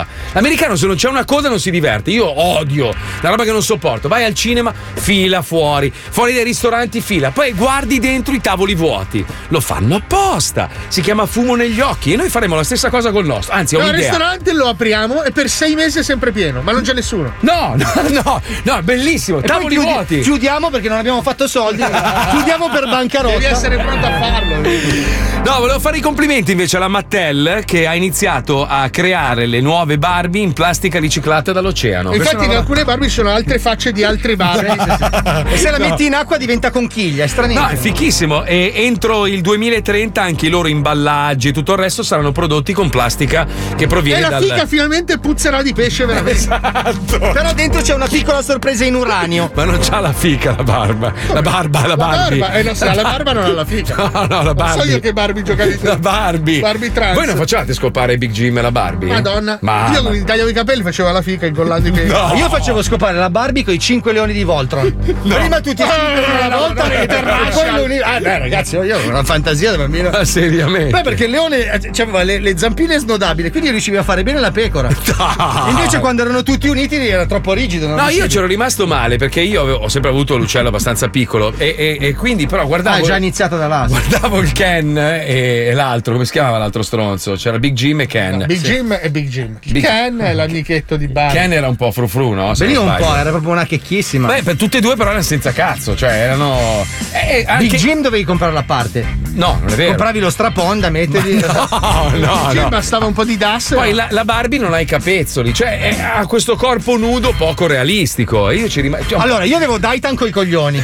L'americano se non c'è una coda non si diverte. Io odio, la roba che non sopporto. Vai al cinema, fila fuori, fuori dai ristoranti fila, poi guardi dentro i tavoli vuoti. Lo fanno apposta. Si chiama fumo negli occhi e noi faremo la stessa cosa col nostro. Anzi, ho no, un'idea. Il ristorante lo apriamo e per sei mesi è sempre pieno, ma non c'è nessuno. No, no, no, no, bellissimo. E tavoli poi chiudi, vuoti. Chiudiamo perché non abbiamo fatto soldi. Chiudiamo per bancarotta. Devi essere pronto a farlo. No, volevo fare i complimenti invece alla Mattel che ha iniziato a creare le nuove Barbie in plastica riciclata dall'oceano. Infatti in alcune Barbie sono altre facce di altre Barbie. E se la No. metti in acqua diventa conchiglia, è stranissimo. No, è fichissimo. E entro il duemilatrenta anche i loro imballaggi e tutto il resto saranno prodotti con plastica che proviene E la dal. figa finalmente puzzerà di pesce veramente. Esatto. Però dentro c'è una piccola sorpresa in uranio. Ma non c'ha la fica la barba. La barba, la La Barbie. barba, eh, no, se ha la barba non ha la figa. No, no, la Non so Barbie. io che Barbie giocavi tu. La Barbie. Barbie trans. Voi non facevate scopare Big Jim e la Barbie? Madonna. Ma Io mi tagliavo i capelli, facevo la fica incollando i capelli. No. Io facevo scopare la Barbie con i cinque leoni di Voltron. Prima tutti e cinque una volta no, e no, poi no. l'uni- Ah, beh, ragazzi, io avevo una fantasia da bambino. Ma seriamente? Beh, perché il leone eh, aveva le, le zampine snodabili, quindi riuscivi a fare bene la pecora. Dai. Invece, quando erano tutti uniti, era troppo rigido. non No, io riuscivi. c'ero rimasto male perché io avevo- ho sempre avuto l'uccello abbastanza piccolo e, e- e quindi però guardavo. Ah, è già iniziato da là. Guardavo il Ken e, e l'altro, come si chiamava l'altro stronzo? C'era Big Jim e Ken. Big Jim e Big Jim. Big- Ken è l'amichetto di Barbie. Ken era un po' frufru, no? Se Beh, non un sbaglio. po', era proprio una checchissima. Beh, per tutte e due però erano senza cazzo, cioè erano. Eh, anche... Big Jim dovevi comprare la parte. No, non è vero. Compravi lo strapon da mettergli. No, no, Big Jim no. bastava un po' di das. Poi la, la Barbie non ha i capezzoli, cioè è- ha questo corpo nudo poco realistico. E io ci rimango. Cioè, Allora, io avevo Daitan coi coglioni.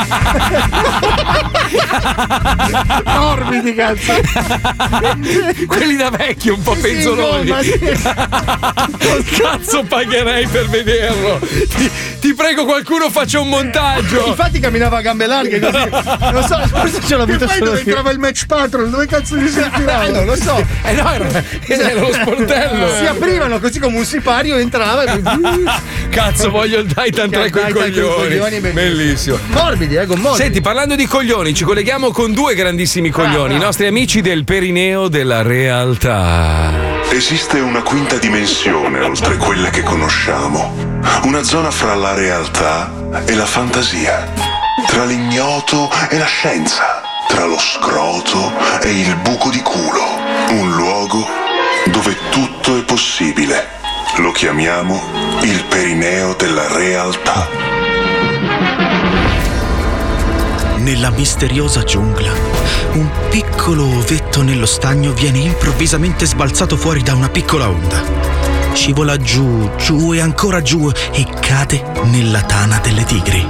Morbidi, cazzo. quelli da vecchio, un po' penzoloni. no, ma sì. Cazzo pagherei per vederlo. Ti, ti prego, qualcuno faccia un montaggio. Infatti camminava a gambe larghe così. Non so, forse ce l'ho E avuto poi solo dove io. entrava il match patron? Dove cazzo gli si infilava? Eh, non lo so. Eh no, era, era lo sportello. Si aprivano così come un sipario, entrava e Cazzo, voglio il Titan tre con i Daitan coi coglioni. coglioni, bellissimo. Bellissimo. morbidi, eh, gommosi. Senti, parlando di coglioni, ci colleghiamo con due grandissimi coglioni, i nostri amici del perineo della realtà. Esiste una quinta dimensione oltre quelle che conosciamo, una zona fra la realtà e la fantasia, tra l'ignoto e la scienza, tra lo scroto e il buco di culo, un luogo dove tutto è possibile. Lo chiamiamo il perineo della realtà. Nella misteriosa giungla, un piccolo ovetto nello stagno viene improvvisamente sbalzato fuori da una piccola onda. Scivola giù, giù e ancora giù e cade nella tana delle tigri.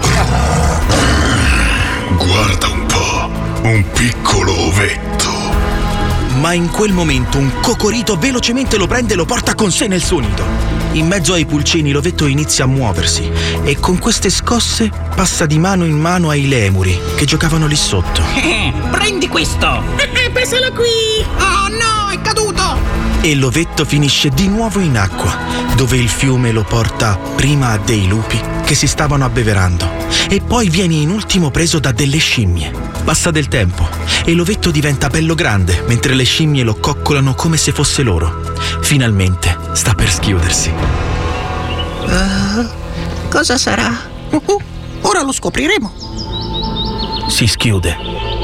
Guarda un po', un piccolo ovetto. Ma in quel momento un cocorito velocemente lo prende e lo porta con sé nel suo nido. In mezzo ai pulcini l'ovetto inizia a muoversi e con queste scosse passa di mano in mano ai lemuri che giocavano lì sotto. Eh, prendi questo! Eh, pesalo qui! Oh no, è caduto! E l'ovetto finisce di nuovo in acqua, dove il fiume lo porta prima a dei lupi che si stavano abbeverando e poi viene in ultimo preso da delle scimmie. Passa del tempo e l'ovetto diventa bello grande mentre le scimmie lo coccolano come se fosse loro. Finalmente sta per schiudersi. Uh, cosa sarà? Uh, uh, ora lo scopriremo. Si schiude.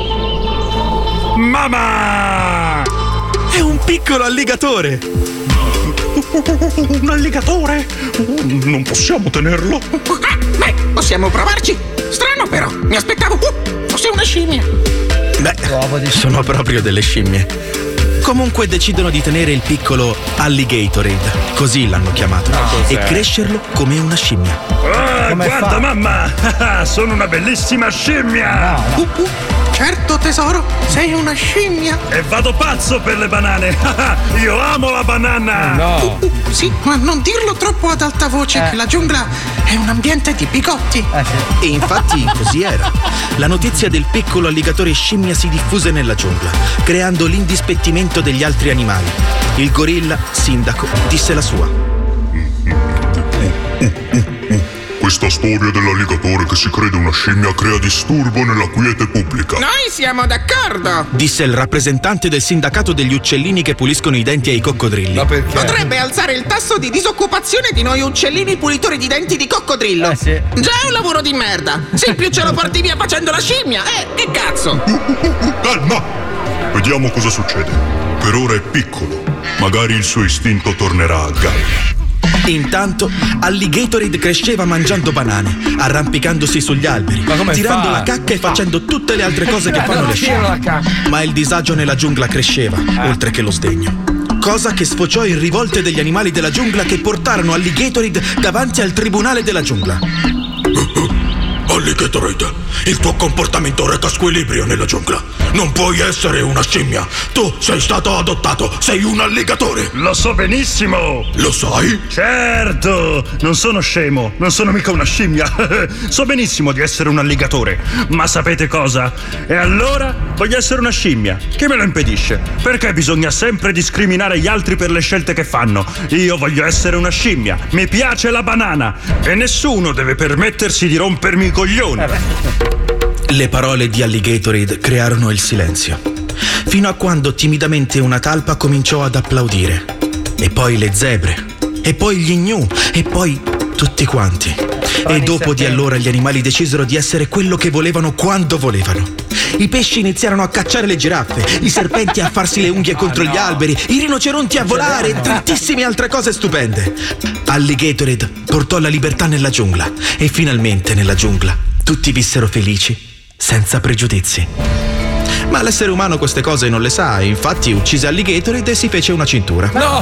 Mamma! È un piccolo alligatore! Un alligatore? Non possiamo tenerlo. Beh, possiamo provarci. Strano però, mi aspettavo uh, fosse una scimmia. Beh, sono proprio delle scimmie. Comunque decidono di tenere il piccolo Alligatorade, così l'hanno chiamato, No, e cos'è? crescerlo come una scimmia. Ah, Come guarda fa? mamma, sono una bellissima scimmia. Uh, uh, certo tesoro, sei una scimmia. E vado pazzo per le banane. Io amo la banana. Uh, uh, sì, ma non dirlo troppo ad alta voce che la giungla è un ambiente di bigotti. E infatti così era. La notizia del piccolo alligatore scimmia si diffuse nella giungla, creando l'indispettimento degli altri animali. Il gorilla, sindaco, disse la sua. Questa storia dell'alligatore che si crede una scimmia crea disturbo nella quiete pubblica. Noi siamo d'accordo. Disse il rappresentante del sindacato degli uccellini che puliscono i denti ai coccodrilli. Ma perché? Potrebbe alzare il tasso di disoccupazione di noi uccellini pulitori di denti di coccodrillo. Eh sì. Già è un lavoro di merda. Se in più ce lo porti via facendo la scimmia, eh, che cazzo? Calma! Vediamo cosa succede. Per ora è piccolo. Magari il suo istinto tornerà a galla. Intanto Alligatorade cresceva mangiando banane, arrampicandosi sugli alberi, tirando fa? la cacca e facendo tutte le altre cose che fanno non le tiro la scimmie. Ma il disagio nella giungla cresceva, Eh. oltre che lo sdegno. Cosa che sfociò in rivolte degli animali della giungla che portarono Alligatorade davanti al tribunale della giungla. Alligatorade, il tuo comportamento reca squilibrio nella giungla. Non puoi essere una scimmia. Tu sei stato adottato, sei un alligatore. Lo so benissimo. Lo sai? Certo, non sono scemo, non sono mica una scimmia. So benissimo di essere un alligatore. Ma sapete cosa? E allora voglio essere una scimmia. Chi me lo impedisce? Perché bisogna sempre discriminare gli altri per le scelte che fanno? Io voglio essere una scimmia. Mi piace la banana. E nessuno deve permettersi di rompermi i coglioni. Le parole di Alligatorade crearono il silenzio, fino a quando timidamente una talpa cominciò ad applaudire. E poi le zebre, e poi gli gnu, e poi tutti quanti. E dopo di allora gli animali decisero di essere quello che volevano quando volevano. I pesci iniziarono a cacciare le giraffe, i serpenti a farsi le unghie contro gli alberi, i rinoceronti a volare e tantissime altre cose stupende. Alligatorade portò la libertà nella giungla e finalmente nella giungla tutti vissero felici, senza pregiudizi. Ma l'essere umano queste cose non le sa, infatti uccise Alligatorade e si fece una cintura. No!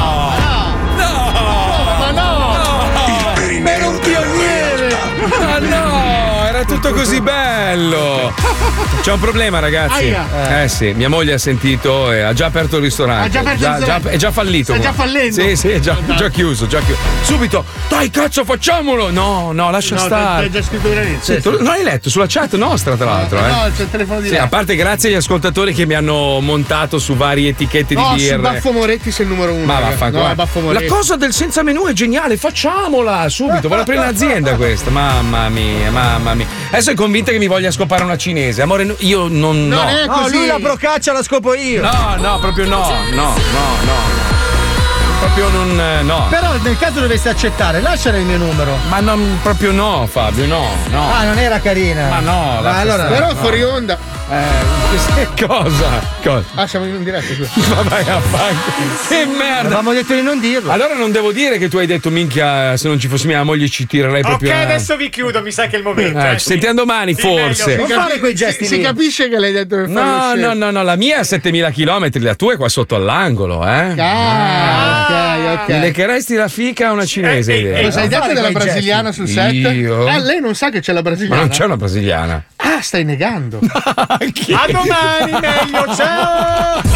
Ma no! Era un pioniere! Ma no, era tutto così bello. C'è un problema, ragazzi. Aia. Eh sì, mia moglie ha sentito e ha già aperto il ristorante. Ha già aperto il ristorante. È già fallito. Sta già guarda. fallendo. Sì, sì, è già, già chiuso, già chiuso. Subito, dai cazzo, facciamolo! No, no, lascia No, stare. t'hai già scritto veramente. Sì, tu non hai letto sulla chat nostra, tra l'altro. No, eh. no, c'è il telefono di Sì, là. a parte grazie agli ascoltatori che mi hanno montato su varie etichette No, di su birre. Baffo Moretti sei il numero uno. Ma raga. vaffanculo. No, Baffo La Moretti. cosa del senza menù è geniale, facciamola subito. Vuole aprire un'azienda questa. Mamma mia, mamma mia. Adesso è convinta che mi voglia scopare una cinese. Amore, io non. Non no. è no, così. lui la procaccia la scopo io. No, no, proprio no. No, no, no. Proprio non. No. Però nel caso dovessi accettare, lasciare il mio numero. Ma non, proprio no, Fabio, no, no. Ah, non era carina. Ma no, Ma allora, Però no. fuori onda. Eh, cosa? Cosa? Ah, siamo in diretta. Scusa. Ma vai a fanculo. Che merda. Avevamo detto di non dirlo. Allora non devo dire che tu hai detto minchia, se non ci fosse mia moglie ci tirerei proprio. Ok, a- adesso vi chiudo, mi sa che è il momento. Eh, eh. ci sentiamo domani, Sì, forse. meglio. Non fare quei gesti Si lì. capisce che l'hai detto per fare No, lo no, scemo. no, no, la mia è a settemila chilometri, la tua è qua sotto all'angolo, eh? Ah, ok, ok. Mi leccheresti la fica a una cinese. Eh, eh, idea. Lo sai detto fare della quei brasiliana sul set? Io? Ah, lei non sa che c'è la Ma brasiliana? non c'è una brasiliana. Ah, stai negando. A domani, meglio, ciao!